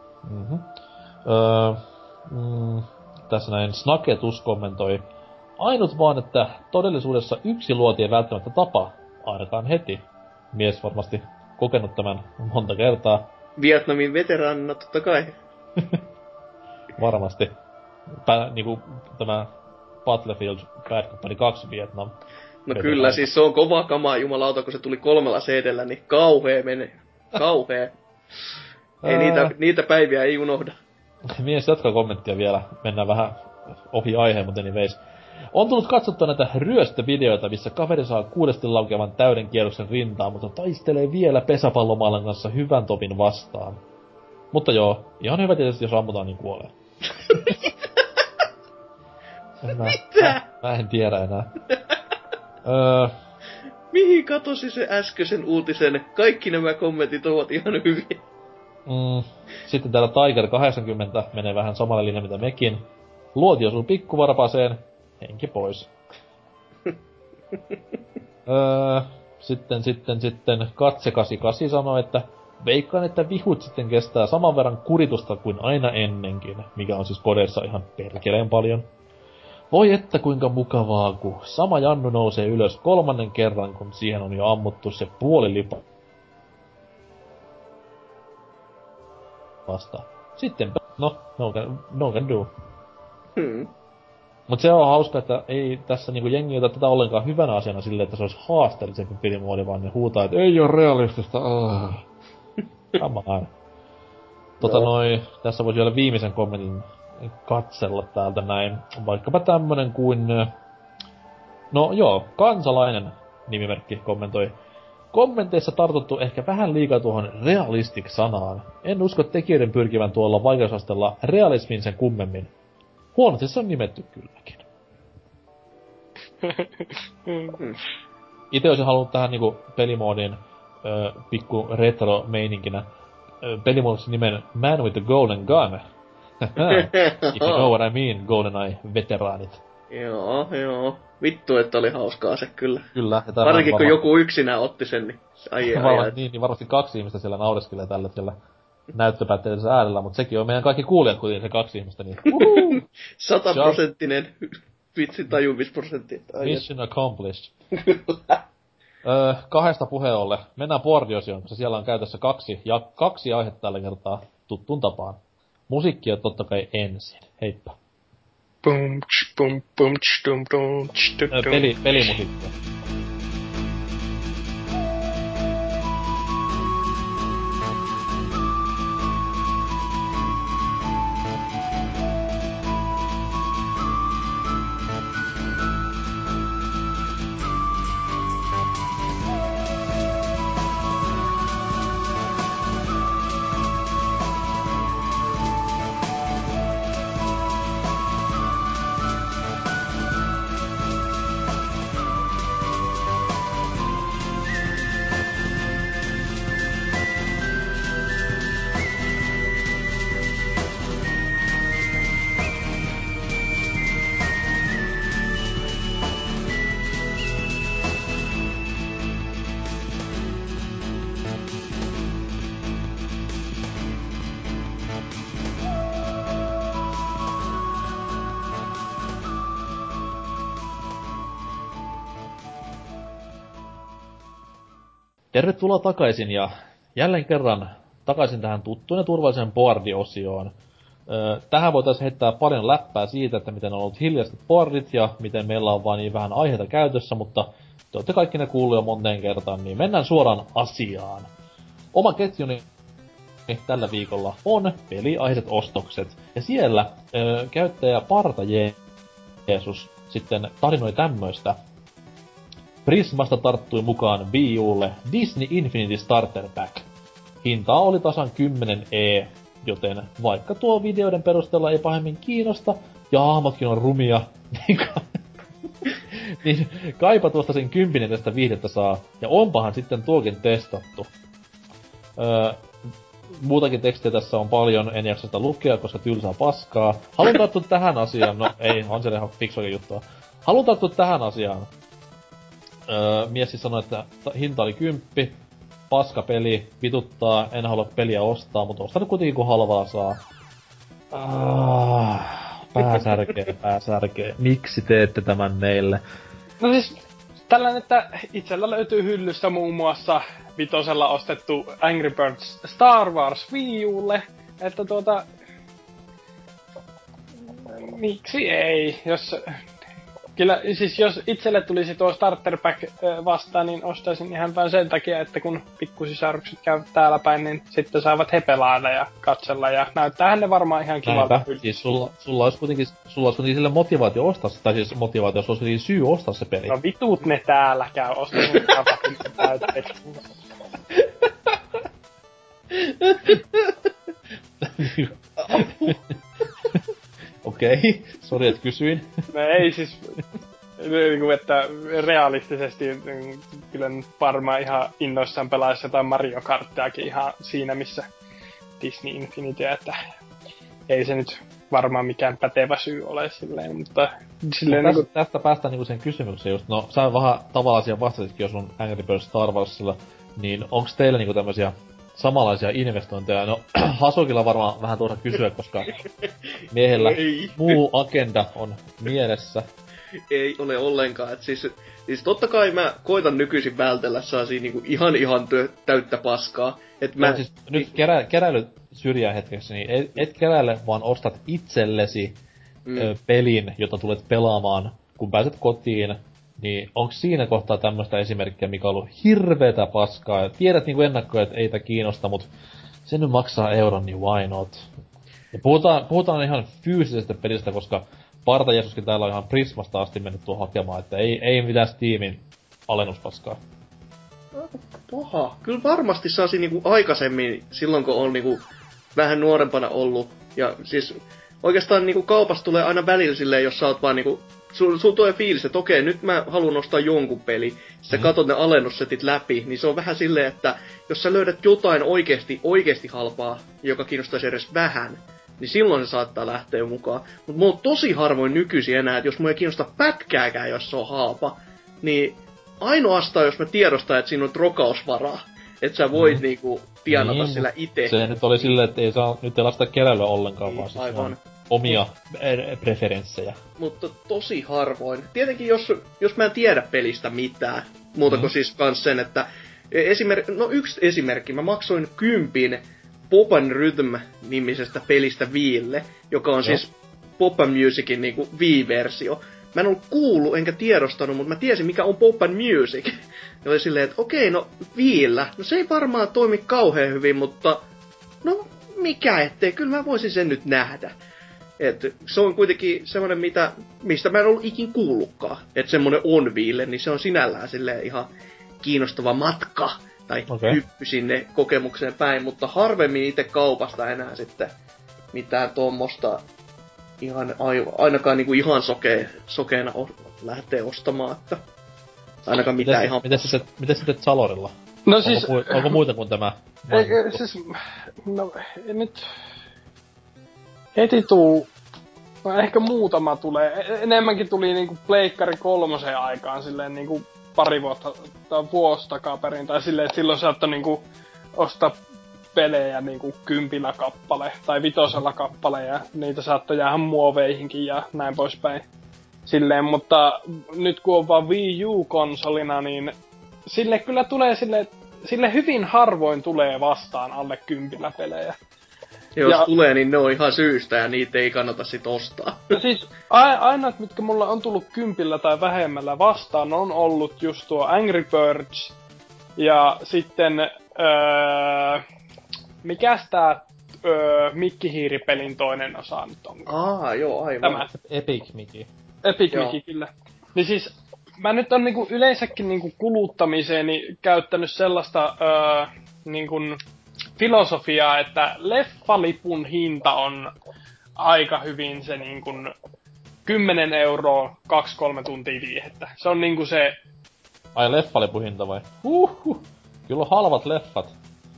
Tässä näin Snaketus kommentoi. Ainut vaan, että todellisuudessa yksi luoti ei välttämättä tapa, ainakaan heti. Mies varmasti kokenut tämän monta kertaa. Vietnamin veteraanina totta kai. Varmasti. Niinku tämä Battlefield Bad Company 2 Vietnam. No kyllä, siis se on kova kamaa, jumalauta, kun se tuli 3 CD:llä, niin kauhee menee. Kauhee. Ei niitä päiviä ei unohda. Mies jatkaa kommenttia vielä. Mennään vähän ohi aiheen, mutta anyways. On tullut katsottua näitä ryöstövideoita, missä kaveri saa 6 laukeavan täyden kierroksen rintaan, mutta taistelee vielä pesäpallomaailman kanssa hyvän topin vastaan. Mutta joo, ihan hyvä tietysti, jos ammutaan, niin kuolee. Mä en tiedä enää. Mihin katosi se äskeisen uutisen? Kaikki nämä kommentit ovat ihan hyviä. Sitten täällä Tiger 80 menee vähän samalle linjalle mitä mekin. Luoti osuu pikkuvarpaaseen. Henki pois. Sitten Katse 88 sanoi, että veikkaan, että vihut sitten kestää saman verran kuritusta kuin aina ennenkin, mikä on siis kodeissa ihan perkeleen paljon. Voi että kuinka mukavaa, kun sama Jannu nousee ylös 3. kerran, kun siihen on jo ammuttu se puoli lipa. Vasta. Sitten, no can do. Mut se on hauska, että ei tässä niinku jengi ota tätä ollenkaan hyvänä asiana silleen, että se olisi haasteellisempi pelimuodi, vaan ne huutaa, että ei oo realistista. Come on. Tässä voisi vielä viimeisen kommentin katsella täältä näin. Vaikkapa tämmönen kuin... No joo, kansalainen nimimerkki kommentoi. Kommenteissa tartuttu ehkä vähän liikaa tuohon realistic-sanaan. En usko tekijöiden pyrkivän tuolla vaikeusastella realismin sen kummemmin. Huonosti se on nimetty kylläkin. Itse olisin halunnut tähän niinku pelimoodin pikku retro-meininkinä pelimoodissa nimen Man with the Golden Gun. If you know what I mean, GoldenEye-veteraanit. Joo. Vittu, että oli hauskaa se kyllä. Kyllä. Varsinkin kun joku yksinään otti sen, niin niin varmasti 2 ihmistä siellä naureskelee tällä hetkellä. näyttöpäätteiden äärellä, mutta sekin on meidän kaikki kuulijat kuitenkin se 2 ihmistä, niin 100% vitsin tajumisprosentti. mission accomplished. Kahdesta puheen ollen. Mennään boardiosioon, koska siellä on käytössä kaksi aihetta tällä kertaa tuttuun tapaan. Musiikki on totta kai ensin. Heippa. Pelimusiikkia. Tervetuloa takaisin ja jälleen kerran takaisin tähän tuttuun ja turvalliseen boardiosioon. Tähän voitaisiin heittää paljon läppää siitä, että miten on ollut hiljaiset boardit ja miten meillä on vaan niin vähän aiheita käytössä, mutta te olette kaikki ne kuullut jo moneen kertaan, niin mennään suoraan asiaan. Oma ketjuni tällä viikolla on peliaiheiset ostokset, ja siellä käyttäjä Parta Jeesus sitten tarinoi tämmöistä. Prismasta tarttui mukaan Wii Ulle Disney Infinity Starter Pack. Hintaa oli tasan 10 €, joten vaikka tuo videoiden perusteella ei pahemmin kiinnosta, ja hahmotkin on rumia, niin kaipa tuosta sen 10 tästä viihdettä saa, ja onpahan sitten tuokin testattu. Muutakin tekstiä tässä on paljon, en jaksa sitä lukea, koska tylsää paskaa. Haluan tarttua tähän asiaan, no ei, on se ihan fiksuakin juttua. Haluan tarttua tähän asiaan. Mies siis sanoi, että hinta oli 10, paska peli, vituttaa, en halua peliä ostaa, mutta ostan kuitenkin kun halvaa saa. Pääsärkee. Miksi teette tämän meille? No siis tällainen, että itsellä löytyy hyllystä muun muassa vitosella ostettu Angry Birds Star Wars Wii Ulle, että miksi ei, Kyllä, siis jos itselle tulisi tuo starter pack vastaan, niin ostaisin ihan vain sen takia, että kun pikkusisarukset käyvät täällä päin, niin sitten saavat he pelailla ja katsella, ja näyttäähän ne varmaan ihan kivalta. Siis sulla olisi kuitenkin sille motivaatio ostaa se, tai siis motivaatio, jos olisi syy ostaa se peli. No vitut ne täällä käy ostamaan täytteeksi. Okei, sori et kysyin. No ei siis, niinku että realistisesti kyllä varmaan ihan innoissaan pelaisi jotain Mario Karttiakin ihan siinä missä Disney Infinity, että ei se nyt varmaan mikään pätevä syy ole silleen, mutta silleen niinku... Tästä päästään niinku sen kysymykseen just, no sä vähän tavallaan siihen vastasitkin jo sun Angry Birds Star Warsilla, niin onks teillä niinku tämmösiä samanlaisia investointeja? No, Hasukilla varmaan vähän tuossa kysyä, koska miehellä muu agenda on mielessä. Ei ole ollenkaan. Et siis totta kai mä koitan nykyisin vältellä sellaisia niinku ihan täyttä paskaa. Et mä... siis nyt keräily syrjään hetkeksi, niin et keräile, vaan ostat itsellesi pelin, jota tulet pelaamaan, kun pääset kotiin. Niin onks siinä kohtaa tämmöstä esimerkkiä, mikä on ollut hirveetä paskaa? Ja tiedät niinku ennakkoon, että ei tää kiinnosta, mut se nyt maksaa euron, niin why not? Ja puhutaan ihan fyysisestä pelistä, koska Parta Jeesuskin täällä on ihan Prismasta asti mennyt tuon hakemaan, että ei mitään Steamin alennuspaskaa. Paha. Kyllä varmasti saisi niinku aikaisemmin, silloin kun on niinku vähän nuorempana ollut. Ja siis oikeastaan niinku kaupasta tulee aina välillä silleen, jos sä oot vaan niinku... Sun tulee fiilis, että okei, nyt mä haluan ostaa jonkun peli. Sä katot ne alennussetit läpi, niin se on vähän silleen, että jos sä löydät jotain oikeesti halpaa, joka kiinnostaisi edes vähän, niin silloin se saattaa lähteä mukaan. Mut mulla on tosi harvoin nykyisin enää, että jos mulla ei kiinnosta pätkääkään, jos se on halpa, niin ainoastaan jos mä tiedostan, että siinä on trokausvaraa, että sä voit niinku tienata niin, sillä itse. Se nyt oli silleen, että ei saa nyt lasta keräilyä ollenkaan, niin, vaan siis aivan omia preferenssejä. Mutta tosi harvoin. Tietenkin jos mä en tiedä pelistä mitään, muuta kuin siis kans sen, että yksi esimerkki, mä maksoin 10 Pop and Rhythm-nimisestä pelistä Viille, joka on siis Pop and Musicin niinku Wii-versio. Mä en ollut kuullut enkä tiedostanut, mutta mä tiesin mikä on Pop and Music. Ja oli silleen, että okei, no Viillä, no se ei varmaan toimi kauhean hyvin, mutta no mikä ettei, kyllä mä voisin sen nyt nähdä. Et se on kuitenkin semmonen, mistä mä en ollut ikin kuullutkaan. Että semmonen on Viille, niin se on sinällään silleen ihan kiinnostava matka. Tai hyppy sinne kokemukseen päin, mutta harvemmin itse kaupasta enää sitten mitään tuommoista ihan ainakaan niinku ihan sokeena lähtee ostamaan, että ainakaan mitään ihan... Miten sitten Salorilla? No siis... Onko muuta kuin tämä? Siis... No nyt... Heti ehkä muutama tulee. Enemmänkin tuli niinku Pleikkari 3 aikaan silleen niinku pari vuotta tai vuosi takaperin, tai silleen, että silloin saattoi niinku ostaa pelejä niinku 10 kappale tai 5 kappale, ja niitä saattoi jäädä muoveihinkin ja näin poispäin. Silleen, mutta nyt kun on vaan Wii U-konsolina, niin sille kyllä tulee sille hyvin harvoin tulee vastaan alle 10 pelejä. Jos tulee, niin ne on ihan syystä ja niitä ei kannata sit ostaa. No siis ainoat, mitkä mulla on tullut 10 tai vähemmällä vastaan, on ollut just tuo Angry Birds. Ja sitten, mikäs tää Mikkihiiri-pelin toinen osa nyt on? Joo, aivan. Tämä. Epic Mickey. Epic Mickey, kyllä. Niin siis, mä nyt on niinku yleensäkin niinku kuluttamiseeni käyttänyt sellaista niinku filosofiaa, että leffalipun hinta on aika hyvin se niin kuin 10 euroa 2-3 tuntia viihettä. Se on niinku se... Ai leffalipun hinta vai? Kyllä on halvat leffat.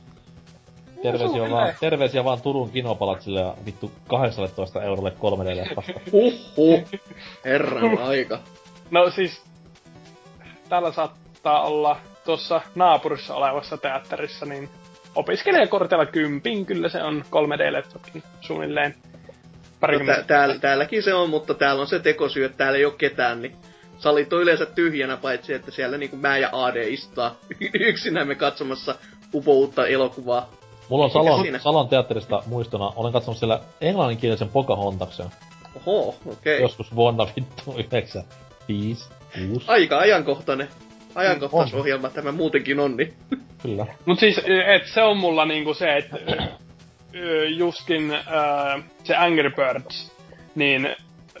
Terveisiä vaan Turun Kinopalatsille ja vittu 18 eurolle 3D-leffasta. Herran aika. No siis... Täällä saattaa olla tuossa naapurissa olevassa teatterissa, niin opiskelijakortilla 10, kyllä se on 3D-leffakin suunnilleen. Täälläkin se on, mutta täällä on se tekosyy, että täällä ei oo ketään, niin salit on yleensä tyhjänä, paitsi että siellä niinku mä ja AD istaa yksinämme katsomassa uutta elokuvaa. Mulla on Salon teatterista muistona, olen katsonut siellä englanninkielisen Pocahontaksen. Oho, okei. Joskus vuonna vittu 95, 6. Aika ajankohtaisohjelma tämä muutenkin on, niin. Kyllä. Mut siis, se on mulla niinku se, että justin se Angry Birds, niin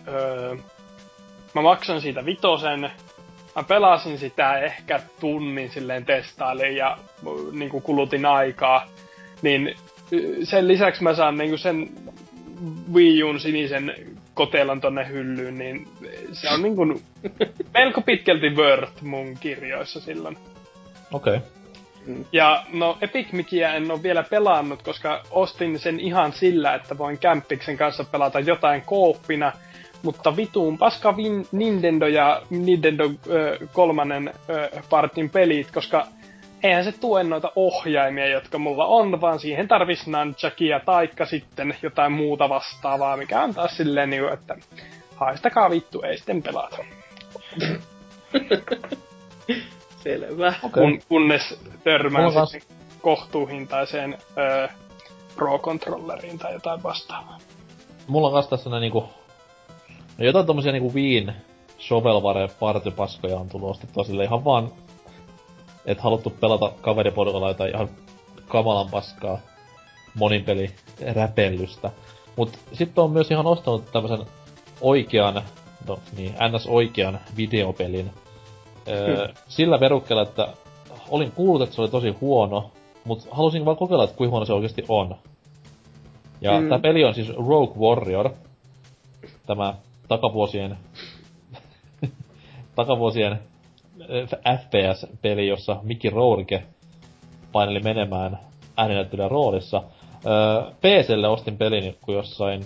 mä maksan siitä 5, mä pelasin sitä ehkä tunnin silleen testailin ja niinku kulutin aikaa, niin sen lisäksi mä saan niinku sen Wii U:n sinisen kotelan tonne hyllyyn, niin se on niinku melko pitkälti worth mun kirjoissa silloin. Okei. Ja no Epic Mickeä en oo vielä pelannut, koska ostin sen ihan sillä, että voin kämppiksen kanssa pelata jotain kooppina, mutta vituun paska Nintendo ja Nintendo 3 partin pelit, koska eihän se tue noita ohjaimia, jotka mulla on, vaan siihen tarvis nunchuckia taikka sitten jotain muuta vastaavaa, mikä on taas silleen niinku, että haistakaa vittu, ei sitten pelata. Selvä. Okay. Kunnes törmään sitten kohtuuhintaiseen Pro-controlleriin tai jotain vastaavaa. Mulla on kans tässä niinku... No jotain tommosia niinku Wiin shovelware-partypaskoja on tullut ostettua sille ihan vaan... Et haluttu pelata kaveriporukalla tai ihan kamalan paskaa monipeli räpellystä. Mut sitten on myös ihan ostanut tämmösen oikean, no niin, NS-oikean videopelin. Sillä verukkeella, että olin kuullut, että se oli tosi huono, mut halusin vaan kokeilla, että kuinka huono se oikeesti on. Ja tää peli on siis Rogue Warrior. Tämä takavuosien FPS-peli, jossa Mickey Rourke paineli menemään ääninäyttelijän roolissa. PC:lle ostin pelin, kun jossain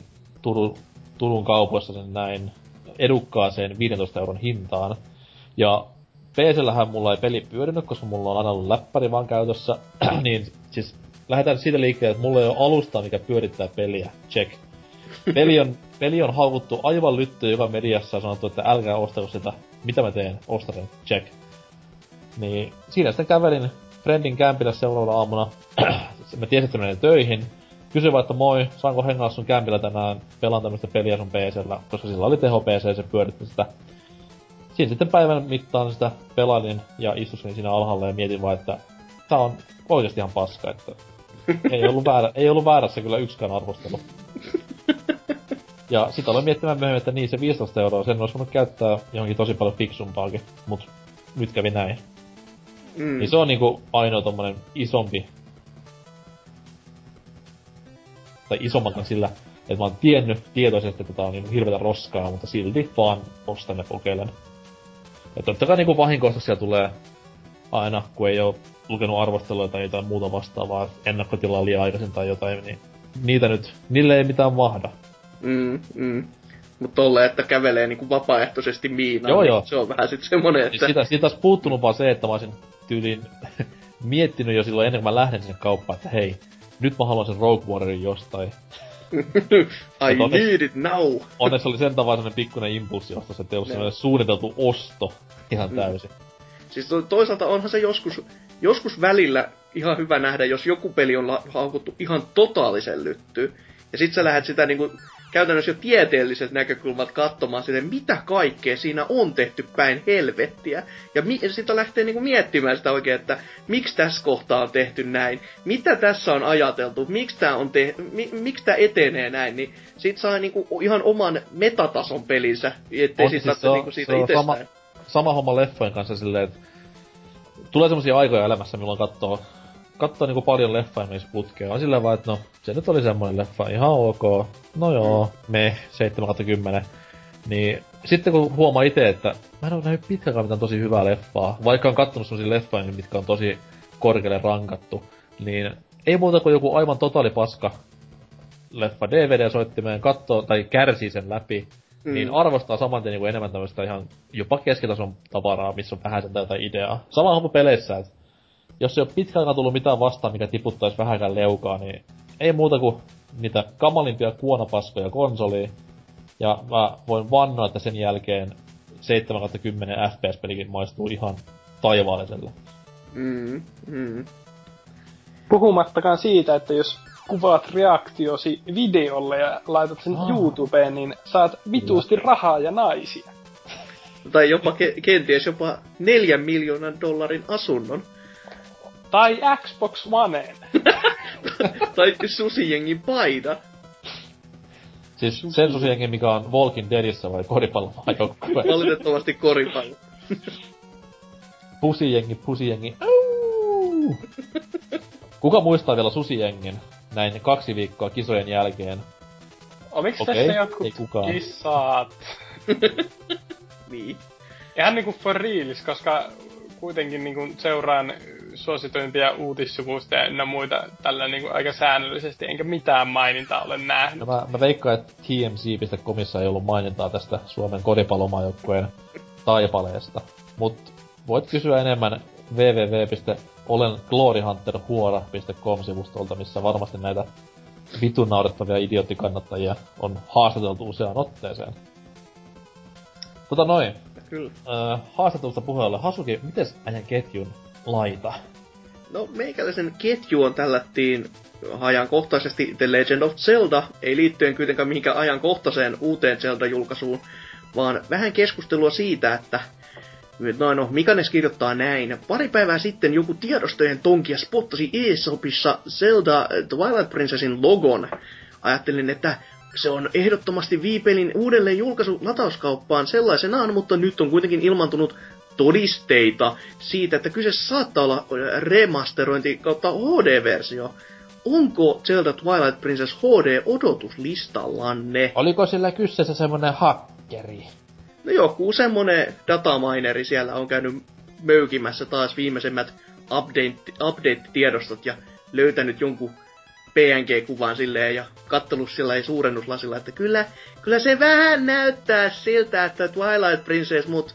Turun kaupoissa sen näin edukkaaseen 15 euron hintaan. Ja PC:llähän mulla ei peli pyörinyt, koska mulla on aina ollut läppäri vaan käytössä. Niin siis lähdetään siitä liikkeelle, että mulla ei ole alustaa, mikä pyörittää peliä. Check. Peli on haukuttu aivan lyttyyn joka mediassa ja sanottu, että älkää ostako sitä. Mitä mä teen? Ostaren. Check. Niin siinä sitten kävelin friendin kämpillä seuraavana aamuna. Mä tiesin, että menen töihin. Kysyin vaan, että moi, saanko hengaa sun kämpillä tänään, pelaan tämmöstä peliä sun PC:llä, koska sillä oli teho PC ja se pyöritti sitä. Siinä sitten päivän mittaan sitä pelailin ja istuskelin siinä alhaalla ja mietin vaan, että tää on oikeesti ihan paska, että ei ollut väärässä kyllä yksikään arvostelu. Ja sit aloin miettimään myöhemmin, että niin se 15 €, sen olisi voinut käyttää johonkin tosi paljon fiksumpaakin, mut nyt kävi näin. Niin se on niinku ainoa tommonen isompi, tai isommankin sillä, että mä oon tietoisesti, että tää on niinku hirveetä roskaa, mutta silti vaan ostan ja kokeilen. Ja totta kai niinku vahinko-ostoksia tulee aina, kun ei oo lukenut arvostelua tai jotain muuta vastaavaa, ennakkotilaa liian aikaisin tai jotain, niin niille ei mitään mahda. Mut tolleen, että kävelee niinku vapaaehtoisesti miinaan, joo, niin joo. se on vähän sit semmonen, että... Siitä taas puuttunut vaan se, että mä olisin tyyliin miettinyt jo silloin ennen kuin mä lähden sinne kauppaan, että hei, nyt mä haluan sen Rogue Warriorin jostain. I need it now! Onneksi oli sen tavalla sellainen pikkuinen impulssiostos, että ei ollut sellainen suunniteltu osto ihan täysin. Siis toisaalta onhan se joskus välillä ihan hyvä nähdä, jos joku peli on haukuttu ihan totaalisen lyttyyn. Ja sit sä lähdet sitä niinku käytännössä jo tieteelliset näkökulmat katsomaan sitä, mitä kaikkea siinä on tehty päin helvettiä. Ja sitten lähtee niinku miettimään sitä oikein, että miksi tässä kohtaa on tehty näin, mitä tässä on ajateltu, miksi tää etenee näin, niin sit saa niinku ihan oman metatason pelinsä, ettei sit siis niinku siitä itsestään. Sama homma leffojen kanssa silleen, että tulee semmosia aikoja elämässä, milloin kattoo niinku paljon leffoja meissä putkea. On silleen vaan, että no, se nyt oli semmonen leffa, ihan ok. No joo, 7/10. Niin sitten kun huomaa itse, että mä en oo nähnyt pitkään mitään tosi hyvää leffaa, vaikka on kattonut semmosia leffoja, mitkä on tosi korkealle rankattu, niin ei muuta kuin joku aivan totaali paska leffa DVD-soittimeen kattoo tai kärsii sen läpi, niin arvostaa saman tien niinku enemmän tämmöstä ihan jopa keskitason tavaraa, missä on vähän sen jotain ideaa. Sama homma peleissä, että jos ei oo pitkään aikaa tullut mitään vastaan, mikä tiputtais vähänkään leukaa, niin ei muuta kuin niitä kamalimpia kuonapaskoja konsoliin. Ja mä voin vannoa, että sen jälkeen 7/10 FPS-pelikin maistuu ihan taivaalliselle. Puhumattakaan siitä, että jos kuvaat reaktiosi videolle ja laitat sen YouTubeen, niin saat vituusti rahaa ja naisia. Tai jopa kenties jopa $4 miljoonan asunnon. Tai Xbox Oneen. Tai susijengin paida. Siis sen susijengin, mikä on Walking Deadissä vai koripallomaajoukkueessa? Valitettavasti koripallo. Pusijengi. Kuka muistaa vielä susijengin näin 2 viikkoa kisojen jälkeen? Miksi tässä jotkut kissat? Niin. Ihan niinku for realis, koska kuitenkin niinku seuraan suosituimpia uutissivuista ja ynnä muita tällä niinku aika säännöllisesti, enkä mitään mainintaa ole nähnyt. No mä veikkaan, että TMC.comissa ei ollut mainintaa tästä Suomen koripallomaajoukkueen taipaleesta. Mut voit kysyä enemmän www.olengloryhunterhuora.com-sivustolta, missä varmasti näitä vitun naurettavia idioottikannattajia on haastateltu useaan otteeseen. Kyllä. Haastattelusta puheelle. Hasuki, mites ajan ketjun laita? No, meikäläisen ketju on tällättiin ajankohtaisesti The Legend of Zelda, ei liittyen kuitenkaan mihinkään ajankohtaiseen uuteen Zelda-julkaisuun, vaan vähän keskustelua siitä, että Mikanes kirjoittaa näin. Pari päivää sitten joku tiedostojen tonkija spottasi eShopissa Zelda Twilight Princessin logon. Ajattelin, että se on ehdottomasti Wii-pelin uudelleen julkaisu latauskauppaan sellaisenaan, mutta nyt on kuitenkin ilmantunut todisteita siitä, että kyseessä saattaa olla remasterointi kautta HD-versio. Onko Zelda Twilight Princess HD odotuslistallanne? Oliko sillä kyseessä semmonen hakkeri? No joku semmonen datamineri siellä on käynyt möykimässä taas viimeisemmät update-tiedostot ja löytänyt jonkun PNG-kuvan silleen ja kattellut sillä suurennuslasilla, että kyllä se vähän näyttää siltä, että Twilight Princess, mut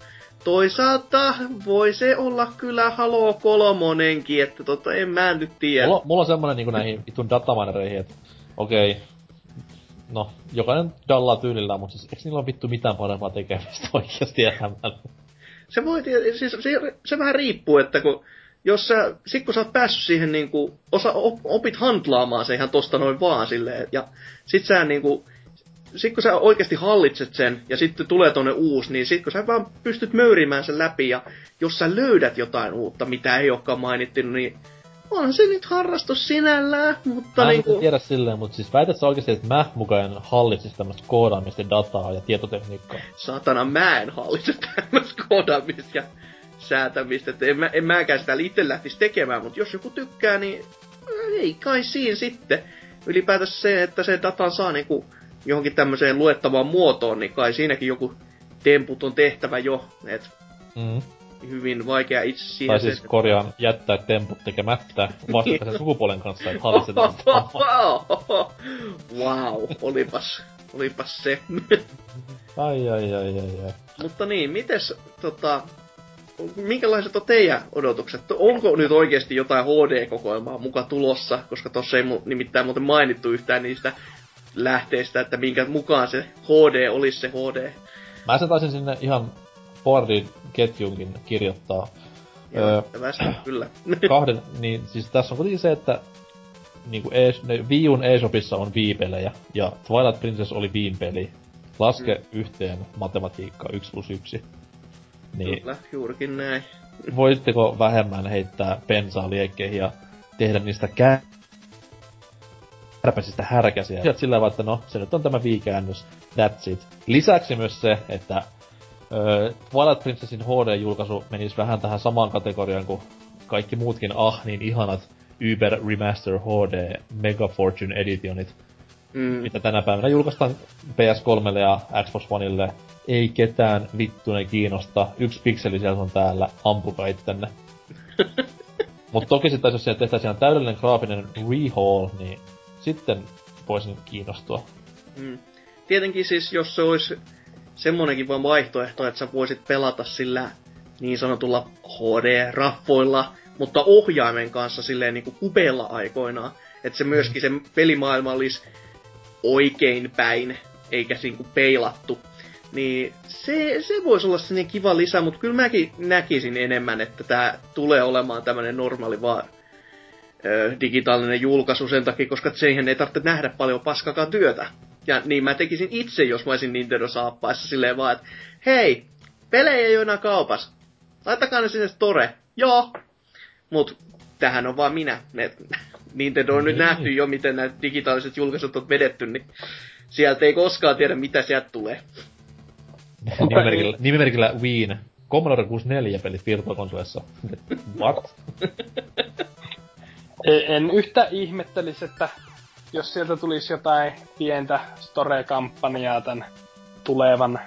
toisaalta voi se olla kyllä Halo 3:nkin, että en mä nyt tiedä. Mulla on semmonen niinku näihin vitun dataminereihin, että okei, no, jokainen dallaa tyylillään, mutta siis eiks niillä ole vittu mitään parempaa tekemistä oikeesti elämällä? Se voi siis se vähän riippuu, että kun sä oot päässyt siihen niinku, opit handlaamaan se ihan tosta noin vaan silleen, ja sit sä niinku, kun sä oikeesti hallitset sen, ja sitten tulee tonne uusi, niin sit kun sä vaan pystyt möyrimään sen läpi, ja jos sä löydät jotain uutta, mitä ei olekaan mainittu, niin onhan se nyt harrastus sinällään, mutta mä niinku... en tiedä silleen, mutta siis väität sä oikeesti, että mä mukaan hallitsis tämmöstä koodaamista, dataa ja tietotekniikkaa? Saatana, mä en hallitse tämmöstä koodaamista ja säätämistä, että en mäkään sitä itse lähtis tekemään, mutta jos joku tykkää, niin ei kai siinä sitten. Ylipäätänsä se, että se datan saa niinku johonkin tämmöiseen luettavaan muotoon, niin kai siinäkin joku temput on tehtävä jo, et hyvin vaikea itse siinä. Tai siis korjaan jättää temput tekemättä vastakkaisen sukupuolen kanssa, että hallitsetaan sitä. Wow, olipas se. Ai. Mutta niin, mites minkälaiset on teidän odotukset? Onko nyt oikeesti jotain HD-kokoelmaa muka tulossa? Koska tossa ei nimittäin muuten mainittu yhtään niistä lähteistä, että minkä mukaan se HD olisi se HD. Mä sen taisin sinne ihan boardin ketjunkin kirjoittaa. Kyllä. Niin siis tässä on kuitenkin se, että niinku Wii U:n eShopissa on Wii-pelejä, ja Twilight Princess oli Wiin-peli. Laske yhteen matematiikka 1+1. Niin, kyllä, juurikin näin. voitteko vähemmän heittää bensaa liekkeihin ja tehdä niistä kärpäsistä härkäsiä? Sieltä sillä tavalla, että no, se nyt on tämä Wii-käännös, that's it. Lisäksi myös se, että Twilight Princessin HD-julkaisu menisi vähän tähän samaan kategoriaan kuin kaikki muutkin niin ihanat Uber Remaster HD Mega Fortune Editionit, mitä tänä päivänä julkaistaan PS3 ja Xbox Oneille. Ei ketään vittune kiinnosta, 1 pikseli sieltä on täällä, ampukaa ittenne. Mut toki sit jos siellä tehtäisiin ihan täydellinen graafinen rehaul, niin sitten voisin kiinnostua. Tietenkin siis, jos se olisi semmonenkin vaan vaihtoehto, että sä voisit pelata sillä niin sanotulla HD-raffoilla, mutta ohjaimen kanssa silleen niinku kupeella aikoinaan. Että se myöskin se pelimaailma olisi oikein päin, eikä niinku peilattu. Niin se voisi olla sellainen kiva lisä, mutta kyllä mäkin näkisin enemmän, että tää tulee olemaan tämmönen normaali vaan digitaalinen julkaisu sen takia, koska siihen ei tarvitse nähdä paljon paskakaan työtä. Ja niin mä tekisin itse, jos mä olisin Nintendo-saappaissa silleen vaan, että hei, pelejä ei ole enää kaupas. Laittakaa ne sinne store. Joo. Mut tähän on vaan minä. Nintendo on nyt nähty jo, miten nämä digitaaliset julkaisut on vedetty, niin sieltä ei koskaan tiedä, mitä sieltä tulee. Nimimerkillä Wiin. Commodore 64-pelit virtuaalikonsoleissa. What? En yhtä ihmettelisi, että jos sieltä tulisi jotain pientä store-kampanjaa tän tulevan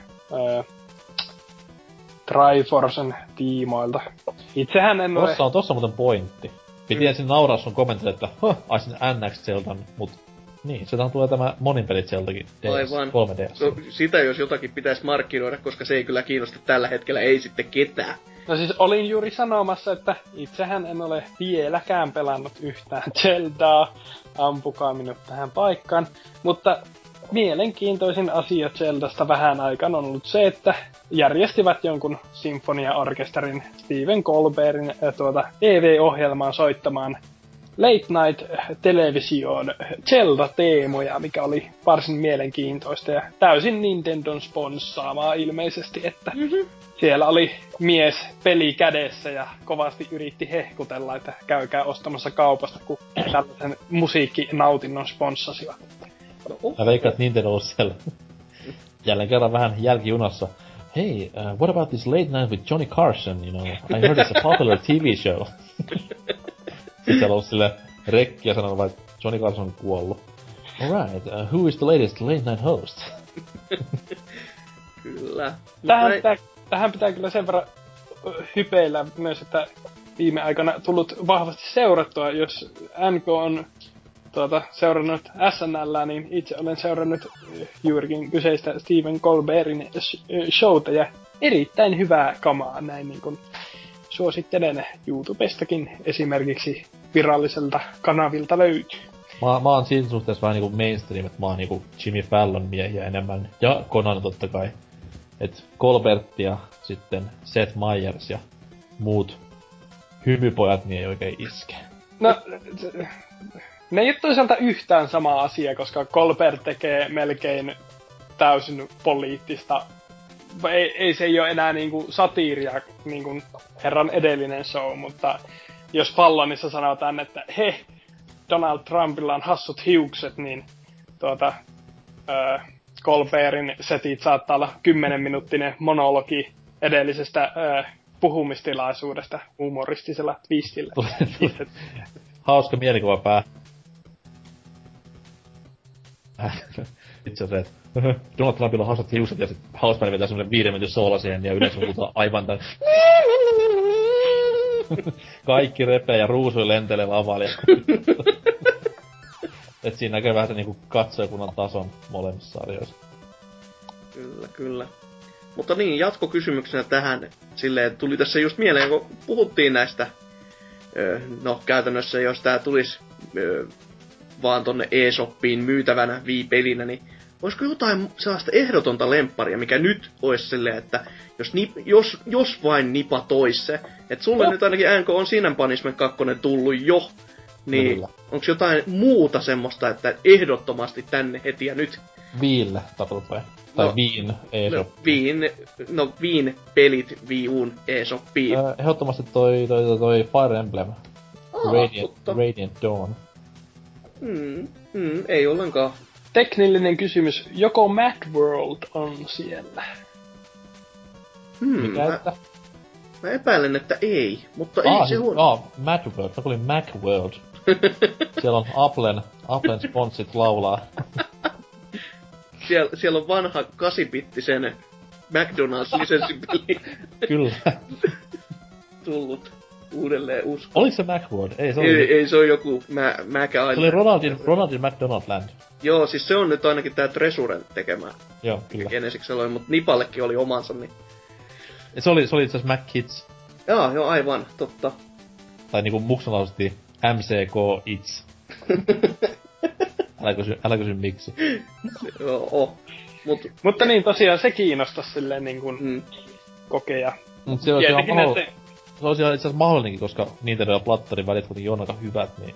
Triforcen tiimoilta. Itsehän en ole... Tossa on muuten pointti. Piti ensin nauraa sun kommentille, että aisin NX-Zeldan, mut niin, sieltähän tulee tämä moninpelit Zeldakin. Aivan. 3DS. No, sitä jos jotakin pitäisi markkinoida, koska se ei kyllä kiinnosta tällä hetkellä, ei sitten ketään. No siis olin juuri sanomassa, että itsehän en ole vieläkään pelannut yhtään Zeldaa. Ampukaa minut tähän paikkaan. Mutta mielenkiintoisin asia Zeldasta vähän aikaan on ollut se, että järjestivät jonkun sinfoniaorkesterin Stephen Colbertin TV-ohjelmaan soittamaan late night televisioon Zelda-teemoja, mikä oli varsin mielenkiintoista ja täysin Nintendon sponssaamaa ilmeisesti, että siellä oli mies peli kädessä ja kovasti yritti hehkutella, että käykää ostamassa kaupasta, kun tällaisen musiikkinautinnon sponssasivat. Mä veikkaan, että Nintendo on siellä jälleen kerran vähän jälkijunassa. Hey, what about this late night with Johnny Carson, you know? I heard it's a popular TV show. Sitten siellä on silleen rekkiä sanonut, että Johnny Carson on kuollut. Alright, who is the latest late night host? Kyllä. Tähän pitää kyllä sen verran hypeillä myös, että viime aikana tullut vahvasti seurattua, jos NK on seurannut SNL, niin itse olen seurannut juurikin kyseistä Stephen Colbertin showta, ja erittäin hyvää kamaa näin niin kuin suosittelen. YouTubestakin esimerkiksi viralliselta kanavilta löytyy. Mä oon siinä suhteessa vähän niinku mainstream, että mä oon niinku Jimmy Fallon miehiä enemmän. Ja Conan totta kai. Et Colbert ja sitten Seth Meyers ja muut hymypojat niin ei oikein iske. No, ne ei ole toisaalta yhtään sama asia, koska Colbert tekee melkein täysin poliittista. Ei se ei ole enää niinku satiiria, niinku herran edellinen show, mutta jos Fallonissa sanotaan, että Donald Trumpilla on hassut hiukset, niin Colbertin setit saattaa olla 10-minuuttinen monologi edellisestä puhumistilaisuudesta humoristisella twistillä. Hauska mielikuva pää. Itse asiassa, että Donald Trumpilla on hauskat hiukset ja sit Hausberg vetää semmonen 5 minuutin soola siihen ja yleensä puhutaan aivan tän. Kaikki repee ja ruusui lentelee lavalla. Et siinä näkee vähän se niinku katsojakunnan tason molemmissa sarjoissa. Kyllä, kyllä. Mutta niin, jatkokysymyksenä tähän silleen, tuli tässä just mieleen, kun puhuttiin näistä, no käytännössä jos tää tulis vaan tonne eShopiin myytävänä Wii-pelinä, niin olisiko jotain sellaista ehdotonta lempparia, mikä nyt ois silleen, että jos vain nipa tois se, että sulle nyt ainakin NK on Sin and Punishment 2 tullut jo, niin kyllä. Onko jotain muuta semmoista, että ehdottomasti tänne heti ja nyt? Viille tapahtuu vai? Tai Viin eShop. Viin pelit Wii U:n eShopiin. Ehdottomasti toi Fire Emblem. Radiant Dawn. Ei ollenkaan. Teknillinen kysymys. Joko Mad World on siellä? Mikä että? Mä epäilen, että ei, mutta ei se on. Mad World. Mä kuulin Mac World. Siellä on Applen sponssit laulaa. Siellä on vanha 8-bittisen McDonald's-lisenssipeli. Kyllä. Tullut uudelleen usko. Oliko se Macworld? Ei, se on joku Mac Island. Se oli Ronaldin McDonaldland. Joo, siis se on nyt ainakin tää Tresuren tekemä. Joo, kyllä. Genesiksellä oli, mut Nipallekin oli omansa, niin... Ja se oli itse asiassa Mac Kids. Joo, aivan, totta. Tai niinku muksun lausuttiin MCK It's. Älä kysy miksi. Joo, mutta niin tosiaan se kiinnostais silleen niinkun kokea. Mut se olisi ihan se olisi itse asiassa mahdollinenkin, koska Nintendo ja Platterin välit kuitenkin on aika hyvät, niin...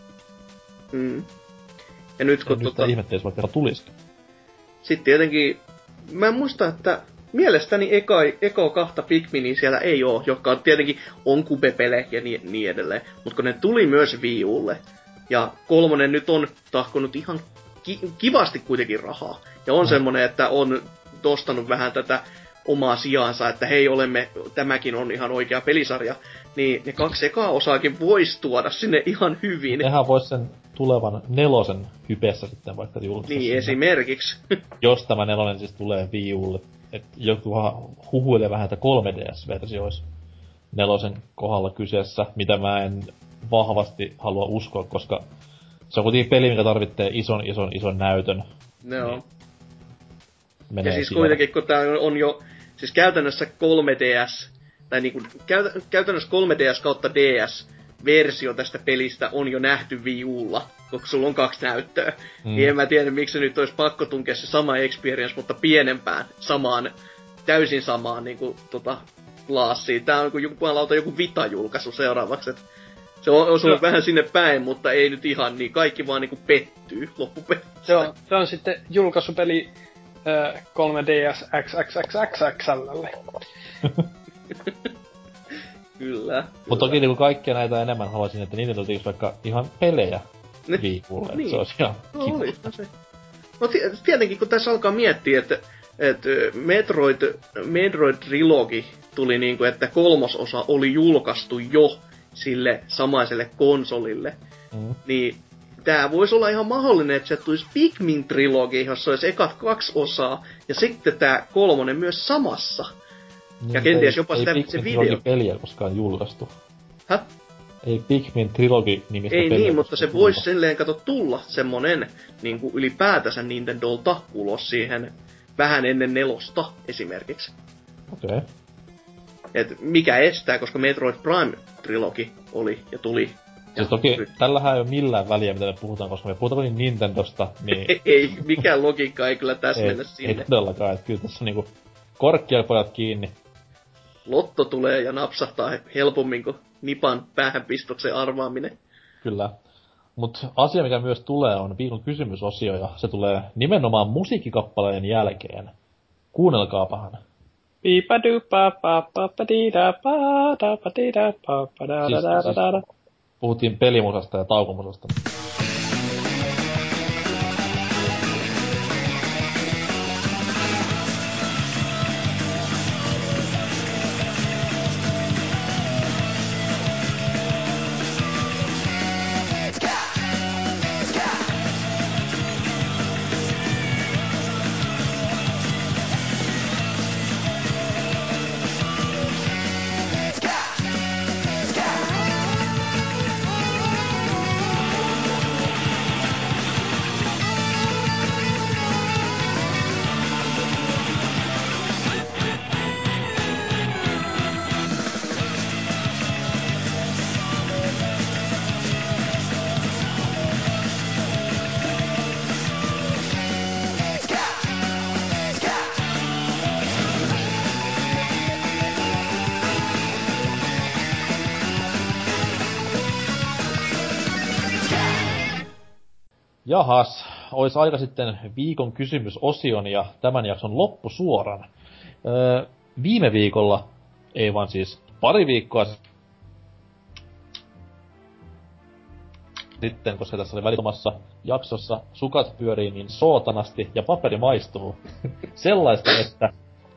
Ja nyt kun ihmettelis vaikka tulisikin. Sitten tietenkin... Mä en muista, että mielestäni eko 2 Pikminia siellä ei oo, jotka tietenkin on Cube-pelejä ja niin edelleen. Mut kun ne tuli myös Wii Ulle. Ja 3 nyt on tahkonut ihan kivasti kuitenkin rahaa. Ja on semmonen, että on ostanut vähän tätä omaa sijaansa, että hei, tämäkin on ihan oikea pelisarja. Niin ne 2 ekaa osaakin vois tuoda sinne ihan hyvin. Nehän vois sen tulevan 4 hypessä sitten vaikka julkaista. Niin, esimerkiksi. Jos tämä 4 siis tulee Wii Ulle. Et joku huhuilee vähän, että 3DS-versio olisi 4 kohdalla kyseessä, mitä mä en vahvasti halua uskoa, koska se on kuitenkin peli, mikä tarvitsee ison näytön. No. Niin ja siis kuitenkin, kun tää on jo... Siis käytännössä 3DS... Tai niinku... Käytännössä 3DS kautta DS-versio tästä pelistä on jo nähty Wii Ulla, koska sulla on 2 näyttöä. Niin en mä tiedä, miksi nyt olisi pakko tunkea se sama experience, mutta pienempään, täysin samaan niinku laassiin. Tää on joku Vita-julkaisu seuraavaksi, et se on osunut vähän sinne päin, mutta ei nyt ihan niin. Kaikki vaan niinku pettyy loppupelissä. Se on sitten julkaisupeli 3DS XXXXXLlle. Kyllä. Mutta toki niinku kaikkia näitä enemmän haluaisin, että Nintendo tekisi vaikka ihan pelejä Wii Ulle, niin. Se olisi ihan kiva. No tietenkin, kun tässä alkaa miettiä, että Metroid Trilogy tuli niinku, että 3. osa oli julkaistu jo sille samaiselle konsolille, niin tää voisi olla ihan mahdollinen, että se tulisi Pikmin Trilogy, jossa olisi ekat 2 osaa, ja sitten tää 3 myös samassa. Niin, ja kenties jopa se video. Ei peliä koskaan julkaistu. Häh? Ei Pikmin Trilogy nimistä ei peliä. Ei niin, mutta se voisi silleen tulla semmonen niinku ylipäätänsä Nintendolta ulos siihen vähän ennen 4 esimerkiksi. Okei. Et mikä estää, koska Metroid Prime-trilogi oli ja tuli. Siis toki tällähän ei oo millään väliä, mitä me puhutaan, koska me puhutaan niin Nintendosta, niin... ei, mikään logiikka ei kyllä täsmennä sinne. Ei todellakaan, että kyllä tässä niinku korkkia pojat kiinni. Lotto tulee ja napsahtaa helpommin kuin Nipan päähänpistoksen arvaaminen. Kyllä. Mut asia, mikä myös tulee, on viikon kysymysosio, ja se tulee nimenomaan musiikkikappaleen jälkeen. Kuunnelkaapahan. Puhuttiin pelimusasta ja taukomusasta. Jahas, ois aika sitten viikon kysymysosion ja tämän jakson loppusuoran. Viime viikolla, ei vaan siis pari viikkoa sitten, koska tässä oli välitomassa jaksossa sukat pyörii niin sootanasti ja paperi maistuu. Sellaista, että...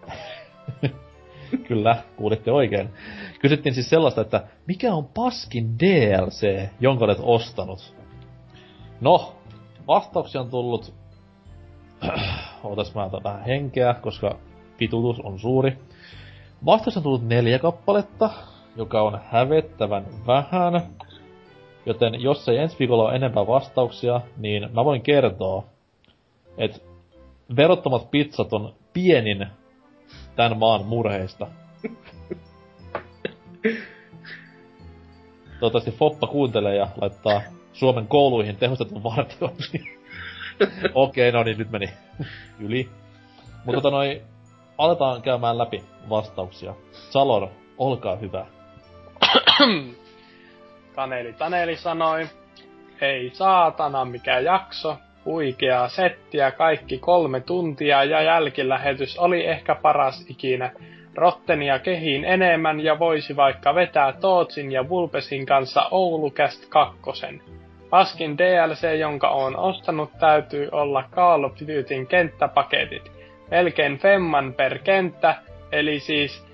Kyllä, kuulitte oikein. Kysyttiin siis sellaista, että mikä on paskin DLC, jonka olet ostanut? No, vastauksia on tullut... Ootas mä otan vähän henkeä, koska pitutus on suuri. Vastauksia on tullut 4 kappaletta, joka on hävettävän vähän. Joten jos ei ensi viikolla ole enempää vastauksia, niin mä voin kertoa, että verottomat pizzat on pienin tän maan murheista. Toivottavasti Foppa kuuntelee ja laittaa Suomen kouluihin tehostetun vartioinnin. Okei, no niin, nyt meni yli. Mutta aletaan käymään läpi vastauksia. Salor, olkaa hyvä. Taneli sanoi, ei saatana mikä jakso, huikeaa settiä kaikki 3 tuntia ja jälkilähetys oli ehkä paras ikinä. Rottenia kehiin enemmän ja voisi vaikka vetää Tootsin ja Vulpesin kanssa Oulucast 2. Paskin DLC, jonka on ostanut, täytyy olla Call of Dutyn kenttäpaketit. Melkein femman per kenttä, eli siis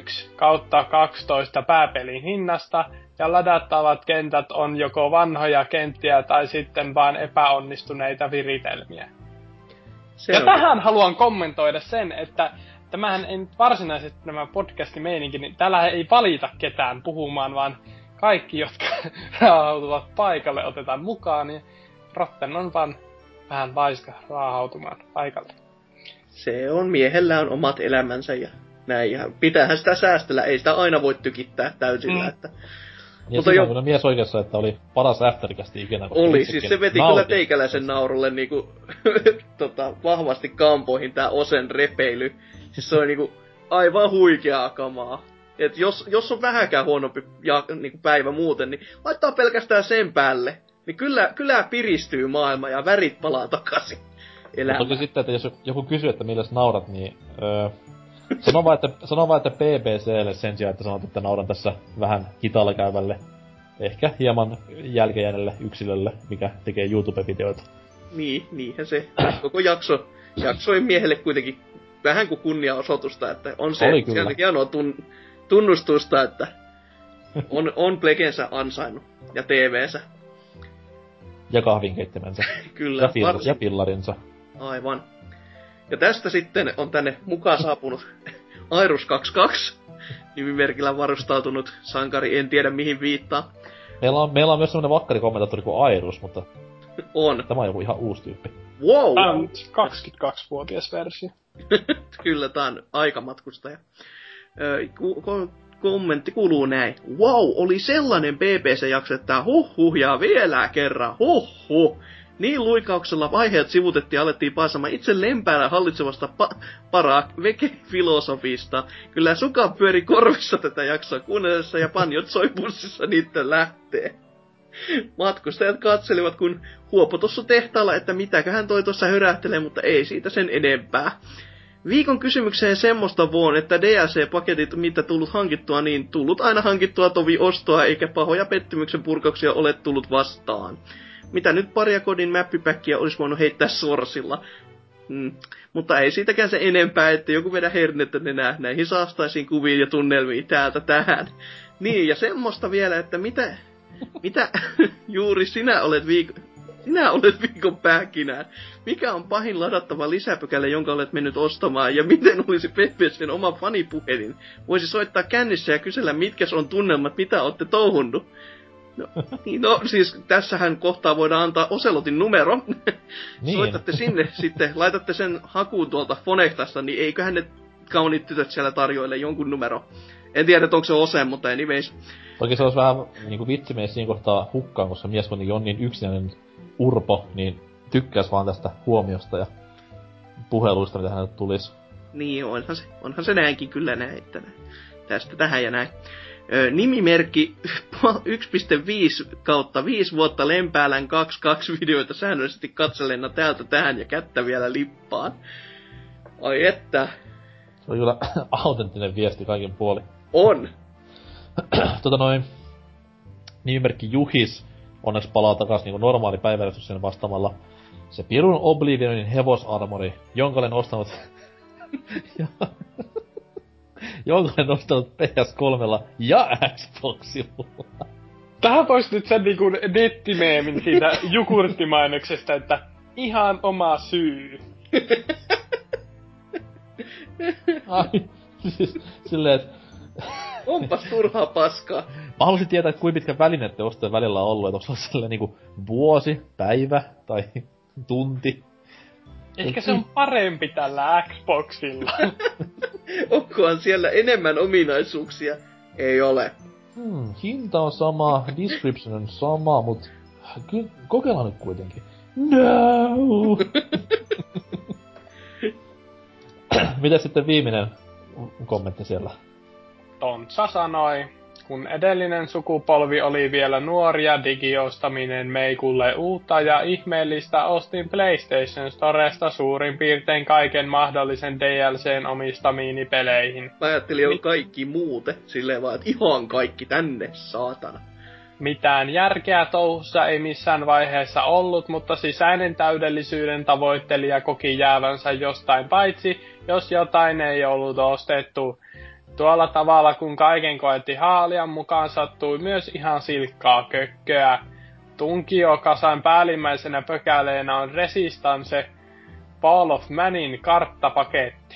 1/12 pääpelin hinnasta, ja ladattavat kentät on joko vanhoja kenttiä tai sitten vain epäonnistuneita viritelmiä. Ja tähän haluan kommentoida sen, että tämähän ei nyt varsinaisesti nämä podcastin meininki, niin täällä ei valita ketään puhumaan, vaan kaikki, jotka raahautuvat paikalle, otetaan mukaan, niin Rotten on vaan vähän laiska raahautumaan paikalle. Se on, miehellä on omat elämänsä ja näin, ja pitäähän sitä säästellä, ei sitä aina voi tykittää täysillä, että... Ja mutta siinä on mies oikeassa, että oli paras aftercasti ikinä. Oli, siis se veti kyllä teikäläisen naurulle niinku vahvasti kampoihin tää Osen repeily. Siis se on niinku aivan huikeaa kamaa. Et jos on vähäkään huonompi niinku päivä muuten, niin laittaa pelkästään sen päälle. Niin kyllä piristyy maailma ja värit palaa takaisin elämään. Mutta sitten, että jos joku kysyy, että milläs naurat, niin... Sano vaan, että BBClle sen sijaan, että sanot, että nauran tässä vähän hitaalla käyvälle, ehkä hieman jälkeenjääneelle yksilölle, mikä tekee YouTube-videoita. Niin, niinhän se. Koko jaksoi miehelle kuitenkin vähän kuin kunniaosoitusta, että on se hienoa tunnustusta, että on plekensä ansainnut ja TV:nsä. Ja kahvinkeittimensä. Kyllä. Ja pillarinsa. Aivan. Ja tästä sitten on tänne mukaan saapunut Airus 22 nimimerkillä varustautunut sankari, en tiedä mihin viittaa. Meillä on myös semmonen vakkarikommentaattori kuin Airus, mutta... On. Tämä on joku ihan uusi tyyppi. Wow! Tämä on 22-vuotias versio. Kyllä, tää on aikamatkustaja. Kommentti kuuluu näin. Wow, oli sellainen BBC-jakso, että huh ja vielä kerran huh. Niin luikauksella vaiheet sivutettiin ja alettiin paasamaan itse lempäällä hallitsevasta veke-filosofista. Kyllä suka pyöri korvissa tätä jaksoa kuunnellessa ja panjot soi bussissa niitten lähtee. Matkustajat katselivat, kun huopo tossa tehtaalla, että mitäköhän toi tossa hörähtelee, mutta ei siitä sen enempää. Viikon kysymykseen semmoista voon, että DLC-paketit, mitä tullut hankittua, niin tullut aina hankittua tovi ostoa, eikä pahoja pettymyksen purkauksia ole tullut vastaan. Mitä nyt paria kodin mäppipäkkiä olisi voinut heittää sorsilla. Mutta ei siitäkään se enempää, että joku vedä hernettä nenää näihin saastaisiin kuviin ja tunnelmiin täältä tähän. Niin, ja semmoista vielä, että mitä juuri sinä olet viikon pähkinään. Mikä on pahin ladattava lisäpykälä, jonka olet mennyt ostamaan, ja miten olisi PPC:n oma fanipuhelin? Voisi soittaa kännissä ja kysellä, mitkä on tunnelmat, mitä olette touhunnut. No, siis tässähän kohtaa voidaan antaa Oselotin numero. Niin. Soitatte sinne sitten, laitatte sen hakuun tuolta Fonektasta, niin eiköhän ne kauniit tytöt siellä tarjoille jonkun numero. En tiedä, onko se Ose, mutta anyways. Toki se olisi vähän niinku vitsimies siinä kohtaa hukkaan, koska mies kuitenkin on niin yksinäinen urpo, niin tykkäis vaan tästä huomiosta ja puheluista, mitä hänelle tulisi. Niin, onhan se näinkin kyllä näin, että tästä tähän ja näin. Nimimerkki 1.5 kautta 5 vuotta Lempäälän 22 videoita säännöllisesti katselena täältä tähän ja kättä vielä lippaan. Ai että. Se on kyllä autenttinen viesti kaikin puolin. On. Nimimerkki Juhis onneksi palaa takas niinku normaali päiväjärjestys sen vastaamalla. Se pirun Oblivionin hevosarmori, jonka olen ostanut... jonka olen ostanut PS3 ja Xboxilla. Tähän vois nyt sen niinku nettimeemin siitä jogurttimainoksesta, että ihan oma syy. Ai, siis silleen, et... Onpas turhaa paskaa. Mä haluaisin tietää, että kuinka pitkä välineiden ostojen välillä on ollut, että onko se silleen niinku vuosi, päivä tai tunti. Ehkä se on parempi tällä Xboxilla. Onkohan siellä enemmän ominaisuuksia? Ei ole. Hinta on sama, description on sama, mut kyllä kokeillaan nyt kuitenkin. No! Mitäs sitten viimeinen kommentti siellä? Tontsa sanoi, kun edellinen sukupolvi oli vielä nuoria, digiostaminen meikulle uutta ja ihmeellistä, ostin PlayStation Storesta suurin piirtein kaiken mahdollisen DLCn omistamiini peleihin. Mä ajattelin jo kaikki muute, silleen vaan, että ihan kaikki tänne, saatana. Mitään järkeä touhussa ei missään vaiheessa ollut, mutta sisäinen täydellisyyden tavoittelija koki jäävänsä jostain paitsi, jos jotain ei ollut ostettu. Tuolla tavalla, kun kaiken koetti haalia, mukaan sattui myös ihan silkkaa kökköä. Tunkio-kasan päällimmäisenä pökäleenä on Resistance Ball of Manin karttapaketti.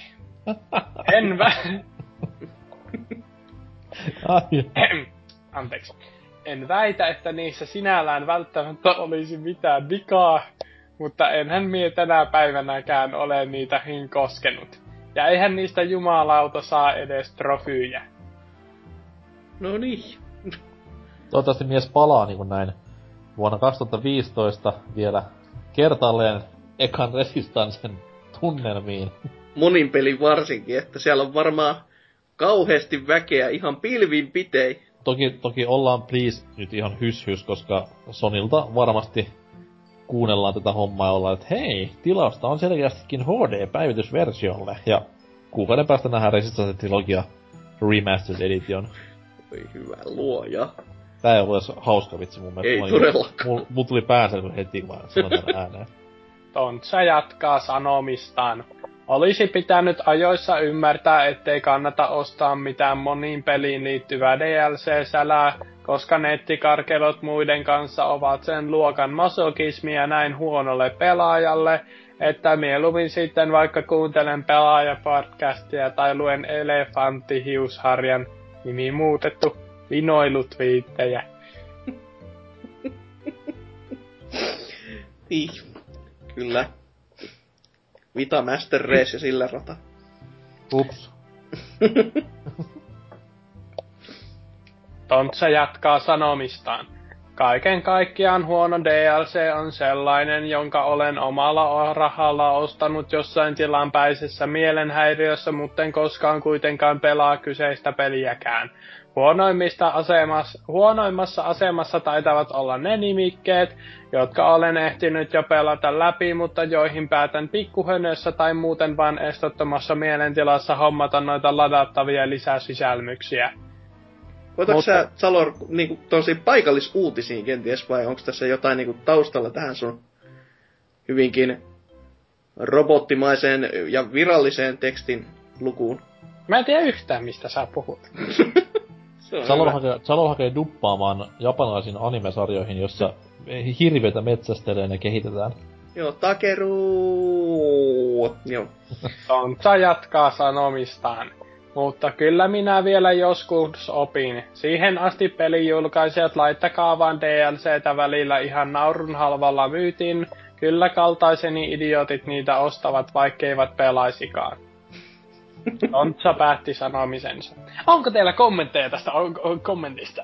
Anteeksi. En väitä, että niissä sinällään välttämättä olisi mitään vikaa, mutta enhän mie tänä päivänäkään ole niitä koskenut. Ja eihän niistä jumalauta saa edes trofyjä. No niin. Toivottavasti mies palaa niinku näin vuonna 2015 vielä kertaalleen ekan Resistancen tunnelmiin. Monin pelin varsinkin, että siellä on varmaan kauheasti väkeä ihan pilvin pitei. Toki ollaan please nyt ihan hys, koska Sonilta varmasti kuunnellaan tätä hommaa ja ollaan, että hei, tilausta on selkeästikin HD-päivitysversiolle. Ja kuukauden päästä nähdään Resistance Trilogia Remastered Edition. Oi hyvä luoja. Tää ei ollut edes hauska vitsi mun mielestä. Ei todellakaan. Mulla tuli päänsä heti, kun mä sanon tän ääneen. Tontsa jatkaa sanomistaan. Olisi pitänyt ajoissa ymmärtää, ettei kannata ostaa mitään moniin peliin liittyvää DLC-sälää, koska nettikarkelot muiden kanssa ovat sen luokan masokismia näin huonolle pelaajalle, että mieluummin sitten vaikka kuuntelen pelaajapodcastia tai luen elefanttihiusharjan nimi muutettu vinoilutviittejä. Niin, kyllä. Vita Master Race ja sillä rata. Ups. Tontsa jatkaa sanomistaan. Kaiken kaikkiaan huono DLC on sellainen, jonka olen omalla rahalla ostanut jossain tilanpäisessä mielenhäiriössä, mutta en koskaan kuitenkaan pelaa kyseistä peliäkään. Huonoimmassa asemassa taitavat olla ne nimikkeet, jotka olen ehtinyt jo pelata läpi, mutta joihin päätän pikkuhönössä tai muuten vaan estottomassa mielentilassa hommata noita ladattavia lisäsisälmyksiä. Voitako sä, Salor, niinku tosi paikallisuutisiin kenties, vai onko tässä jotain niinku taustalla tähän sun hyvinkin robottimaiseen ja viralliseen lukuun? Mä en tiedä yhtään, mistä sä puhut. Salor hakee duppaamaan japanilaisiin animesarjoihin, jossa hirveitä metsästelee ja kehitetään. Joo, Takeru. Joo. Tontsa jatkaa sanomistaan. Mutta kyllä minä vielä joskus opin. Siihen asti pelijulkaisijat laittakaa vaan DLCtä välillä ihan naurun halvalla myytiin. Kyllä kaltaiseni idiotit niitä ostavat, vaikkeivät pelaisikaan. Tontsa päätti sanomisensa. Onko teillä kommentteja tästä kommentista?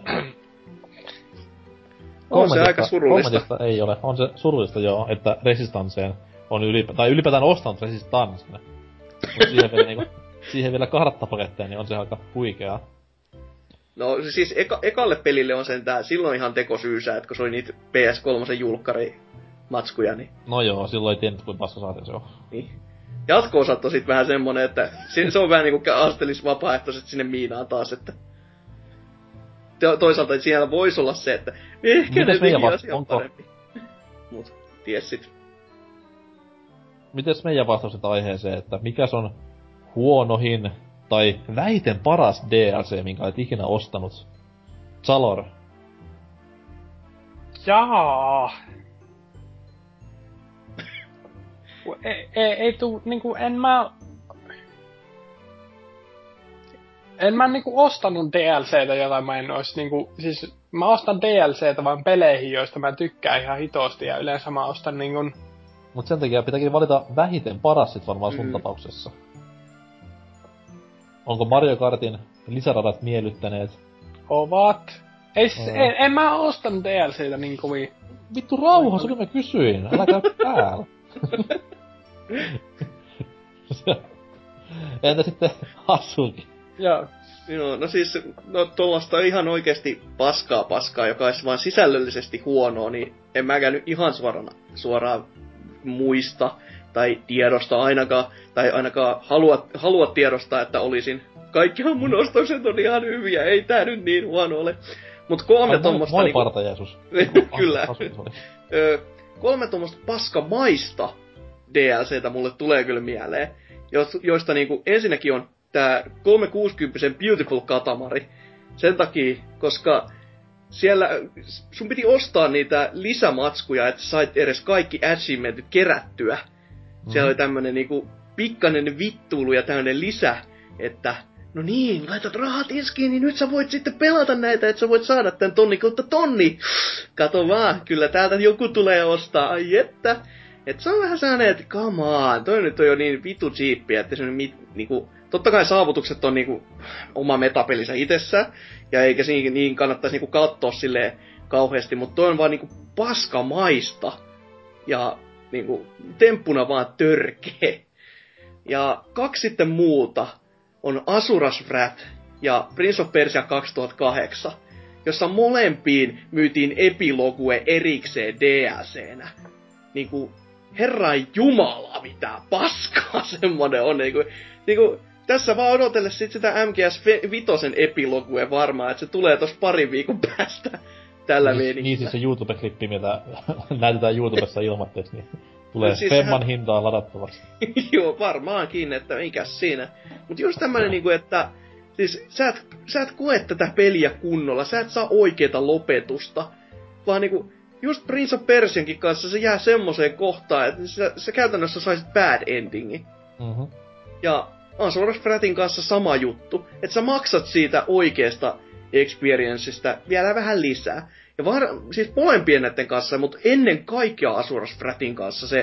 On se aika surullista. Kommentista ei ole. On se surullista joo, että Resistanceen on ylipäätään ostanut Resistancen. Mut siihen vielä karttapaketteja, niin on se aika huikeaa. No siis ekalle pelille on sentään silloin ihan tekosyysää, että kun se oli niitä PS3 julkkarimatskuja, niin... No joo, silloin ei tiennyt, kuinka paska saatiin se on. Niin. Jatko-osat on sit vähän semmonen, että se on vähän niinku astelis vapaaehtoiset sinne miinaan taas, että... Toisaalta että siellä voisi olla se, että ehkä ne teki asian paremmin. Mut, ties sit. Mites meidän vastaukset aiheeseen, että mikäs on huonohin tai vähiten paras DLC, minkä olet ikinä ostanut? Salor. Jaa. Ei tuu, niinku, en mä niinku ostanut DLCtä, jota mä en ois niinku, siis mä ostan DLCtä vaan peleihin, joista mä tykkään ihan hitosti ja yleensä mä ostan niinkun... Mut sen takia pitääkin valita vähiten paras sit varmaan sun tapauksessa. Onko Mario Kartin lisäradat miellyttäneet? Ovat. En mä ostanut DLCtä niin kovin. Vittu rauhassa, kun mä kysyin. Älä käy täällä. Entä sitten Hasuki? Joo. No siis, tollasta ihan oikeesti paskaa, joka olisi vaan sisällöllisesti huonoa, niin en mäkään nyt ihan suoraan muista tai tiedosta ainakaan, tai ainakaan halua tiedostaa, että olisin. Kaikkihan mun ostokset on ihan hyviä, ei tää nyt niin huono ole. Mut 3 tommosta moi parta Jeesus. Kyllä. 3 tommosta paskamaista DLCtä mulle tulee kyllä mieleen, joista niinku ensinnäkin on tää 360 Beautiful Katamari. Sen takia, koska siellä sun piti ostaa niitä lisämatskuja, että sait edes kaikki achievementit kerättyä. Siellä oli tämmönen niinku pikkainen vittuilu ja tämmönen lisä, että no niin, laitat rahat iskiin, niin nyt sä voit sitten pelata näitä, että sä voit saada tän tonni. Kato vaan, kyllä täältä joku tulee ostaa, ai että. Et se on vähän sellainen, että come on, toi nyt on jo niin vitu cheappiä, että se on niinku... Totta kai saavutukset on niinku oma metapelinsä itsessään, ja eikä siinä niin kannattaisi niinku katsoa silleen kauheasti, mutta toi on vaan niinku paskamaista. Ja niinku temppuna vaan törkee. Ja 2 sitten muuta on Asuras Wrath ja Prince of Persia 2008, jossa molempiin myytiin epilogue erikseen DLCnä. Niinku, herran jumala, mitä paskaa semmonen on. Niinku tässä vaan odotelle sit sitä MGS5 epilogue varmaan, että se tulee tossa parin viikon päästä tällä meininkiä. Niin siis se YouTube-klippi, mitä näytetään YouTubessa ilmatteeksi, niin tulee siis femman hintaa ladattavaksi. Joo, varmaankin, että mikäs siinä. Mut just tämmönen niinku, että siis sä et koe tätä peliä kunnolla, sä et saa oikeeta lopetusta, vaan niinku just Prince of Persiankin kanssa se jää semmoseen kohtaan, että sä käytännössä saisit bad endingin. Mhm. Ja Asuras Wrathin kanssa sama juttu, että sä maksat siitä oikeesta experienceista vielä vähän lisää. Ja siis molempien näiden kanssa, mutta ennen kaikkea Asuras Wrathin kanssa se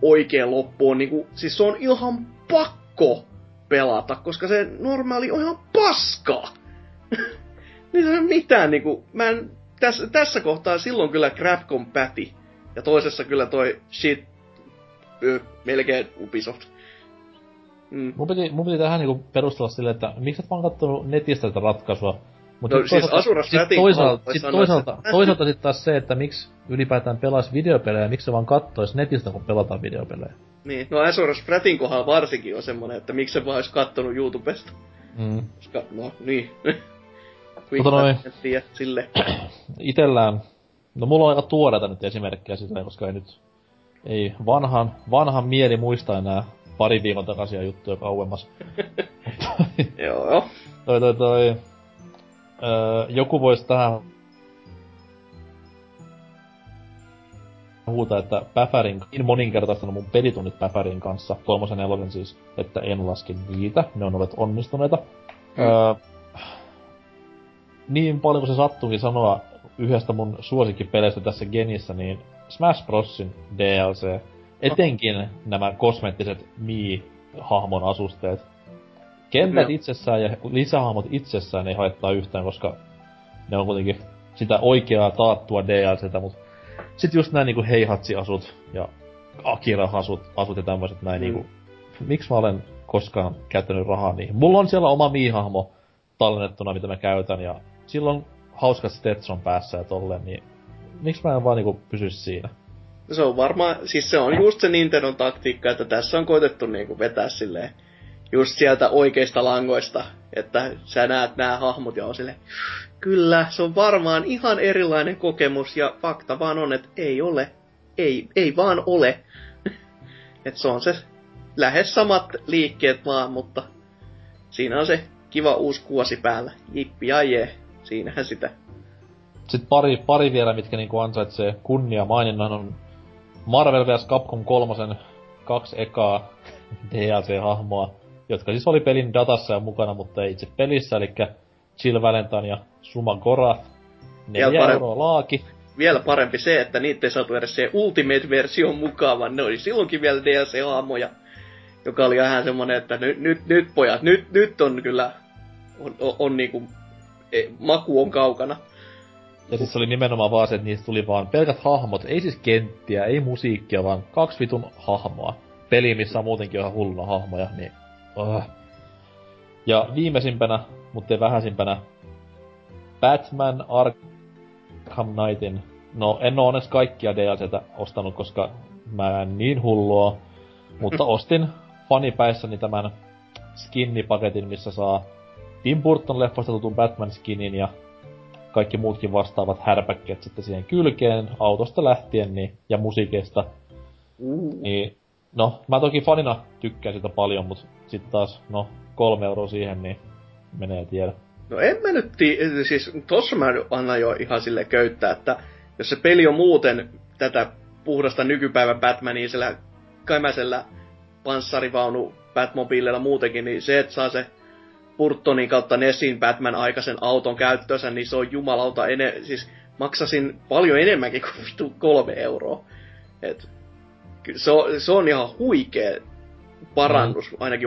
oikea loppu on niinku, siis se on ihan pakko pelata, koska se normaali on ihan paskaa. Niin se on mitään niinku, mä en, tässä kohtaa silloin kyllä Capcom päti. Ja toisessa kyllä toi shit, melkein Ubisoft. Mun piti tähän niinku perustella silleen, että miksi et vaan kattonut netistä tätä ratkaisua. Mut no siis Asuras Ratin toisaalta sit taas se, että miksi ylipäätään pelais videopelejä, miksi se vaan kattois netistä, kun pelataan videopelejä. Niin, no Asuras Ratin kohdalla varsinkin on semmonen, että miksi se vaan ois kattonut YouTubesta. Koska, no niin. Sille. Itellään, no mulla on aika tuoreita nyt esimerkkejä silleen, koska ei vanhan mieli muista enää pari viikon takaisia juttuja kauemmas. Joo. Joku vois tähän huutaa, että Päfärin moninkertaistanut mun pelitunnit Päfärin kanssa, 3 ja 4 siis, että en laske niitä, ne on olleet onnistuneita. Niin paljon kuin se sattuukin sanoa yhdestä mun suosikkipeleistä tässä genissä, niin Smash Brosin DLC, etenkin nämä kosmeettiset Mii-hahmon asusteet. Kentät itsessään ja lisähahmot itsessään ei haittaa yhtään, koska ne on kuitenkin sitä oikeaa taattua DLCtä, mut sit just nää niinku Heihatsi-asut ja Akira-asut ja tämmöiset näin niinku, miksi mä olen koskaan käyttänyt rahaa niihin? Mulla on siellä oma Mii-hahmo tallennettuna, mitä mä käytän, ja silloin hauskat Stetson päässä ja tolleen, niin miksi mä en vaan niinku pysys siinä? Se on varmaan, siis se on just se Nintendon taktiikka, että tässä on koitettu niinku vetää silleen just sieltä oikeista langoista, että sä näet nää hahmot ja on silleen, kyllä, se on varmaan ihan erilainen kokemus ja fakta vaan on, että ei ole. Ei vaan ole. Että se on se lähes samat liikkeet vaan, mutta siinä on se kiva uusi kuosi päällä. Jippi ja jee. Siinähän sitä. Sitten pari vielä, mitkä niinku ansaitsee kunnia maininnan, on Marvel vs. Capcom 3 2 ekaa DLC-hahmoa, jotka siis oli pelin datassa ja mukana, mutta ei itse pelissä, elikkä Jill Valentine ja Suma Gorath. 4 euroa laaki. Vielä parempi se, että niitä ei saatu edes se Ultimate-version mukaan, vaan ne oli silloinkin vielä DLC-hahmoja, joka oli vähän semmonen, että nyt pojat, nyt on kyllä, on niinku, maku on kaukana. Ja siis se oli nimenomaan vaan se, että niistä tuli vaan pelkät hahmot, ei siis kenttiä, ei musiikkia, vaan 2 vitun hahmoa. Peli, missä on muutenkin ihan hulluna hahmoja, niin... Ja viimeisimpänä, mutta ei vähäisimpänä, Batman Arkham Knightin. No, en oo onneksi kaikkia DLCtä ostanut, koska mä en niin hullua. Mutta ostin fanipäissäni tämän skinnipaketin, missä saa Tim Burton-leffoista tutun Batman-skinin ja kaikki muutkin vastaavat härpäkkeet sitten siihen kylkeen, autosta lähtien niin, ja musiikeista. Niin, no, mä toki fanina tykkään sitä paljon, mut sit taas, 3 euroa siihen, niin menee tiedä. No en mä nyt siis tossa mä annan jo ihan silleen köyttää, että jos se peli on muuten tätä puhdasta nykypäivän Batmania sillä kämäisellä panssarivaunu Batmobiililla muutenkin, niin se, että saa se Burtonin kautta Nessin Batman aikaisen auton käyttöönsä, niin se on jumalauta siis maksasin paljon enemmänkin kuin 3 euroa. Et se on ihan huikea parannus ainakin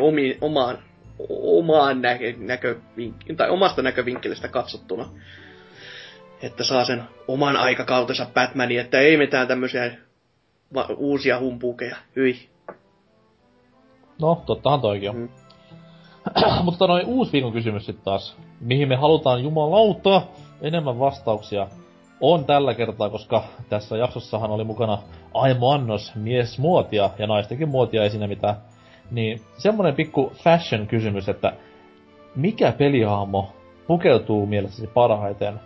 omasta näkövinkkelistä katsottuna. Että saa sen oman aikakautensa Batmanin, että ei mitään tämmöisiä uusia humpuukeja. Hyi. No, tottahan toikin on. Mutta noin uusi viikon kysymys sit taas, mihin me halutaan jumalauta enemmän vastauksia, on tällä kertaa, koska tässä jaksossahan oli mukana Aimo Annos miesmuotia ja naistenkin muotia ei siinä mitään. Niin semmonen pikku fashion kysymys, että mikä pelihahmo pukeutuu mielestäsi parhaiten?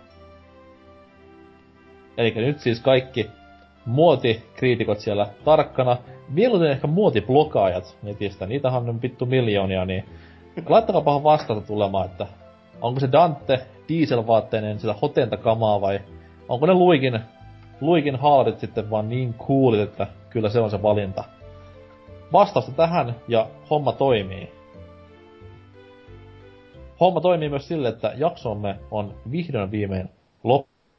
Elikkä nyt siis kaikki muotikriitikot siellä tarkkana, mieluiten ehkä muotiblogaajat netistä, niitähän on vittu miljoonia, niin laittakapahan vastata tulemaan, että onko se Dante dieselvaatteinen sitä hotenta kamaa vai onko ne Luikin haalarit sitten vaan niin coolit, että kyllä se on se valinta. Vastausta tähän ja homma toimii. Homma toimii myös sille, että jaksomme on vihdoin viimein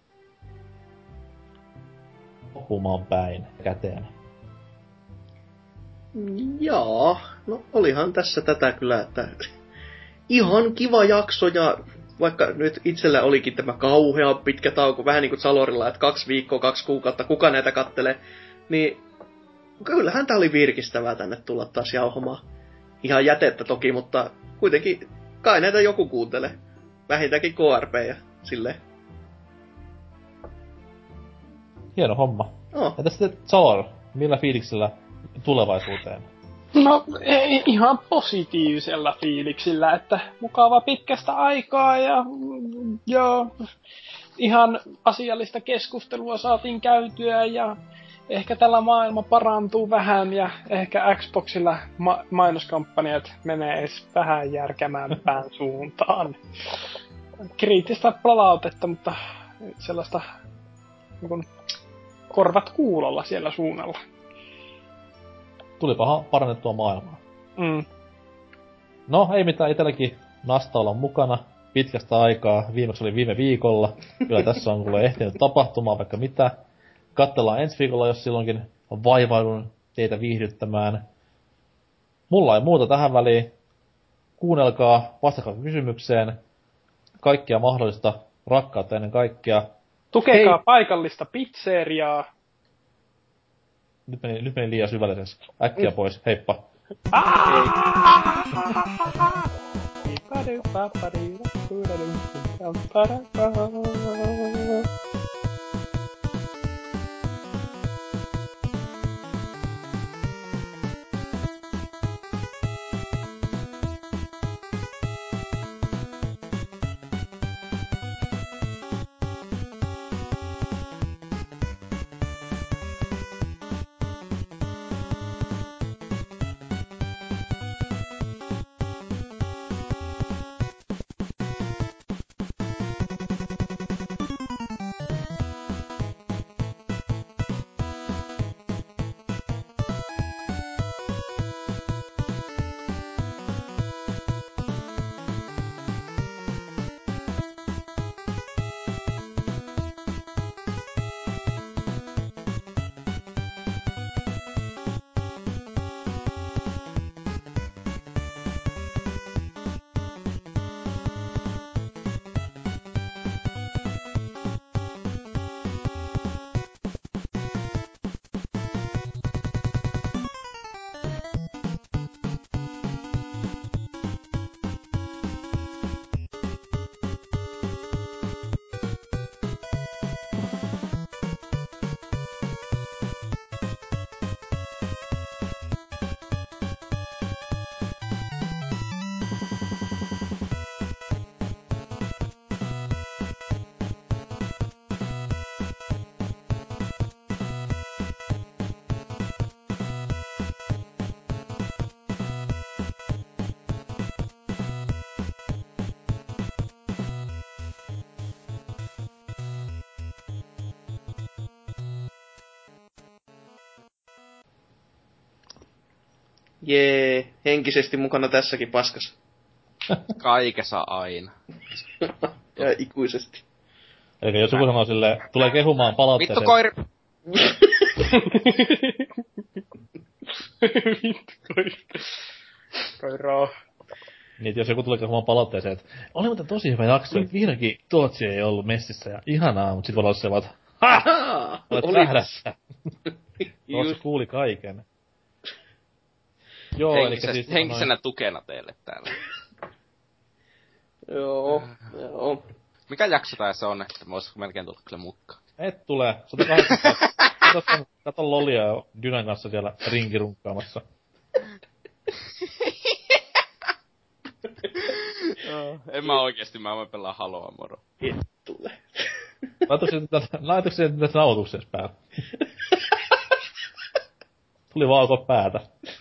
loppumaan päin käteen. Jaa, no olihan tässä tätä kyllä, että ihan kiva jakso ja vaikka nyt itsellä olikin tämä kauhea pitkä tauko, vähän niin kuin Salorilla, että 2 viikkoa, 2 kuukautta, kuka näitä kattelee, niin kyllähän tää oli virkistävää tänne tulla taas jauhamaan. Ihan jätettä toki, mutta kuitenkin kai näitä joku kuuntelee. Vähintäänkin KRP ja silleen. Hieno homma. No. Entä sitten Salor? Millä fiiliksellä tulevaisuuteen? No ei, ihan positiivisella fiiliksillä, että mukava pitkästä aikaa ja joo, ihan asiallista keskustelua saatiin käytyä ja ehkä tällä maailma parantuu vähän ja ehkä Xboxilla mainoskampanjat menee edes vähän järkemämpään suuntaan. Kriittistä palautetta, mutta sellaista niin kuin, korvat kuulolla siellä suunnalla. Tulipahan parannettua maailmaa. Mm. No, ei mitään, itselläkin Nasta olla mukana pitkästä aikaa. Viimeksi oli viime viikolla. Kyllä tässä on kuule ehtinyt tapahtumaan vaikka mitä. Katsellaan ensi viikolla, jos silloinkin vaivaudun teitä viihdyttämään. Mulla ei muuta tähän väliin. Kuunnelkaa, vastakaa kysymykseen. Kaikkia mahdollista rakkautta ennen kaikkea. Tukekaa paikallista pizzeriaa. Nyt meni liian syvälliseksi. Äkkiä pois. Heippa. Jee, henkisesti mukana tässäkin paskas. Kaikessa aina. Ja ikuisesti. Eli jos joku sanoo silleen, tulee kehumaan palautteeseen... Vittu koiri! Vittu koiraa. Niin, jos joku tulee kehumaan palautteeseen, että oli muuten tosi hyvä jakso, että vihdoinkin Tootsi ei ollut messissä ja ihanaa, mut sit voi olla se vaan, että ha! Olet väärässä. Tootsi kuuli kaiken. Joo, henkisenä tukena teille täällä. Joo. Mikä jakso tää se on, että mä oisko melkein tullut kyllä mukaan? Et tule. 180. Kato Lolia ja Dynan kanssa siellä rinkirunkkaamassa. En mä oikeesti, mä voin pelaa Haloa, moro. Et tule. Laitoiko se tässä nauhoituksessa päällä? Tuli vaan päätä.